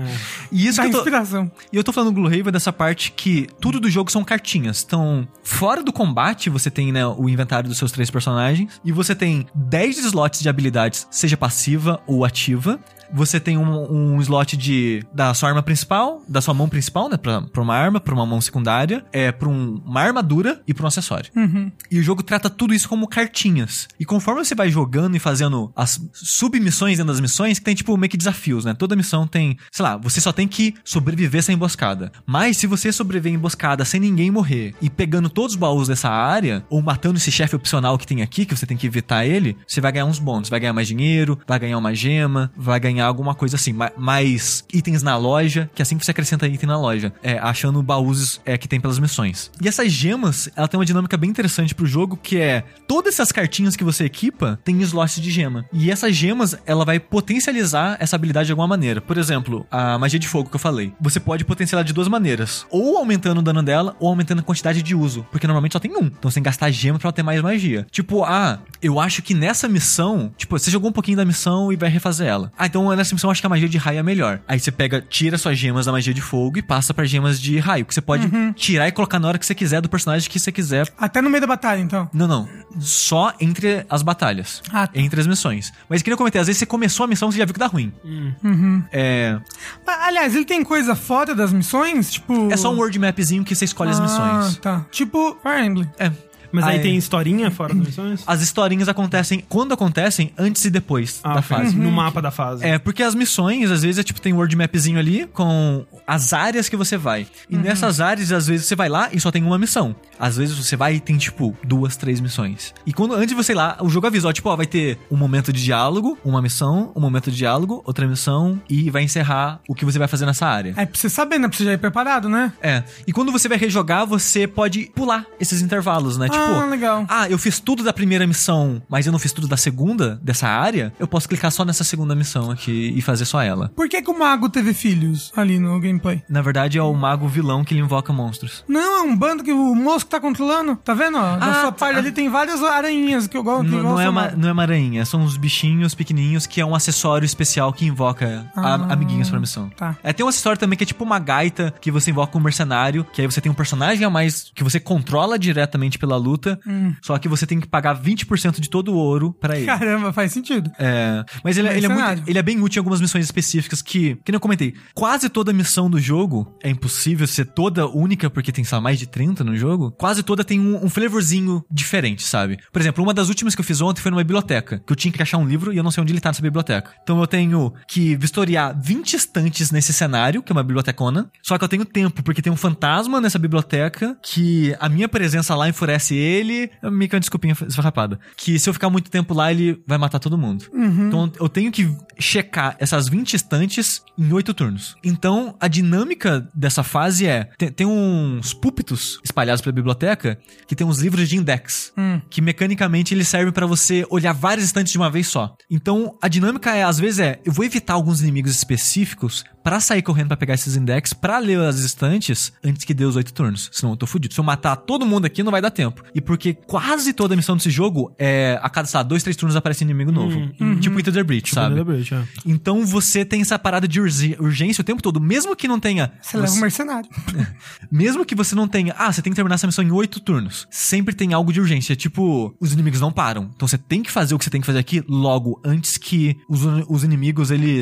E isso da que eu tô... inspiração. E eu tô falando do Gloomhaven dessa parte que tudo do jogo são cartinhas. Então, fora do combate, você tem, né, o inventário dos seus três personagens. E você tem dez slots de habilidades, seja passiva ou ativa. Você tem um, um slot de, da sua arma principal, da sua mão principal, né? Pra, pra uma arma, pra uma mão secundária, é, pra um, uma armadura e pra um acessório. Uhum. E o jogo trata tudo isso como cartinhas. E conforme você vai jogando e fazendo as submissões dentro das missões, que tem tipo meio que desafios, né? Toda missão tem, sei lá, você só tem que sobreviver essa emboscada. Mas se você sobreviver a emboscada sem ninguém morrer e pegando todos os baús dessa área, ou matando esse chefe opcional que tem aqui, que você tem que evitar ele, você vai ganhar uns bônus. Vai ganhar mais dinheiro, vai ganhar uma gema, vai ganhar alguma coisa assim, mais itens na loja, que assim que você acrescenta item na loja, é, achando baús é, que tem pelas missões. E essas gemas, ela tem uma dinâmica bem interessante pro jogo, que é, todas essas cartinhas que você equipa, tem slots de gema. E essas gemas, ela vai potencializar essa habilidade de alguma maneira. Por exemplo, a magia de fogo que eu falei. Você pode potencializar de duas maneiras. Ou aumentando o dano dela, ou aumentando a quantidade de uso. Porque normalmente só tem um. Então você tem que gastar gema pra ela ter mais magia. Tipo, ah, eu acho que nessa missão, tipo, você jogou um pouquinho da missão e vai refazer ela. Ah, então nessa missão eu acho que a magia de raio é melhor. Aí você pega, tira suas gemas da magia de fogo e passa pra gemas de raio. Que você pode uhum. tirar e colocar na hora que você quiser do personagem que você quiser. Até no meio da batalha, então? Não, não. Só entre as batalhas. Ah, tá. Entre as missões. Mas que nem eu comentei, às vezes você começou a missão e você já viu que dá ruim. Uhum. É... Aliás, ele tem coisa fora das missões? Tipo... É só um world mapzinho que você escolhe ah, as missões. Tá. Tipo Fire Emblem. É. Mas aí ah, tem é. historinha fora das missões? As historinhas acontecem, quando acontecem, antes e depois ah, da okay. fase. Uhum. No mapa da fase. É, porque as missões, às vezes, é tipo, tem um world mapzinho ali com as áreas que você vai. E uhum. nessas áreas, às vezes, você vai lá e só tem uma missão. Às vezes, você vai e tem, tipo, duas, três missões. E quando, antes de você ir lá, o jogo avisa, ó, tipo, ó, vai ter um momento de diálogo, uma missão, um momento de diálogo, outra missão, e vai encerrar o que você vai fazer nessa área. É pra você saber, né? Pra você já ir preparado, né? É. E quando você vai rejogar, você pode pular esses intervalos, né? Ah, tipo, legal. Ah, eu fiz tudo da primeira missão, mas eu não fiz tudo da segunda, dessa área, eu posso clicar só nessa segunda missão aqui e fazer só ela. Por que que o mago teve filhos ali no gameplay? Na verdade, é o mago vilão que ele invoca monstros. Não, é um bando que o moço tá controlando. Tá vendo? Ó, na Ah, sua parte tá. ali tem várias aranhinhas que eu gosto. Não, não, é uma, não é uma aranha, são uns bichinhos pequenininhos que é um acessório especial que invoca Ah, a, amiguinhos pra missão. Tá. É, tem um acessório também que é tipo uma gaita que você invoca um mercenário, que aí você tem um personagem a mais que você controla diretamente pela luta, Hum. só que você tem que pagar vinte por cento de todo o ouro pra ele. Caramba, faz sentido. É, mas ele, ele, é Mercenário. muito, ele é bem útil em algumas missões específicas que, que nem eu comentei, quase toda missão do jogo, é impossível ser toda única porque tem, sei lá, mais de trinta no jogo, quase toda tem um, um flavorzinho diferente, sabe? Por exemplo, uma das últimas que eu fiz ontem foi numa biblioteca, que eu tinha que achar um livro e eu não sei onde ele tá nessa biblioteca. Então eu tenho que vistoriar vinte estantes nesse cenário, que é uma bibliotecona, só que eu tenho tempo, porque tem um fantasma nessa biblioteca que a minha presença lá enfurece ele, meio que uma desculpinha esfarrapada, que se eu ficar muito tempo lá, ele vai matar todo mundo. Uhum. Então eu tenho que checar essas vinte estantes em oito turnos. Então a dinâmica dessa fase é, tem, tem uns púlpitos espalhados pela biblioteca que tem uns livros de index, Hum. que mecanicamente eles servem pra você olhar várias estantes de uma vez só. Então a dinâmica é, às vezes é, eu vou evitar alguns inimigos específicos pra sair correndo pra pegar esses index, pra ler as estantes antes que dê os oito turnos. Senão eu tô fudido. Se eu matar todo mundo aqui, não vai dar tempo. E porque quase toda a missão desse jogo é, a cada, sabe, dois, três turnos aparece um inimigo novo. Uhum. Tipo Into the Breach, sabe? Into the Breach, é. Então você tem essa parada de urzi- urgência o tempo todo. Mesmo que não tenha... Você leva um mercenário. Mesmo que você não tenha... Ah, você tem que terminar essa missão em oito turnos. Sempre tem algo de urgência. Tipo, os inimigos não param. Então você tem que fazer o que você tem que fazer aqui logo, antes que os, os inimigos, eles...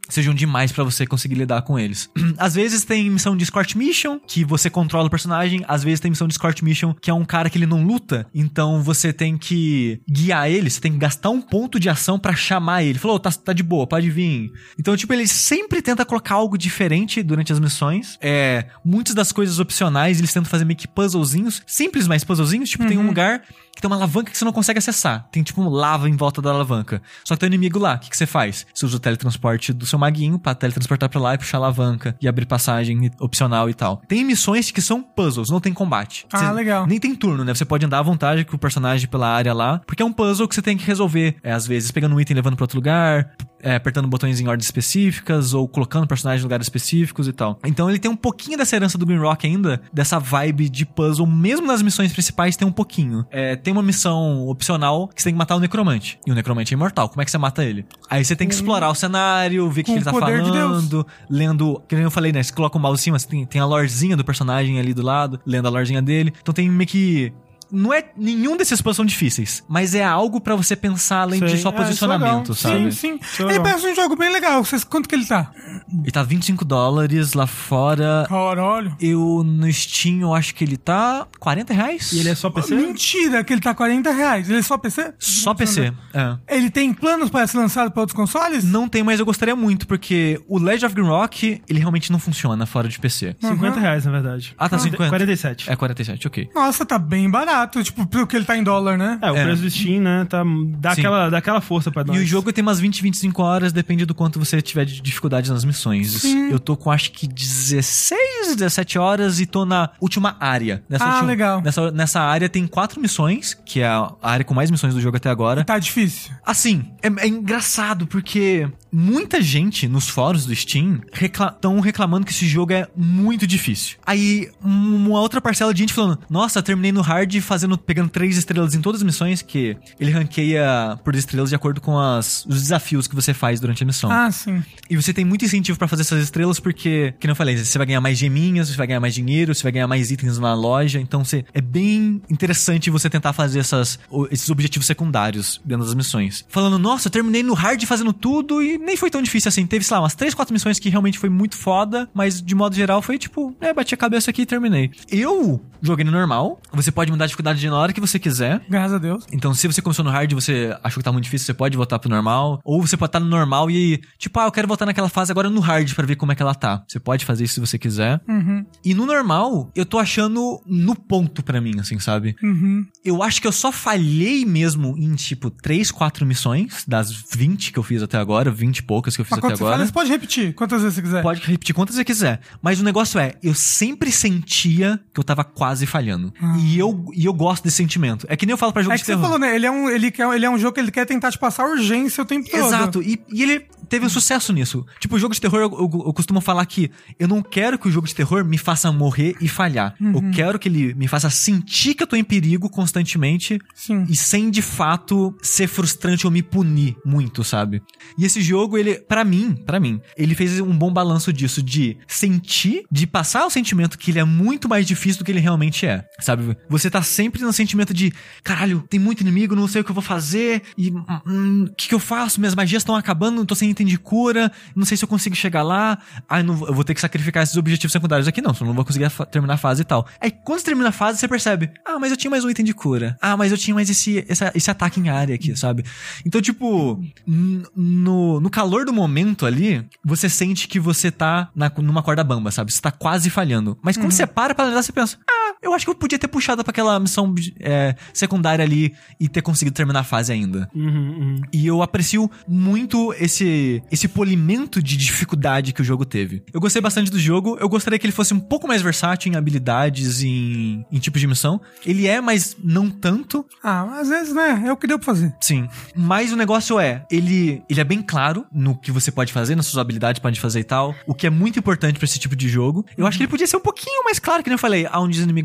sejam demais pra você conseguir lidar com eles. Às vezes tem missão de escort mission, que você controla o personagem. Às vezes tem missão de escort mission, que é um cara que ele não luta, então você tem que guiar ele, você tem que gastar um ponto de ação pra chamar ele. Falou, oh, tá, tá de boa, pode vir. Então, tipo, ele sempre tenta colocar algo diferente durante as missões. É, muitas das coisas opcionais, eles tentam fazer meio que puzzlezinhos, simples, mas puzzlezinhos. Tipo, uhum. tem um lugar que tem uma alavanca que você não consegue acessar. Tem, tipo, um lava em volta da alavanca. Só que tem um inimigo lá. O que, que você faz? Você usa o teletransporte do seu maguinho pra teletransportar pra lá e puxar a alavanca e abrir passagem opcional e tal. Tem missões que são puzzles, não tem combate. Ah, você legal. Nem tem turno, né? Você pode andar à vontade com o personagem pela área lá, porque é um puzzle que você tem que resolver. É, às vezes, pegando um item e levando pra outro lugar, é, apertando botões em ordens específicas, ou colocando personagens em lugares específicos e tal. Então ele tem um pouquinho dessa herança do Green Rock ainda, dessa vibe de puzzle, mesmo nas missões principais tem um pouquinho. É, tem uma missão opcional que você tem que matar o necromante. E o necromante é imortal. Como é que você mata ele? Aí você tem que explorar o cenário, ver o que, que ele tá falando, lendo, que nem eu falei, né? Você coloca o mouse em cima, você tem, tem a lorezinha do personagem ali do lado, lendo a lorezinha dele. Então tem meio que... Não é nenhum desses puzzles são difíceis, mas é algo pra você pensar além Sim. de só é, posicionamento, sabe? Sim, sim. Ele parece um jogo bem legal. Vocês, quanto que ele tá? Ele tá vinte e cinco dólares lá fora. Caralho. Eu no Steam eu acho que ele tá quarenta reais. E ele é só P C? Mentira, que ele tá quarenta reais. Ele é só P C? Só P C, é. Ele tem planos para ser lançado para outros consoles? Não tem, mas eu gostaria muito, porque o Legend of Green Rock, ele realmente não funciona fora de P C. cinquenta reais, na verdade. Ah, tá cinquenta? quarenta e sete. É quarenta e sete, ok. Nossa, tá bem barato. Tipo, pelo que ele tá em dólar, né? É, o É. preço do Steam, né, tá, dá, aquela, dá aquela força pra nós. E o jogo tem umas vinte, vinte e cinco horas, depende do quanto você tiver de dificuldade nas missões. Sim. Eu tô com acho que dezesseis, dezessete horas e tô na última área. Nessa Ah, última, legal. Nessa, nessa área tem quatro missões, que é a área com mais missões do jogo até agora. Tá difícil. Assim, é, é engraçado porque muita gente nos fóruns do Steam estão recla- reclamando que esse jogo é muito difícil. Aí, uma outra parcela de gente falando, nossa, terminei no hard fazendo, pegando três estrelas em todas as missões, que ele ranqueia por estrelas de acordo com as, os desafios que você faz durante a missão. Ah, sim. E você tem muito incentivo pra fazer essas estrelas porque, que não falei, você vai ganhar mais geminhas, você vai ganhar mais dinheiro, você vai ganhar mais itens na loja, então você, é bem interessante você tentar fazer essas, esses objetivos secundários dentro das missões. Falando, nossa, eu terminei no hard fazendo tudo e nem foi tão difícil assim. Teve, sei lá, umas três, quatro missões que realmente foi muito foda, mas de modo geral foi tipo, é, bati a cabeça aqui e terminei. Eu joguei no normal, você pode mudar a dificuldade na hora que você quiser. Graças a Deus. Então, se você começou no hard e você achou que tá muito difícil, você pode voltar pro normal. Ou você pode estar no normal e, tipo, ah, eu quero voltar naquela fase agora no hard pra ver como é que ela tá. Você pode fazer isso se você quiser. Uhum. E no normal, eu tô achando no ponto pra mim, assim, sabe? Uhum. Eu acho que eu só falhei mesmo em, tipo, três, quatro missões das vinte que eu fiz até agora, vinte e poucas que eu fiz Mas até quando você agora. fala, você pode repetir quantas vezes você quiser. Pode repetir quantas você quiser. Mas o negócio é, eu sempre sentia que eu tava quase falhando. Ah. E, eu, e eu gosto desse sentimento. É que nem eu falo pra jogo É de que você terror. falou, né? Ele é, um, ele, quer, ele é um jogo que ele quer tentar te passar urgência o tempo todo. Exato, e, e ele teve um sucesso nisso. Tipo, o jogo de terror, eu, eu, eu costumo falar que eu não quero que o jogo de terror me faça morrer e falhar. Uhum. Eu quero que ele me faça sentir que eu tô em perigo constantemente. Sim. E sem, de fato, ser frustrante ou me punir muito, sabe? E esse jogo, ele, pra mim, pra mim, ele fez um bom balanço disso, de sentir, de passar o sentimento que ele é muito mais difícil do que ele realmente é, sabe? Você tá sempre no sentimento de, caralho, tem muito inimigo, não sei o que eu vou fazer, e o hum, que, que eu faço? Minhas magias estão acabando, não tô sem item de cura, não sei se eu consigo chegar lá, ah, não, eu vou ter que sacrificar esses objetivos secundários aqui, não, senão eu não vou conseguir fa- terminar a fase e tal. Aí, quando você termina a fase, você percebe, ah, mas eu tinha mais um item de cura, ah, mas eu tinha mais esse, esse, esse ataque em área aqui, sabe? Então, tipo, n- no, no calor do momento ali, você sente que você tá na, numa corda bamba, sabe? Você tá quase falhando. Mas quando Uhum. você para pra analisar, você pensa, ah, eu acho que eu podia ter puxado pra aquela missão é, secundária ali e ter conseguido terminar a fase ainda. Uhum, uhum. E eu aprecio muito esse, esse polimento de dificuldade que o jogo teve. Eu gostei bastante do jogo. Eu gostaria que ele fosse um pouco mais versátil em habilidades, em, em tipos de missão. Ele é, mas não tanto. Ah, às vezes, né? É o que deu pra fazer. Sim. Mas o negócio é, ele, ele é bem claro no que você pode fazer, nas suas habilidades pode fazer e tal. O que é muito importante pra esse tipo de jogo. Eu acho que ele podia ser um pouquinho mais claro, que nem eu falei, aonde os inimigos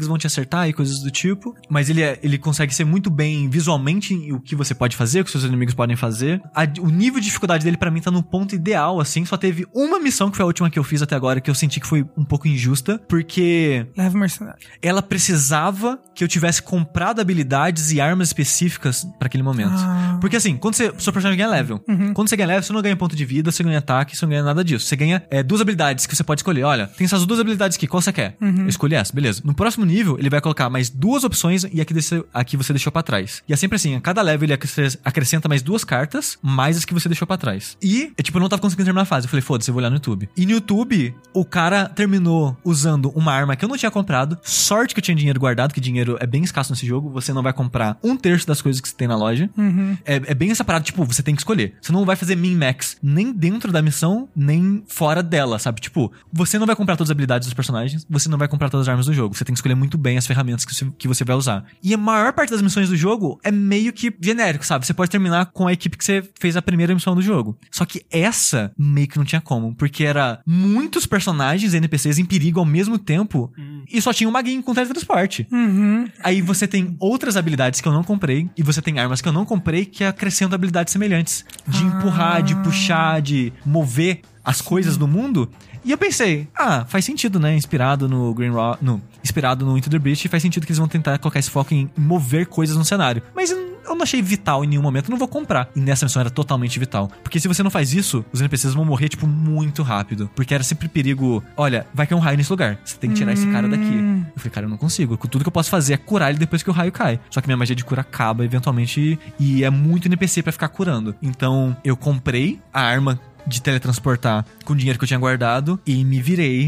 inimigos vão te acertar e coisas do tipo. Mas ele, é, ele consegue ser muito bem visualmente o que você pode fazer, o que seus inimigos podem fazer. A, o nível de dificuldade dele, pra mim, tá no ponto ideal, assim. Só teve uma missão, que foi a última que eu fiz até agora, que eu senti que foi um pouco injusta, porque... Leva o mercenário. Ela precisava que eu tivesse comprado habilidades e armas específicas pra aquele momento. Ah. Porque assim, quando você, seu personagem ganha level, uhum. quando você ganha level, você não ganha ponto de vida, você ganha ataque, você não ganha nada disso. Você ganha é, duas habilidades que você pode escolher. Olha, tem essas duas habilidades aqui, qual você quer? Uhum. Eu escolhi essa, beleza. No próximo nível, ele vai colocar mais duas opções e aqui, desse, aqui você deixou pra trás. E é sempre assim, a cada level ele acrescenta mais duas cartas, mais as que você deixou pra trás. E, é, tipo, eu não tava conseguindo terminar a fase. Eu falei, foda-se, eu vou olhar no YouTube. E no YouTube, o cara terminou usando uma arma que eu não tinha comprado. Sorte que eu tinha dinheiro guardado, que dinheiro é bem escasso nesse jogo. Você não vai comprar um terço das coisas que você tem na loja. Uhum. É, é bem essa parada, tipo, você tem que escolher. Você não vai fazer min-max nem dentro da missão, nem fora dela, sabe? Tipo, você não vai comprar todas as habilidades dos personagens, você não vai comprar todas as armas do jogo. Você tem que escolher muito bem as ferramentas que você, que você vai usar. E a maior parte das missões do jogo é meio que genérico, sabe? Você pode terminar com a equipe que você fez a primeira missão do jogo. Só que essa, meio que não tinha como, porque era muitos personagens N P Cs em perigo ao mesmo tempo hum. e só tinha um maguinho com teletransporte. Uhum. Aí você tem outras habilidades que eu não comprei e você tem armas que eu não comprei que acrescentam habilidades semelhantes. De ah. empurrar, de puxar, de mover as coisas do mundo. E eu pensei, ah, faz sentido, né? Inspirado no Green Rock, no, inspirado no Into the Breach, faz sentido que eles vão tentar colocar esse foco em mover coisas no cenário. Mas eu não achei vital em nenhum momento, eu não vou comprar. E nessa missão era totalmente vital. Porque se você não faz isso, os N P Cs vão morrer, tipo, muito rápido. Porque era sempre perigo, olha, vai cair um raio nesse lugar. Você tem que tirar hum. esse cara daqui. Eu falei, cara, eu não consigo. Tudo que eu posso fazer é curar ele depois que o raio cai. Só que minha magia de cura acaba eventualmente e é muito N P C pra ficar curando. Então, eu comprei a arma de teletransportar com o dinheiro que eu tinha guardado e me virei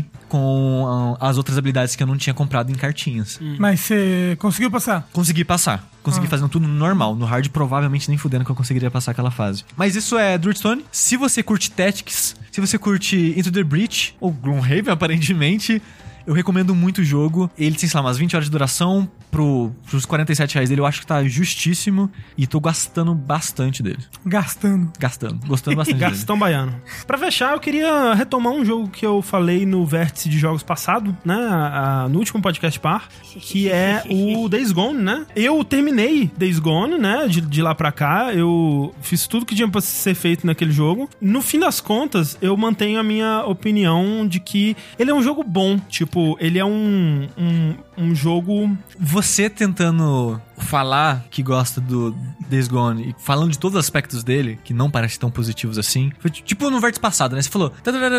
com as outras habilidades que eu não tinha comprado em cartinhas. Hum. Mas você conseguiu passar? Consegui passar. Consegui ah. fazer tudo normal. No hard, provavelmente nem fudendo que eu conseguiria passar aquela fase. Mas isso é Druidstone. Se você curte Tactics, se você curte Into the Breach, ou Gloomhaven, aparentemente, eu recomendo muito o jogo. Ele tem, sei lá, umas vinte horas de duração. Pro, pros quarenta e sete reais dele, eu acho que tá justíssimo. E tô gastando bastante dele. Gastando. Gastando. Gostando bastante dele. Gastão baiano. Pra fechar, eu queria retomar um jogo que eu falei no Vértice de Jogos passado, né? A, a, no último podcast par. Que é o Days Gone, né? Eu terminei Days Gone, né? De, de lá pra cá. Eu fiz tudo que tinha pra ser feito naquele jogo. No fim das contas, eu mantenho a minha opinião de que ele é um jogo bom. Tipo, ele é um, um, um jogo... Você tentando falar que gosta do Days Gone e falando de todos os aspectos dele, que não parecem tão positivos assim, foi tipo no vértice passado, né? Você falou,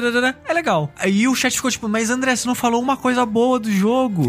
é legal. Aí o chat ficou tipo, mas André, você não falou uma coisa boa do jogo.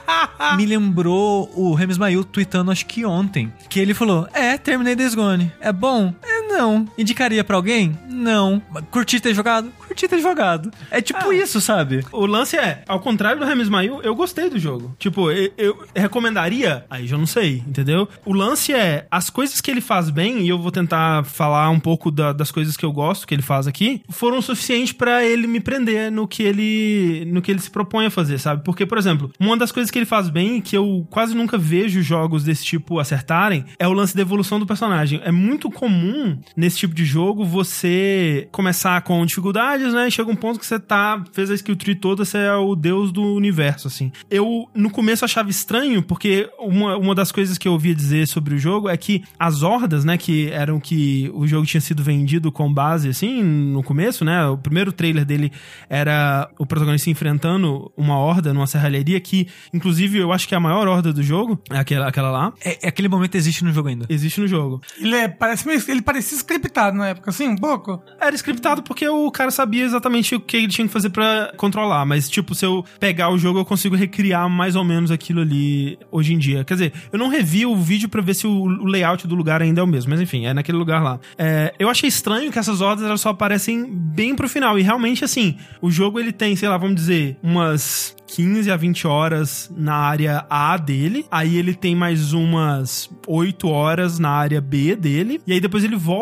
Me lembrou o Remy Ismail tweetando, acho que ontem, que ele falou, é, terminei Days Gone. É bom? É, não. Indicaria pra alguém? Não. Curti ter jogado? Curti ter jogado. É tipo ah, isso, sabe? O lance é, ao contrário do Remy Ismail, eu gostei do jogo. Tipo, eu, eu recomendaria? Aí já não sei, entendeu? O lance é, as coisas que ele faz bem, e eu vou tentar falar um pouco da, das coisas que eu gosto que ele faz aqui, foram suficientes pra ele me prender no que ele no que ele se propõe a fazer, sabe? Porque, por exemplo, uma das coisas que ele faz bem, que eu quase nunca vejo jogos desse tipo acertarem, é o lance da evolução do personagem. É muito comum, nesse tipo de jogo, você começar com dificuldades, né? E chega um ponto que você tá, fez a skill tree toda, você é o deus do universo, assim. Eu, no começo, achava estranho, porque uma, uma das coisas que eu ouvia dizer sobre o jogo é que as hordas, né, que eram que o jogo tinha sido vendido com base, assim, no começo, né? O primeiro trailer dele era o protagonista enfrentando uma horda numa serralheria que, inclusive, eu acho que é a maior horda do jogo, é aquela, aquela lá. É, aquele momento existe no jogo ainda. Existe no jogo. Ele, é, parece, ele parecia scriptado na época, assim, um pouco? Era scriptado porque o cara sabia exatamente o que ele tinha que fazer pra controlar, mas, tipo, se eu pegar o jogo, eu consigo recriar mais ou menos aquilo ali hoje em dia. Quer dizer, eu não revi o vídeo pra ver se o, o layout do lugar ainda é o mesmo, mas enfim, é naquele lugar lá. É, eu achei estranho que essas hordas elas só aparecem bem pro final, e realmente, assim, o jogo ele tem, sei lá, vamos dizer, umas quinze a vinte horas na área A dele, aí ele tem mais umas oito horas na área B dele, e aí depois ele volta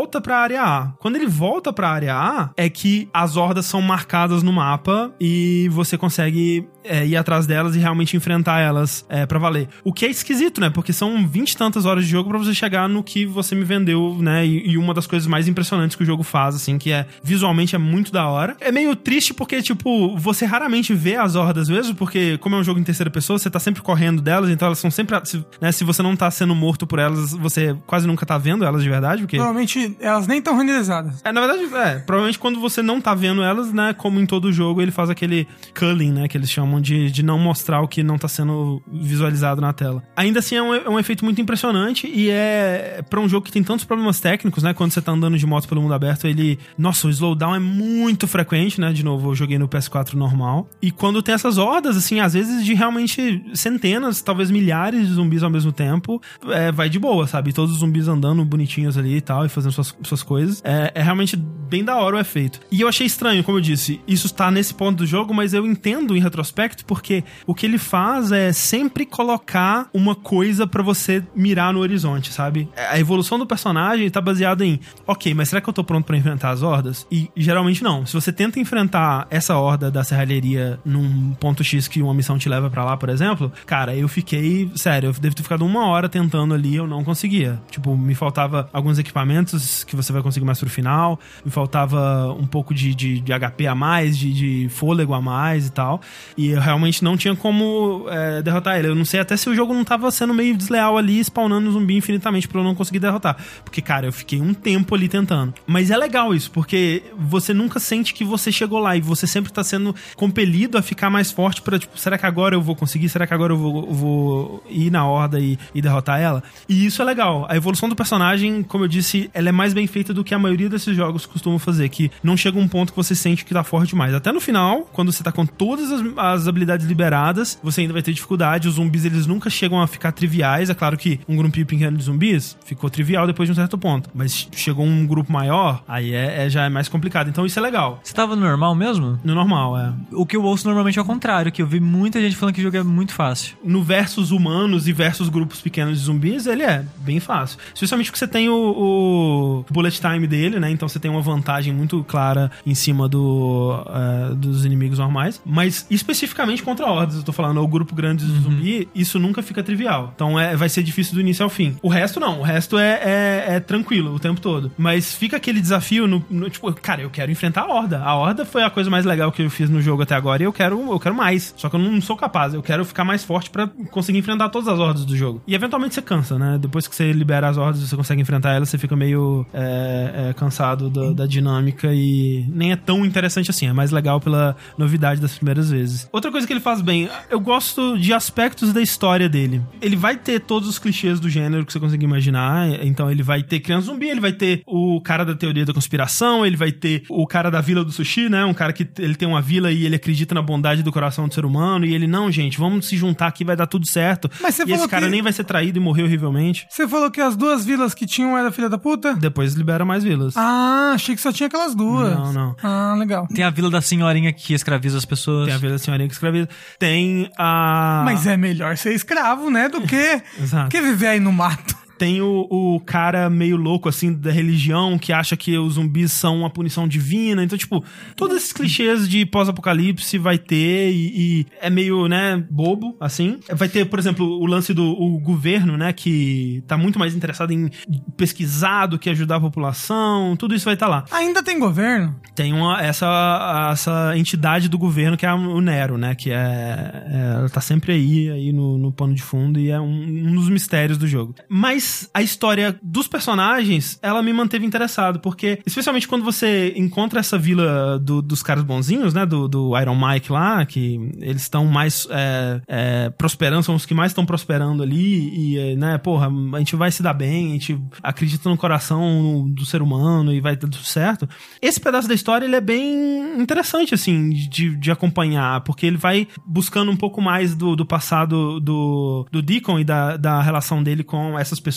volta pra área A. Quando ele volta pra área A, é que as hordas são marcadas no mapa e você consegue é, ir atrás delas e realmente enfrentar elas é, pra valer. O que é esquisito, né? Porque são vinte e tantas horas de jogo pra você chegar no que você me vendeu, né? E, e uma das coisas mais impressionantes que o jogo faz, assim, que é visualmente é muito da hora. É meio triste porque, tipo, você raramente vê as hordas mesmo, porque como é um jogo em terceira pessoa, você tá sempre correndo delas, então elas são sempre, né? Se você não tá sendo morto por elas, você quase nunca tá vendo elas de verdade, porque... Provavelmente elas nem estão renderizadas. É, na verdade, é, provavelmente quando você não tá vendo elas, né, como em todo jogo, ele faz aquele culling, né, que eles chamam de, de não mostrar o que não tá sendo visualizado na tela. Ainda assim, é um, é um efeito muito impressionante e é pra um jogo que tem tantos problemas técnicos, né, quando você tá andando de moto pelo mundo aberto, ele... Nossa, o slowdown é muito frequente, né, de novo, eu joguei no P S quatro normal. E quando tem essas hordas, assim, às vezes de realmente centenas, talvez milhares de zumbis ao mesmo tempo, é, vai de boa, sabe? Todos os zumbis andando bonitinhos ali e tal, e fazendo suas, suas coisas. É, é realmente bem da hora o efeito. E eu achei estranho, como eu disse, isso está nesse ponto do jogo, mas eu entendo em retrospecto, porque o que ele faz é sempre colocar uma coisa pra você mirar no horizonte, sabe? A evolução do personagem tá baseada em, ok, mas será que eu tô pronto pra enfrentar as hordas? E geralmente não. Se você tenta enfrentar essa horda da serralheria num ponto X que uma missão te leva pra lá, por exemplo, cara, eu fiquei, sério, eu devo ter ficado uma hora tentando ali, eu não conseguia. Tipo, me faltava alguns equipamentos que você vai conseguir mais pro final, me faltava um pouco de, de, de H P a mais, de, de fôlego a mais e tal, e eu realmente não tinha como é, derrotar ele. Eu não sei até se o jogo não tava sendo meio desleal ali, spawnando um zumbi infinitamente pra eu não conseguir derrotar, porque, cara, eu fiquei um tempo ali tentando. Mas é legal isso, porque você nunca sente que você chegou lá e você sempre tá sendo compelido a ficar mais forte pra, tipo, será que agora eu vou conseguir? Será que agora eu vou, eu vou ir na horda e, e derrotar ela? E isso é legal. A evolução do personagem, como eu disse, ela é mais bem feita do que a maioria desses jogos costumam fazer, que não chega um ponto que você sente que tá forte demais. Até no final, quando você tá com todas as, as habilidades liberadas, você ainda vai ter dificuldade. Os zumbis, eles nunca chegam a ficar triviais. É claro que um grupinho pequeno de zumbis ficou trivial depois de um certo ponto, mas chegou um grupo maior, aí é, é, já é mais complicado. Então isso é legal. Você tava no normal mesmo? No normal, é. O que eu ouço normalmente é o contrário, que eu vi muita gente falando que o jogo é muito fácil. No versus humanos e versus grupos pequenos de zumbis, ele é bem fácil. Especialmente porque você tem o, o bullet time dele, né? Então você tem uma vantagem muito clara em cima do, uh, dos inimigos normais. Mas especificamente contra hordas, eu tô falando, o grupo grande de uhum. zumbi, isso nunca fica trivial. Então é, vai ser difícil do início ao fim. O resto não, o resto é, é, é tranquilo o tempo todo. Mas fica aquele desafio no, no tipo, cara, eu quero enfrentar a horda. A horda foi a coisa mais legal que eu fiz no jogo até agora e eu quero, eu quero mais. Só que eu não sou capaz, eu quero ficar mais forte pra conseguir enfrentar todas as hordas do jogo. E eventualmente você cansa, né? Depois que você libera as hordas, você consegue enfrentar elas, você fica meio é, é, cansado da, da dinâmica e nem é tão interessante assim. É mais legal pela novidade das primeiras vezes. Outra coisa que ele faz bem, eu gosto de aspectos da história dele. Ele vai ter todos os clichês do gênero que você consegue imaginar. Então ele vai ter criança zumbi, ele vai ter o cara da teoria da conspiração, ele vai ter o cara da vila do sushi, né? Um cara que ele tem uma vila e ele acredita na bondade do coração do ser humano e ele, não, gente, vamos se juntar aqui, vai dar tudo certo. Mas você e falou esse cara que... nem vai ser traído e morrer horrivelmente. Você falou que as duas vilas que tinham era filha da puta? Depois libera mais vilas. Ah, achei que só tinha aquelas duas. Não, não. Ah, legal. Tem a vila da senhorinha que escraviza as pessoas. Tem a vila da senhorinha que escraviza. Tem a... Mas é melhor ser escravo, né, do que, Exato. que viver aí no mato. Tem o, o cara meio louco, assim, da religião, que acha que os zumbis são uma punição divina. Então, tipo, todos esses clichês de pós-apocalipse vai ter e, e é meio, né, bobo, assim. Vai ter, por exemplo, o lance do o governo, né, que tá muito mais interessado em pesquisar do que ajudar a população. Tudo isso vai estar lá. Ainda tem governo? Tem uma, essa, essa entidade do governo que é o Nero, né, que é, é ela tá sempre aí, aí no, no pano de fundo e é um, um dos mistérios do jogo. Mas a história dos personagens, ela me manteve interessado, porque, especialmente quando você encontra essa vila do, dos caras bonzinhos, né, do, do Iron Mike lá, que eles estão mais é, é, prosperando, são os que mais estão prosperando ali, e, né, porra, a gente vai se dar bem, a gente acredita no coração do ser humano e vai dar tudo certo. Esse pedaço da história, ele é bem interessante, assim, de, de acompanhar, porque ele vai buscando um pouco mais do, do passado do, do Deacon e da, da relação dele com essas pessoas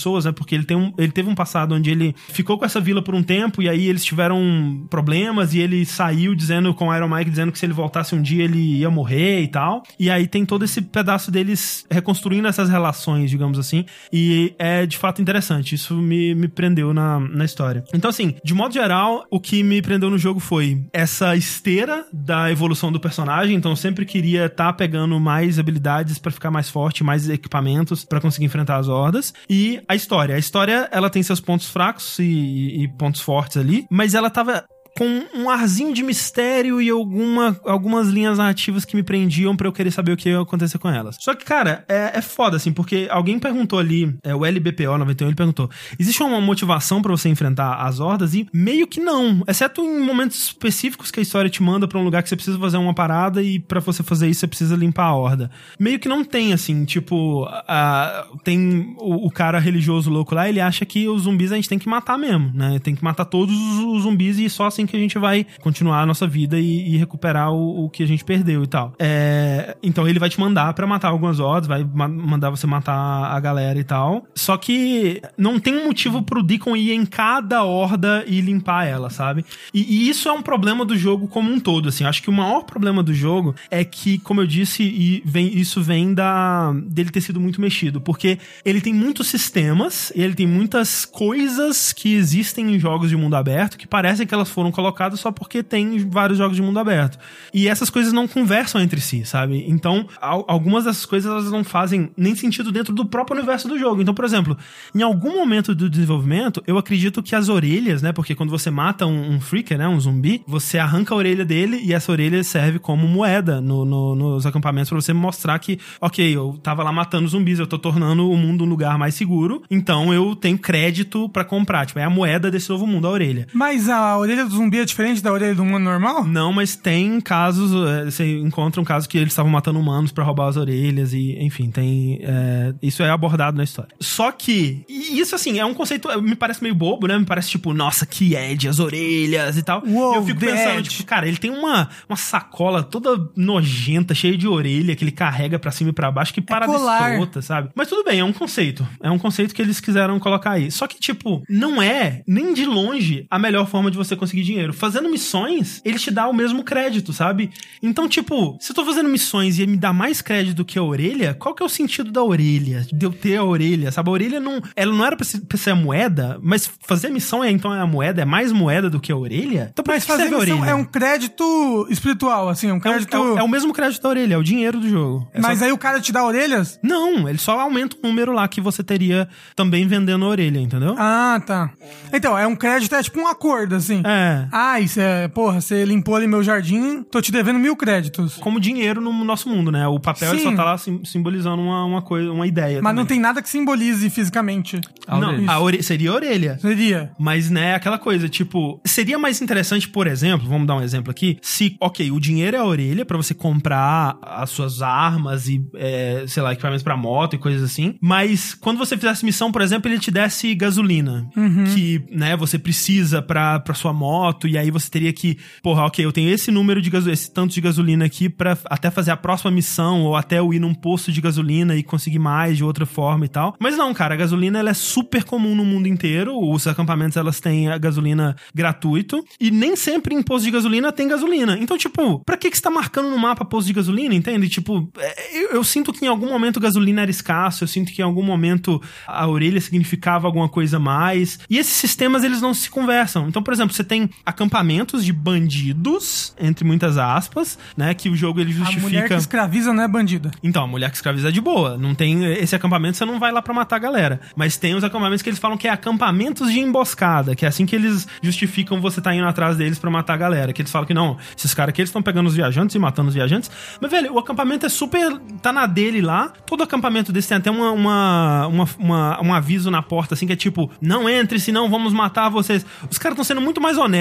pessoas, né? Porque ele, tem um, ele teve um passado onde ele ficou com essa vila por um tempo e aí eles tiveram problemas e ele saiu dizendo, com o Iron Mike, dizendo que se ele voltasse um dia ele ia morrer e tal. E aí tem todo esse pedaço deles reconstruindo essas relações, digamos assim. E é de fato interessante. Isso me, me prendeu na, na história. Então, assim, de modo geral, o que me prendeu no jogo foi essa esteira da evolução do personagem. Então, eu sempre queria estar tá pegando mais habilidades pra ficar mais forte, mais equipamentos pra conseguir enfrentar as hordas. E a história. A história, ela tem seus pontos fracos e, e pontos fortes ali, mas ela tava com um arzinho de mistério e alguma, algumas linhas narrativas que me prendiam pra eu querer saber o que ia acontecer com elas. Só que, cara, é, é foda, assim, porque alguém perguntou ali, é, o L B P O noventa e um, ele perguntou, existe uma motivação pra você enfrentar as hordas? E meio que não, exceto em momentos específicos que a história te manda pra um lugar que você precisa fazer uma parada e pra você fazer isso você precisa limpar a horda. Meio que não tem, assim, tipo, a, tem o, o cara religioso louco lá, ele acha que os zumbis a gente tem que matar mesmo, né? Tem que matar todos os zumbis e só assim que a gente vai continuar a nossa vida e, e recuperar o, o que a gente perdeu e tal. É, então ele vai te mandar pra matar algumas hordas, vai ma- mandar você matar a galera e tal. Só que não tem um motivo pro Deacon ir em cada horda e limpar ela, sabe? E, e isso é um problema do jogo como um todo, assim. Acho que o maior problema do jogo é que, como eu disse, e vem, isso vem da, dele ter sido muito mexido, porque ele tem muitos sistemas, ele tem muitas coisas que existem em jogos de mundo aberto que parecem que elas foram colocadas só porque tem vários jogos de mundo aberto. E essas coisas não conversam entre si, sabe? Então, al- algumas dessas coisas elas não fazem nem sentido dentro do próprio universo do jogo. Então, por exemplo, em algum momento do desenvolvimento, eu acredito que as orelhas, né? Porque quando você mata um, um freaker, né? Um zumbi, você arranca a orelha dele e essa orelha serve como moeda no, no, nos acampamentos pra você mostrar que, ok, eu tava lá matando zumbis, eu tô tornando o mundo um lugar mais seguro, então eu tenho crédito pra comprar. Tipo, é a moeda desse novo mundo, a orelha. Mas a orelha do zumbi é diferente da orelha do humano normal? Não, mas tem casos, é, você encontra um caso que eles estavam matando humanos pra roubar as orelhas e, enfim, tem, é, isso é abordado na história. Só que, e isso assim, é um conceito, me parece meio bobo, né? Me parece tipo, nossa, que Ed, as orelhas e tal. Uou, e eu fico pensando, Ed. tipo, cara, ele tem uma, uma sacola toda nojenta, cheia de orelha, que ele carrega pra cima e pra baixo, que parada colar. escrota, sabe? Mas tudo bem, é um conceito. É um conceito que eles quiseram colocar aí. Só que, tipo, não é, nem de longe, a melhor forma de você conseguir dinheiro. Fazendo missões, ele te dá o mesmo crédito, sabe? Então, tipo, se eu tô fazendo missões e ele me dá mais crédito do que a orelha, qual que é o sentido da orelha? De eu ter a orelha, sabe? A orelha não, ela não era pra ser, pra ser a moeda, mas fazer a missão é então é a moeda, é mais moeda do que a orelha? Então, por Mas que que fazer serve a missão orelha? é um crédito espiritual, assim, um É um- crédito... é o- é o mesmo crédito da orelha, é o dinheiro do jogo. É Mas só- aí o cara te dá orelhas? Não, ele só aumenta o número lá que você teria também vendendo a orelha, entendeu? Ah, tá. Então, é um crédito, é tipo um acordo, assim. É. Ah, isso é... Porra, você limpou ali meu jardim, tô te devendo mil créditos. Como dinheiro no nosso mundo, né? O papel ele Sim. só tá lá sim- simbolizando uma, uma coisa, uma ideia. Mas não também. tem nada que simbolize fisicamente. A Não, orelha. a ore... seria a orelha. Seria. Mas, né, aquela coisa, tipo, seria mais interessante, por exemplo, vamos dar um exemplo aqui, se, ok, o dinheiro é a orelha pra você comprar as suas armas e, é, sei lá, equipamentos pra moto e coisas assim, mas quando você fizesse missão, por exemplo, ele te desse gasolina, que, né, você precisa pra, pra sua moto, e aí você teria que, porra, ok, eu tenho esse número de gasolina, esse tanto de gasolina aqui pra até fazer a próxima missão, ou até eu ir num posto de gasolina e conseguir mais de outra forma e tal. Mas não, cara, a gasolina, ela é super comum no mundo inteiro, os acampamentos, elas têm a gasolina gratuito, e nem sempre em posto de gasolina tem gasolina. Então, tipo, pra que que você tá marcando no mapa posto de gasolina, entende? Tipo, é, eu, eu sinto que em algum momento gasolina era escasso, eu sinto que em algum momento a orelha significava alguma coisa a mais, e esses sistemas, eles não se conversam. Então, por exemplo, você tem acampamentos de bandidos, entre muitas aspas, né, que o jogo, ele A mulher que justifica... escraviza não é bandida. Então, a mulher que escraviza é de boa. Não tem esse acampamento, você não vai lá pra matar a galera. Mas tem os acampamentos que eles falam que é acampamentos de emboscada, que é assim que eles justificam você tá indo atrás deles pra matar a galera. Que eles falam que não, esses caras aqui, eles estão pegando os viajantes e matando os viajantes. Mas, velho, o acampamento é super... tá na dele lá. Todo acampamento desse tem até uma, uma, uma, uma- um aviso na porta, assim, que é tipo, não entre, senão vamos matar vocês. Os caras estão sendo muito mais honestos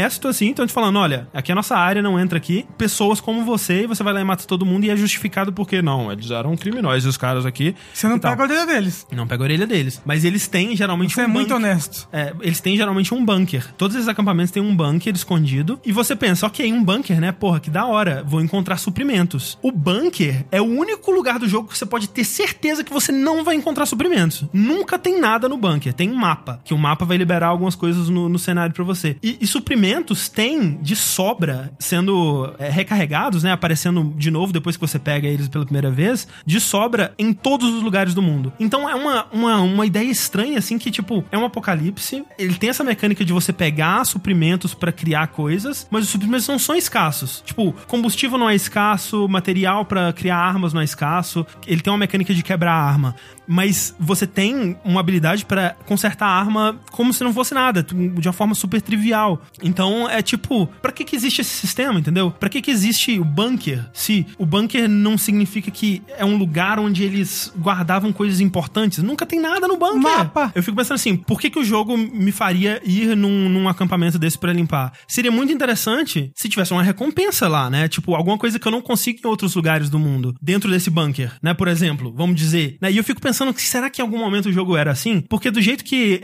honesto, assim, então te falando, olha, aqui é a nossa área, não entra aqui, pessoas como você, e você vai lá e mata todo mundo, e é justificado porque, não, eles eram criminosos, os caras aqui. Você não pega a orelha deles. Não pega a orelha deles. Mas eles têm, geralmente, Você um é muito bunker. honesto. É, eles têm, geralmente, um bunker. Todos esses acampamentos têm um bunker escondido, e você pensa, ok, um bunker, né, porra, que da hora, vou encontrar suprimentos. O bunker é o único lugar do jogo que você pode ter certeza que você não vai encontrar suprimentos. Nunca tem nada no bunker, tem um mapa, que o mapa vai liberar algumas coisas no, no cenário pra você. E, e suprimentos tem de sobra sendo é, recarregados, né, aparecendo de novo depois que você pega eles pela primeira vez, de sobra em todos os lugares do mundo. Então é uma, uma, uma ideia estranha, assim, que tipo, é um apocalipse, ele tem essa mecânica de você pegar suprimentos pra criar coisas, mas os suprimentos não são escassos. Tipo, combustível não é escasso, material pra criar armas não é escasso, ele tem uma mecânica de quebrar a arma, mas você tem uma habilidade pra consertar a arma como se não fosse nada, de uma forma super trivial. Então é tipo, pra que que existe esse sistema, entendeu? Pra que que existe o bunker? Se o bunker não significa que é um lugar onde eles guardavam coisas importantes, nunca tem nada no bunker. Mapa. Eu fico pensando assim, por que que o jogo me faria ir num, num acampamento desse pra limpar? Seria muito interessante se tivesse uma recompensa lá, né? Tipo, alguma coisa que eu não consigo em outros lugares do mundo, dentro desse bunker, né? Por exemplo, vamos dizer, né? E eu fico pensando que será que em algum momento o jogo era assim? Porque do jeito que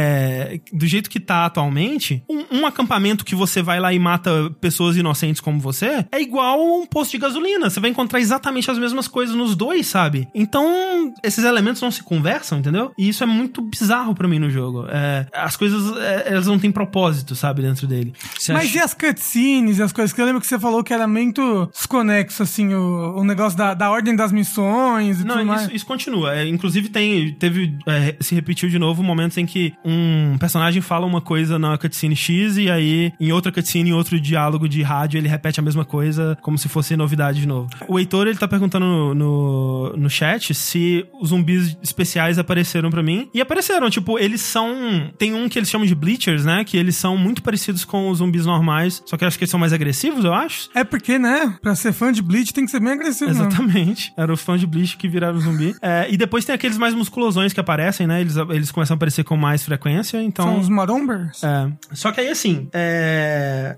é, do jeito que tá atualmente, um, um acampamento que você vai lá e mata pessoas inocentes como você, é igual um posto de gasolina. Você vai encontrar exatamente as mesmas coisas nos dois, sabe? Então, esses elementos não se conversam, entendeu? E isso é muito bizarro pra mim no jogo. É, as coisas, é, elas não têm propósito, sabe, dentro dele. Você Mas acha- e as cutscenes e as coisas? Que eu lembro que você falou que era muito desconexo, assim, o, o negócio da, da ordem das missões e Não, tudo mais. isso, isso continua. É, inclusive, tem, teve, é, se repetiu de novo momentos em que um personagem fala uma coisa na cutscene X e aí, em outra cutscene, em outro diálogo de rádio, ele repete a mesma coisa como se fosse novidade de novo. O Heitor, ele tá perguntando no, no, no chat se os zumbis especiais apareceram pra mim. E apareceram, tipo, eles são... Tem um que eles chamam de Bleachers, né? Que eles são muito parecidos com os zumbis normais, só que eu acho que eles são mais agressivos, eu acho. É porque, né, pra ser fã de Bleach tem que ser bem agressivo, mesmo. Exatamente. Era o fã de Bleach que viraram zumbi. É, e depois tem aqueles mais musculosões que aparecem, né? Eles, eles começam a aparecer com mais frequência, então... São os marombers? É. Só que aí, assim, é...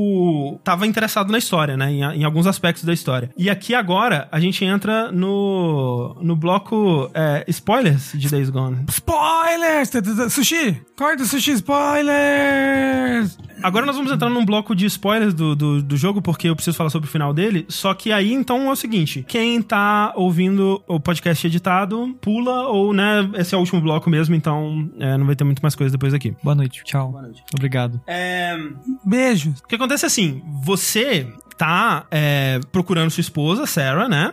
eu tava interessado na história, né? Em, em alguns aspectos da história. E aqui agora, a gente entra no, no bloco é, spoilers de Days Gone. Spoilers! Sushi! Corta, Sushi, spoilers! Agora nós vamos entrar num bloco de spoilers do, do, do jogo, porque eu preciso falar sobre o final dele. Só que aí, então, é o seguinte. Quem tá ouvindo o podcast editado, pula, ou, né, esse é o último bloco mesmo, então é, não vai ter muito mais coisa depois aqui. Boa noite. Tchau. Boa noite. Obrigado. É... Beijos. O que acontece é assim, você tá é, procurando sua esposa, Sarah, né?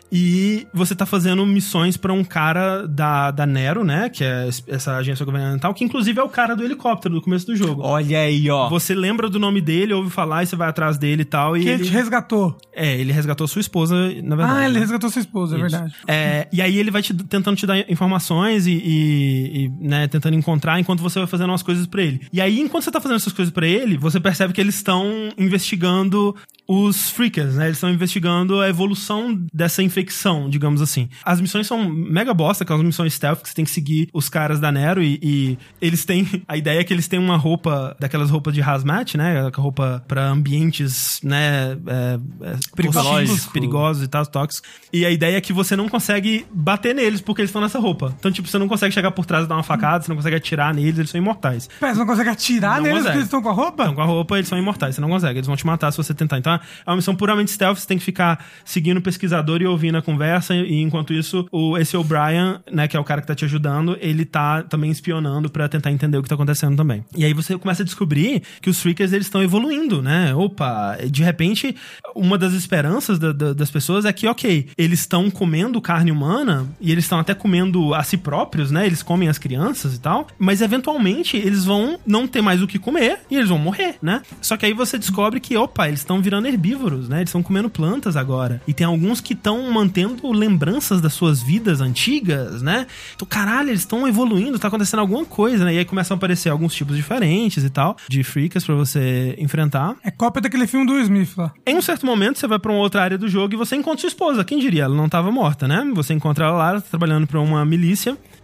E você tá fazendo missões pra um cara da, da Nero, né? Que é essa agência governamental, que inclusive é o cara do helicóptero do começo do jogo. Olha aí, ó. Você lembra do nome dele, ouve falar e você vai atrás dele e tal. E Que ele te resgatou. É, ele resgatou sua esposa, na verdade. Ah, ele né? resgatou sua esposa, é Isso. verdade. É, e aí ele vai te, tentando te dar informações e, e, e, né, tentando encontrar enquanto você vai fazendo umas coisas pra ele. E aí, enquanto você tá fazendo essas coisas pra ele, você percebe que eles estão investigando os Freakers, né? Eles estão investigando a evolução dessa infecção, digamos assim. As missões são mega bosta, aquelas missões stealth que você tem que seguir os caras da Nero e, e eles têm... A ideia é que eles têm uma roupa, daquelas roupas de hazmat, né? Roupa pra ambientes, né? É, é, perigosos, perigosos e tal, tóxicos. E a ideia é que você não consegue bater neles porque eles estão nessa roupa. Então, tipo, você não consegue chegar por trás e dar uma facada, você não consegue atirar neles, eles são imortais. Pera, você não consegue atirar Não neles consegue. porque eles estão com a roupa? Então, com a roupa, eles são imortais, você não consegue. Eles vão te matar se você tentar. Então, é uma missão puramente stealth, você tem que ficar seguindo o pesquisador e ouvindo a conversa, e enquanto isso, o, esse O'Brien, né, que é o cara que tá te ajudando, ele tá também espionando pra tentar entender o que tá acontecendo também. E aí você começa a descobrir que os Freakers, eles estão evoluindo, né? Opa, de repente, uma das esperanças da, da, das pessoas é que, ok, eles estão comendo carne humana, e eles estão até comendo a si próprios, né? Eles comem as crianças e tal, mas eventualmente eles vão não ter mais o que comer, e eles vão morrer, né? Só que aí você descobre que, opa, eles estão virando herbívoros, né? Eles estão comendo plantas agora. E tem alguns que estão mantendo lembranças das suas vidas antigas, né? Então, caralho, eles estão evoluindo, tá acontecendo alguma coisa, né? E aí começam a aparecer alguns tipos diferentes e tal, de freakers pra você enfrentar. É cópia daquele filme do Smith lá. Em um certo momento, você vai pra uma outra área do jogo e você encontra sua esposa. Quem diria? Ela não tava morta, né? Você encontra ela lá, ela tá trabalhando pra uma milícia.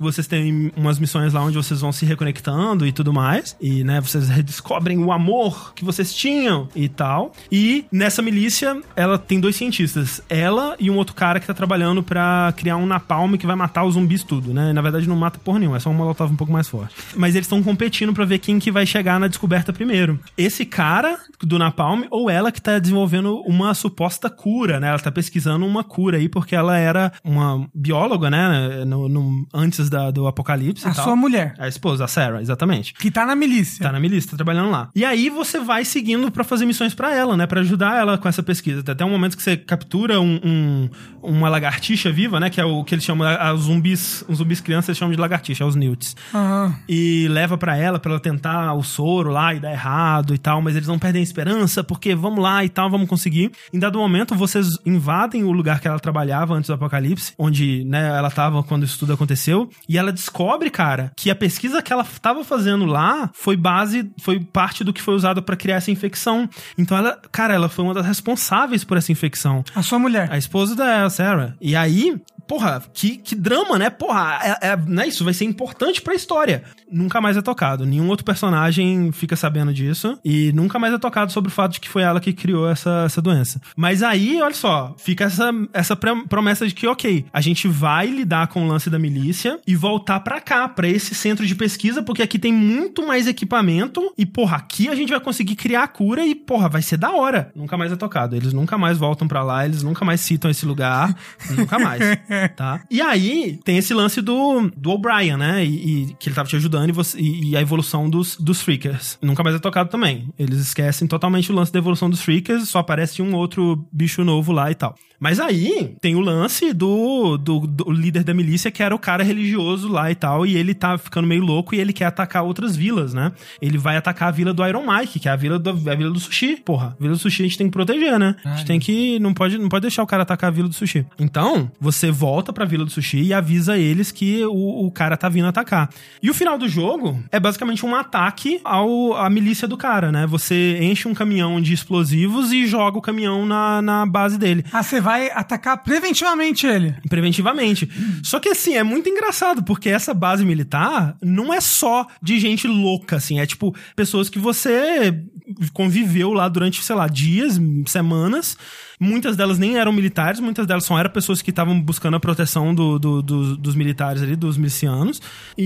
Vocês têm umas missões lá onde vocês vão se reconectando e tudo mais. E, né, vocês redescobrem o amor que vocês tinham e tal. E nessa milícia, ela tem dois cientistas. Ela e um outro cara que tá trabalhando pra criar um napalm que vai matar os zumbis tudo, né? Na verdade, não mata porra nenhuma, é só um molotov um pouco mais forte. Mas eles estão competindo pra ver quem que vai chegar na descoberta primeiro. Esse cara do napalm ou ela que tá desenvolvendo uma suposta cura, né? Ela tá pesquisando uma cura aí porque ela era uma bióloga, né? No, no, antes da, do apocalipse A e tal. sua mulher. A esposa, a Sarah, exatamente. Que tá na milícia. Tá na milícia, tá trabalhando lá. E aí você vai seguindo pra fazer missões pra ela, né? Pra ajudar ela com essa pesquisa. Tem até um momento que você captura um, um, uma lagartixa viva, né? Que é o que eles chamam, os zumbis, os zumbis crianças eles chamam de lagartixa, é os newts. Aham. E leva pra ela, pra ela tentar o soro lá e dar errado e tal, mas eles não perdem a esperança, porque vamos lá e tal, vamos conseguir. Em dado momento, vocês invadem o lugar que ela trabalhava antes do apocalipse, onde, né, ela tava quando isso tudo aconteceu, e ela descobre, cara, que a pesquisa que ela tava fazendo lá foi base, foi parte do que foi usado pra criar essa infecção. Então ela, cara, ela foi uma das responsáveis por essa infecção. A sua mulher. A esposa da Sarah. E aí, porra, que, que drama, né? Porra, é, é, né? Isso vai ser importante pra história. Nunca mais é tocado. Nenhum outro personagem fica sabendo disso. E nunca mais é tocado sobre o fato de que foi ela que criou essa, essa doença. Mas aí, olha só, fica essa, essa promessa de que, ok, a gente vai lidar com o lance da milícia e voltar pra cá, pra esse centro de pesquisa, porque aqui tem muito mais equipamento e, porra, aqui a gente vai conseguir criar a cura e, porra, vai ser da hora. Nunca mais é tocado. Eles nunca mais voltam pra lá, eles nunca mais citam esse lugar. Nunca mais. Tá? E aí, tem esse lance do, do O'Brien, né? E, e que ele tava te ajudando e, você, e, e a evolução dos, dos Freakers. Nunca mais é tocado também. Eles esquecem totalmente o lance da evolução dos Freakers, só aparece um outro bicho novo lá e tal. Mas aí, tem o lance do, do, do líder da milícia, que era o cara religioso lá e tal, e ele tá ficando meio louco e ele quer atacar outras vilas, né? Ele vai atacar a vila do Iron Mike, que é a vila do, a vila do sushi. Porra, a vila do sushi a gente tem que proteger, né? A gente tem que... Não pode, não pode deixar o cara atacar a vila do sushi. Então, você volta pra vila do sushi e avisa eles que o, o cara tá vindo atacar. E o final do jogo é basicamente um ataque ao, à milícia do cara, né? Você enche um caminhão de explosivos e joga o caminhão na, na base dele. Ah, você vai atacar preventivamente ele. Preventivamente. Só que, assim, é muito engraçado, porque essa base militar não é só de gente louca, assim. É, tipo, pessoas que você conviveu lá durante, sei lá, dias, semanas. Muitas delas nem eram militares, muitas delas só eram pessoas que estavam buscando a proteção do, do, do, dos militares ali, dos milicianos.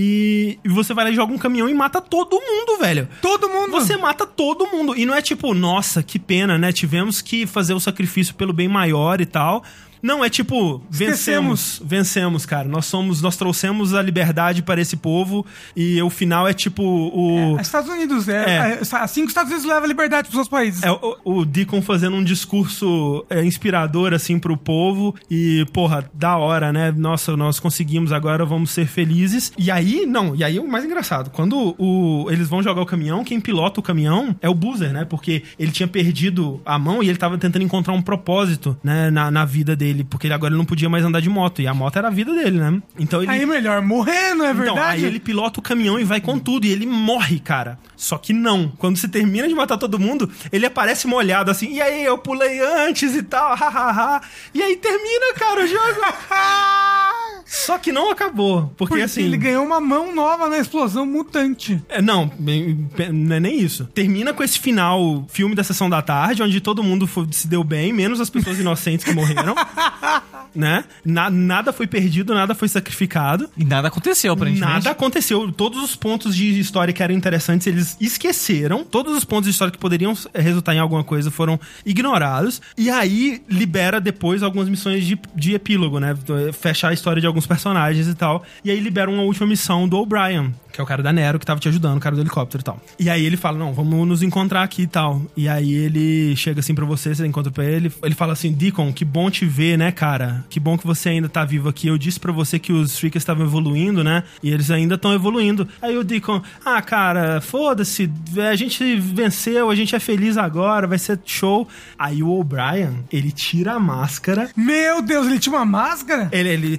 E, e você vai lá e joga um caminhão e mata todo mundo, velho. Todo mundo! Você mata todo mundo. E não é tipo, nossa, que pena, né? Tivemos que fazer o sacrifício pelo bem maior e tal. Não, é tipo, vencemos, vencemos, cara. Nós somos, nós trouxemos a liberdade para esse povo e o final é tipo o... É, Estados Unidos, é, é. Assim que os Estados Unidos levam a liberdade para os países. É o, o Deacon fazendo um discurso é, inspirador, assim, pro povo e, porra, da hora, né? Nossa, nós conseguimos, agora vamos ser felizes. E aí, não, e aí é o mais engraçado. Quando o, eles vão jogar o caminhão, quem pilota o caminhão é o Boozer, né? Porque ele tinha perdido a mão e ele tava tentando encontrar um propósito, né, na, na vida dele. Dele, porque ele agora ele não podia mais andar de moto, e a moto era a vida dele, né? Então ele... Aí melhor morrer, não é verdade? Então, aí ele pilota o caminhão e vai com tudo, e ele morre, cara. Só que não. Quando você termina de matar todo mundo, ele aparece molhado assim, e aí, eu pulei antes e tal, hahaha. E aí termina, cara, o jogo. Só que não acabou, porque, porque assim... ele ganhou uma mão nova na explosão mutante. É, não, não é nem isso. Termina com esse final, filme da Sessão da Tarde, onde todo mundo foi, se deu bem, menos as pessoas inocentes que morreram. Né? Na, nada foi perdido, nada foi sacrificado. E nada aconteceu, aparentemente. Nada aconteceu. Todos os pontos de história que eram interessantes, eles esqueceram. Todos os pontos de história que poderiam resultar em alguma coisa foram ignorados. E aí, libera depois algumas missões de, de epílogo, né? Fechar a história de alguns personagens e tal. E aí libera uma última missão do O'Brien, que é o cara da Nero, que tava te ajudando, o cara do helicóptero e tal. E aí ele fala, não, vamos nos encontrar aqui e tal. E aí ele chega assim pra você, você encontra pra ele, ele fala assim, Deacon, que bom te ver, né, cara? Que bom que você ainda tá vivo aqui. Eu disse pra você que os Freakers estavam evoluindo, né? E eles ainda estão evoluindo. Aí o Deacon, ah, cara, foda-se, a gente venceu, a gente é feliz agora, vai ser show. Aí o O'Brien, ele tira a máscara. Meu Deus, ele tinha uma máscara? Ele, ele tem a roupa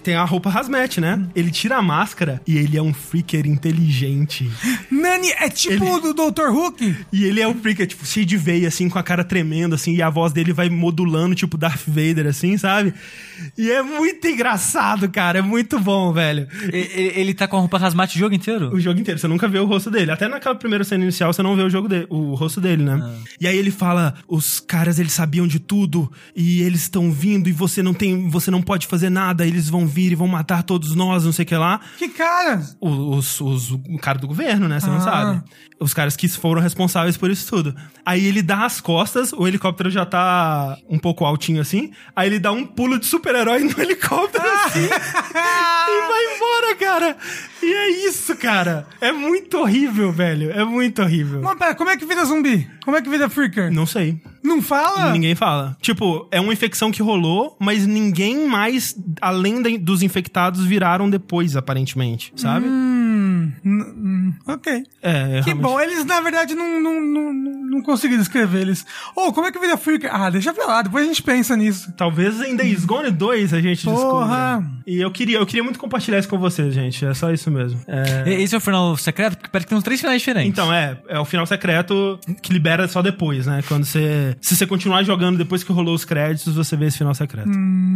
roupa hazmat, né? Ele tira a máscara e ele é um freaker inteligente. Nani, é tipo Ele- o do doutor Hook? E ele é um freaker, tipo, cheio de veia, assim, com a cara tremendo, assim, e a voz dele vai modulando, tipo, Darth Vader, assim, sabe? E é muito engraçado, cara, é muito bom, velho. Ele, ele tá com a roupa hazmat o jogo inteiro? O jogo inteiro, você nunca vê o rosto dele. Até naquela primeira cena inicial, você não vê o jogo dele, o rosto dele, né? Ah. E aí ele fala, os caras, eles sabiam de tudo, e eles estão vindo, e você não tem, você não pode fazer nada, eles vão vir e vão matar todos nós, não sei o que lá. Que cara? Os, os, o cara do governo, né? Você Ah. não sabe. Os caras que foram responsáveis por isso tudo. Aí ele dá as costas, o helicóptero já tá um pouco altinho assim. Aí ele dá um pulo de super-herói no helicóptero assim. E vai embora, cara. E é isso, cara. É muito horrível, velho. É muito horrível. Mas pera, como é que vira zumbi? Como é que vira freaker? Não sei. Não fala? Ninguém fala. Tipo, é uma infecção que rolou, mas ninguém mais, além de- dos infectados, viraram depois, aparentemente. Sabe? Hum, n- hum, ok. É, Que realmente- bom, eles na verdade não, não, não, não não conseguiram escrever eles. Ou como é que vira freaker? Ah, deixa pra lá, depois a gente pensa nisso. Talvez em Days Gone dois a gente Porra. descubra. E eu queria, eu queria muito compartilhar isso com vocês, gente. É só isso mesmo. É... E- Esse é o final secreto? Porque parece que tem uns três finais diferentes. Então, é, é o final secreto que libera só depois, né? Quando você... Se você continuar jogando depois que rolou os créditos, você vê esse final secreto.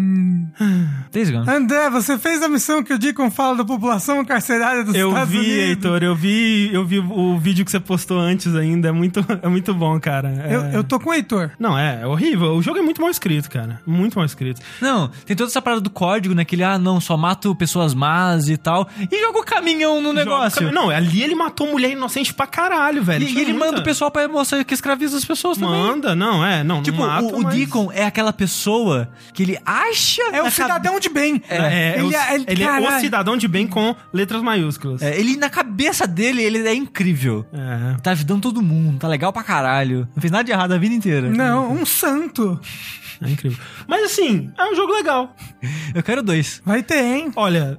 Days Gone. André, você fez a missão que o Deacon fala da população carcerária dos Eu Estados vi, Unidos. Heitor, eu vi, eu vi o vídeo que você postou antes ainda. É muito, é muito bom, cara. É... Eu, eu tô com o Heitor. Não, é, é horrível. O jogo é muito mal escrito, cara. Muito mal escrito. Não, tem toda essa parada do código, né? Que ele, ah, não, só mato pessoas más e tal. E joga o caminhão no negócio. Joga- Não, ali ele matou mulher inocente pra caralho, velho. E, Tinha e ele muita- manda o pessoal pra mostrar que escraviza as pessoas também. Manda, não, é, não, Tipo, não mata, o, o mas- Deacon é aquela pessoa que ele acha... É o na cidadão de bem. É, é, ele, o- é- ele, ele é o caralho. cidadão de bem com letras maiúsculas. É, ele, na cabeça dele, ele é incrível. É. Tá ajudando todo mundo, tá legal pra caralho. Não fez nada de errado a vida inteira. Não, um santo. É incrível. Mas assim, é um jogo legal. Eu quero dois. Vai ter, hein? Olha,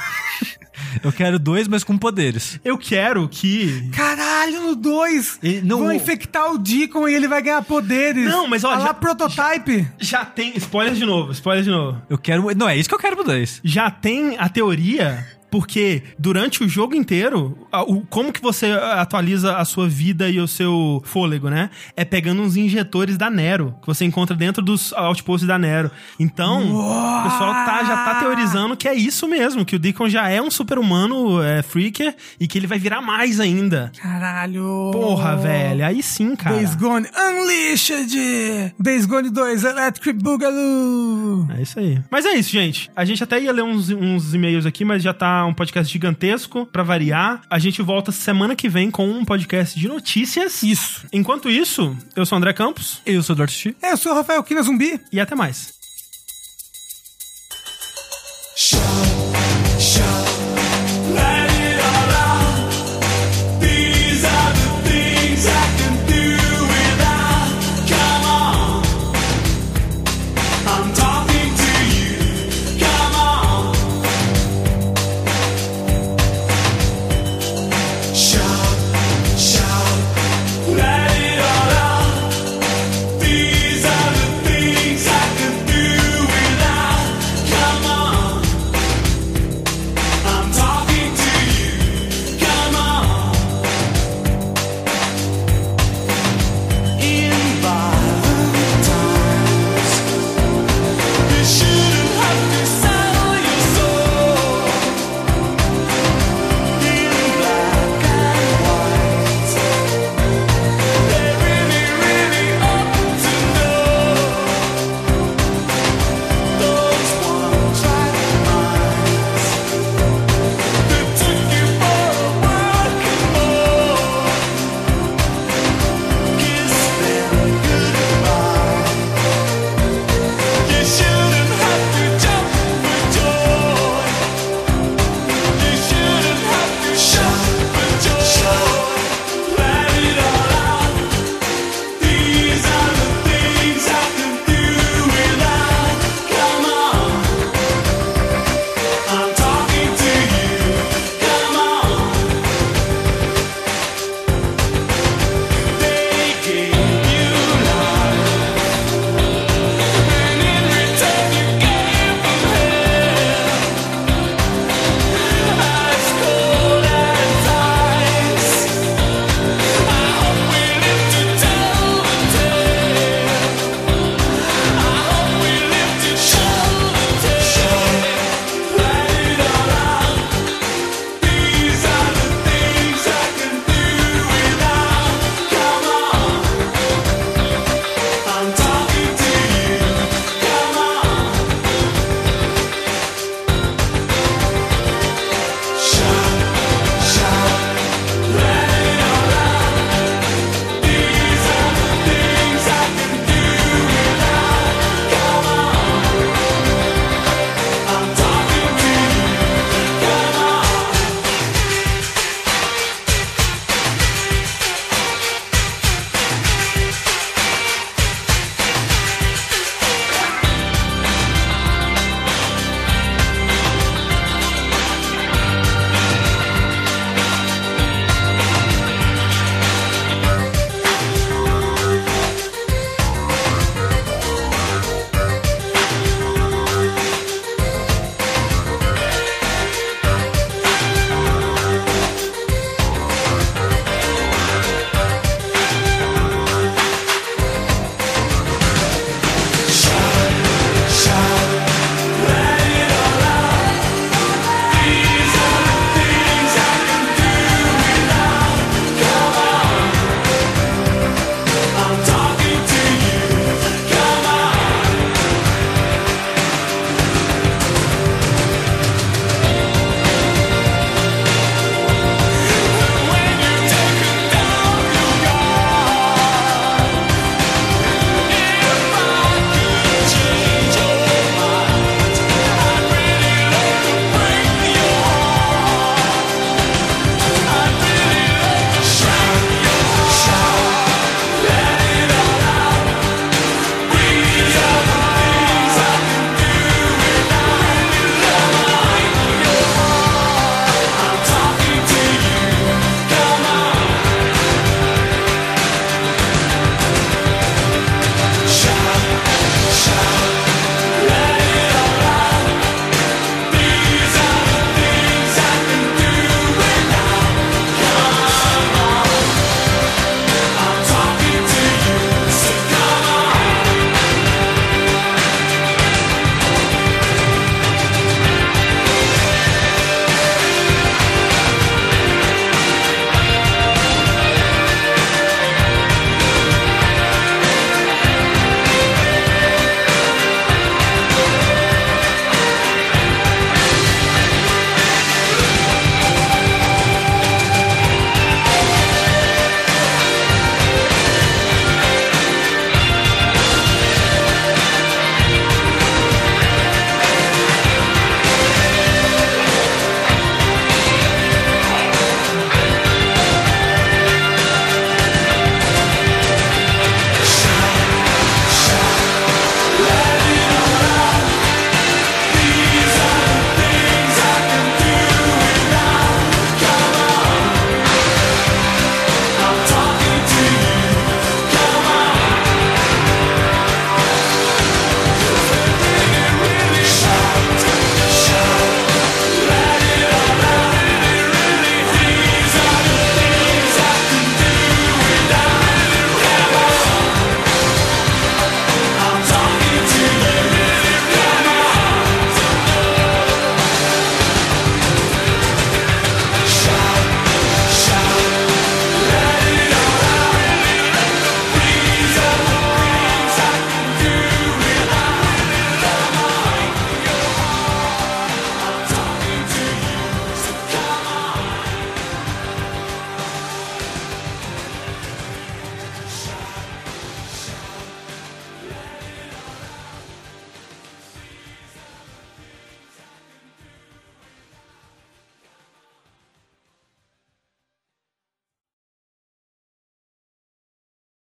Eu quero dois, mas com poderes. eu quero que... Caralho, no dois. E não- Vão infectar o Deacon e ele vai ganhar poderes. Não, mas, ó, A lá já- prototype. Já tem... Spoiler de novo, spoiler de novo. Eu quero... Não, é isso que eu quero pro dois. Já tem a teoria... Porque durante o jogo inteiro, a- o, como que você atualiza a sua vida e o seu fôlego, né? É pegando uns injetores da Nero, que você encontra dentro dos outposts da Nero. Então, o pessoal tá, já tá teorizando que é isso mesmo, que o Deacon já é um super-humano é, freaker e que ele vai virar mais ainda. Caralho. Porra, velho, aí sim, cara. Days Gone Unleashed. Days Gone dois Electric Boogaloo. É isso aí. Mas é isso, gente. A gente até ia ler uns, uns e-mails aqui, mas já tá um podcast gigantesco, pra variar. A gente volta semana que vem com um podcast de notícias. Isso. Enquanto isso, eu sou o André Campos Eu sou o Dorothy. Eu sou o Rafael Kina Zumbi. e até mais.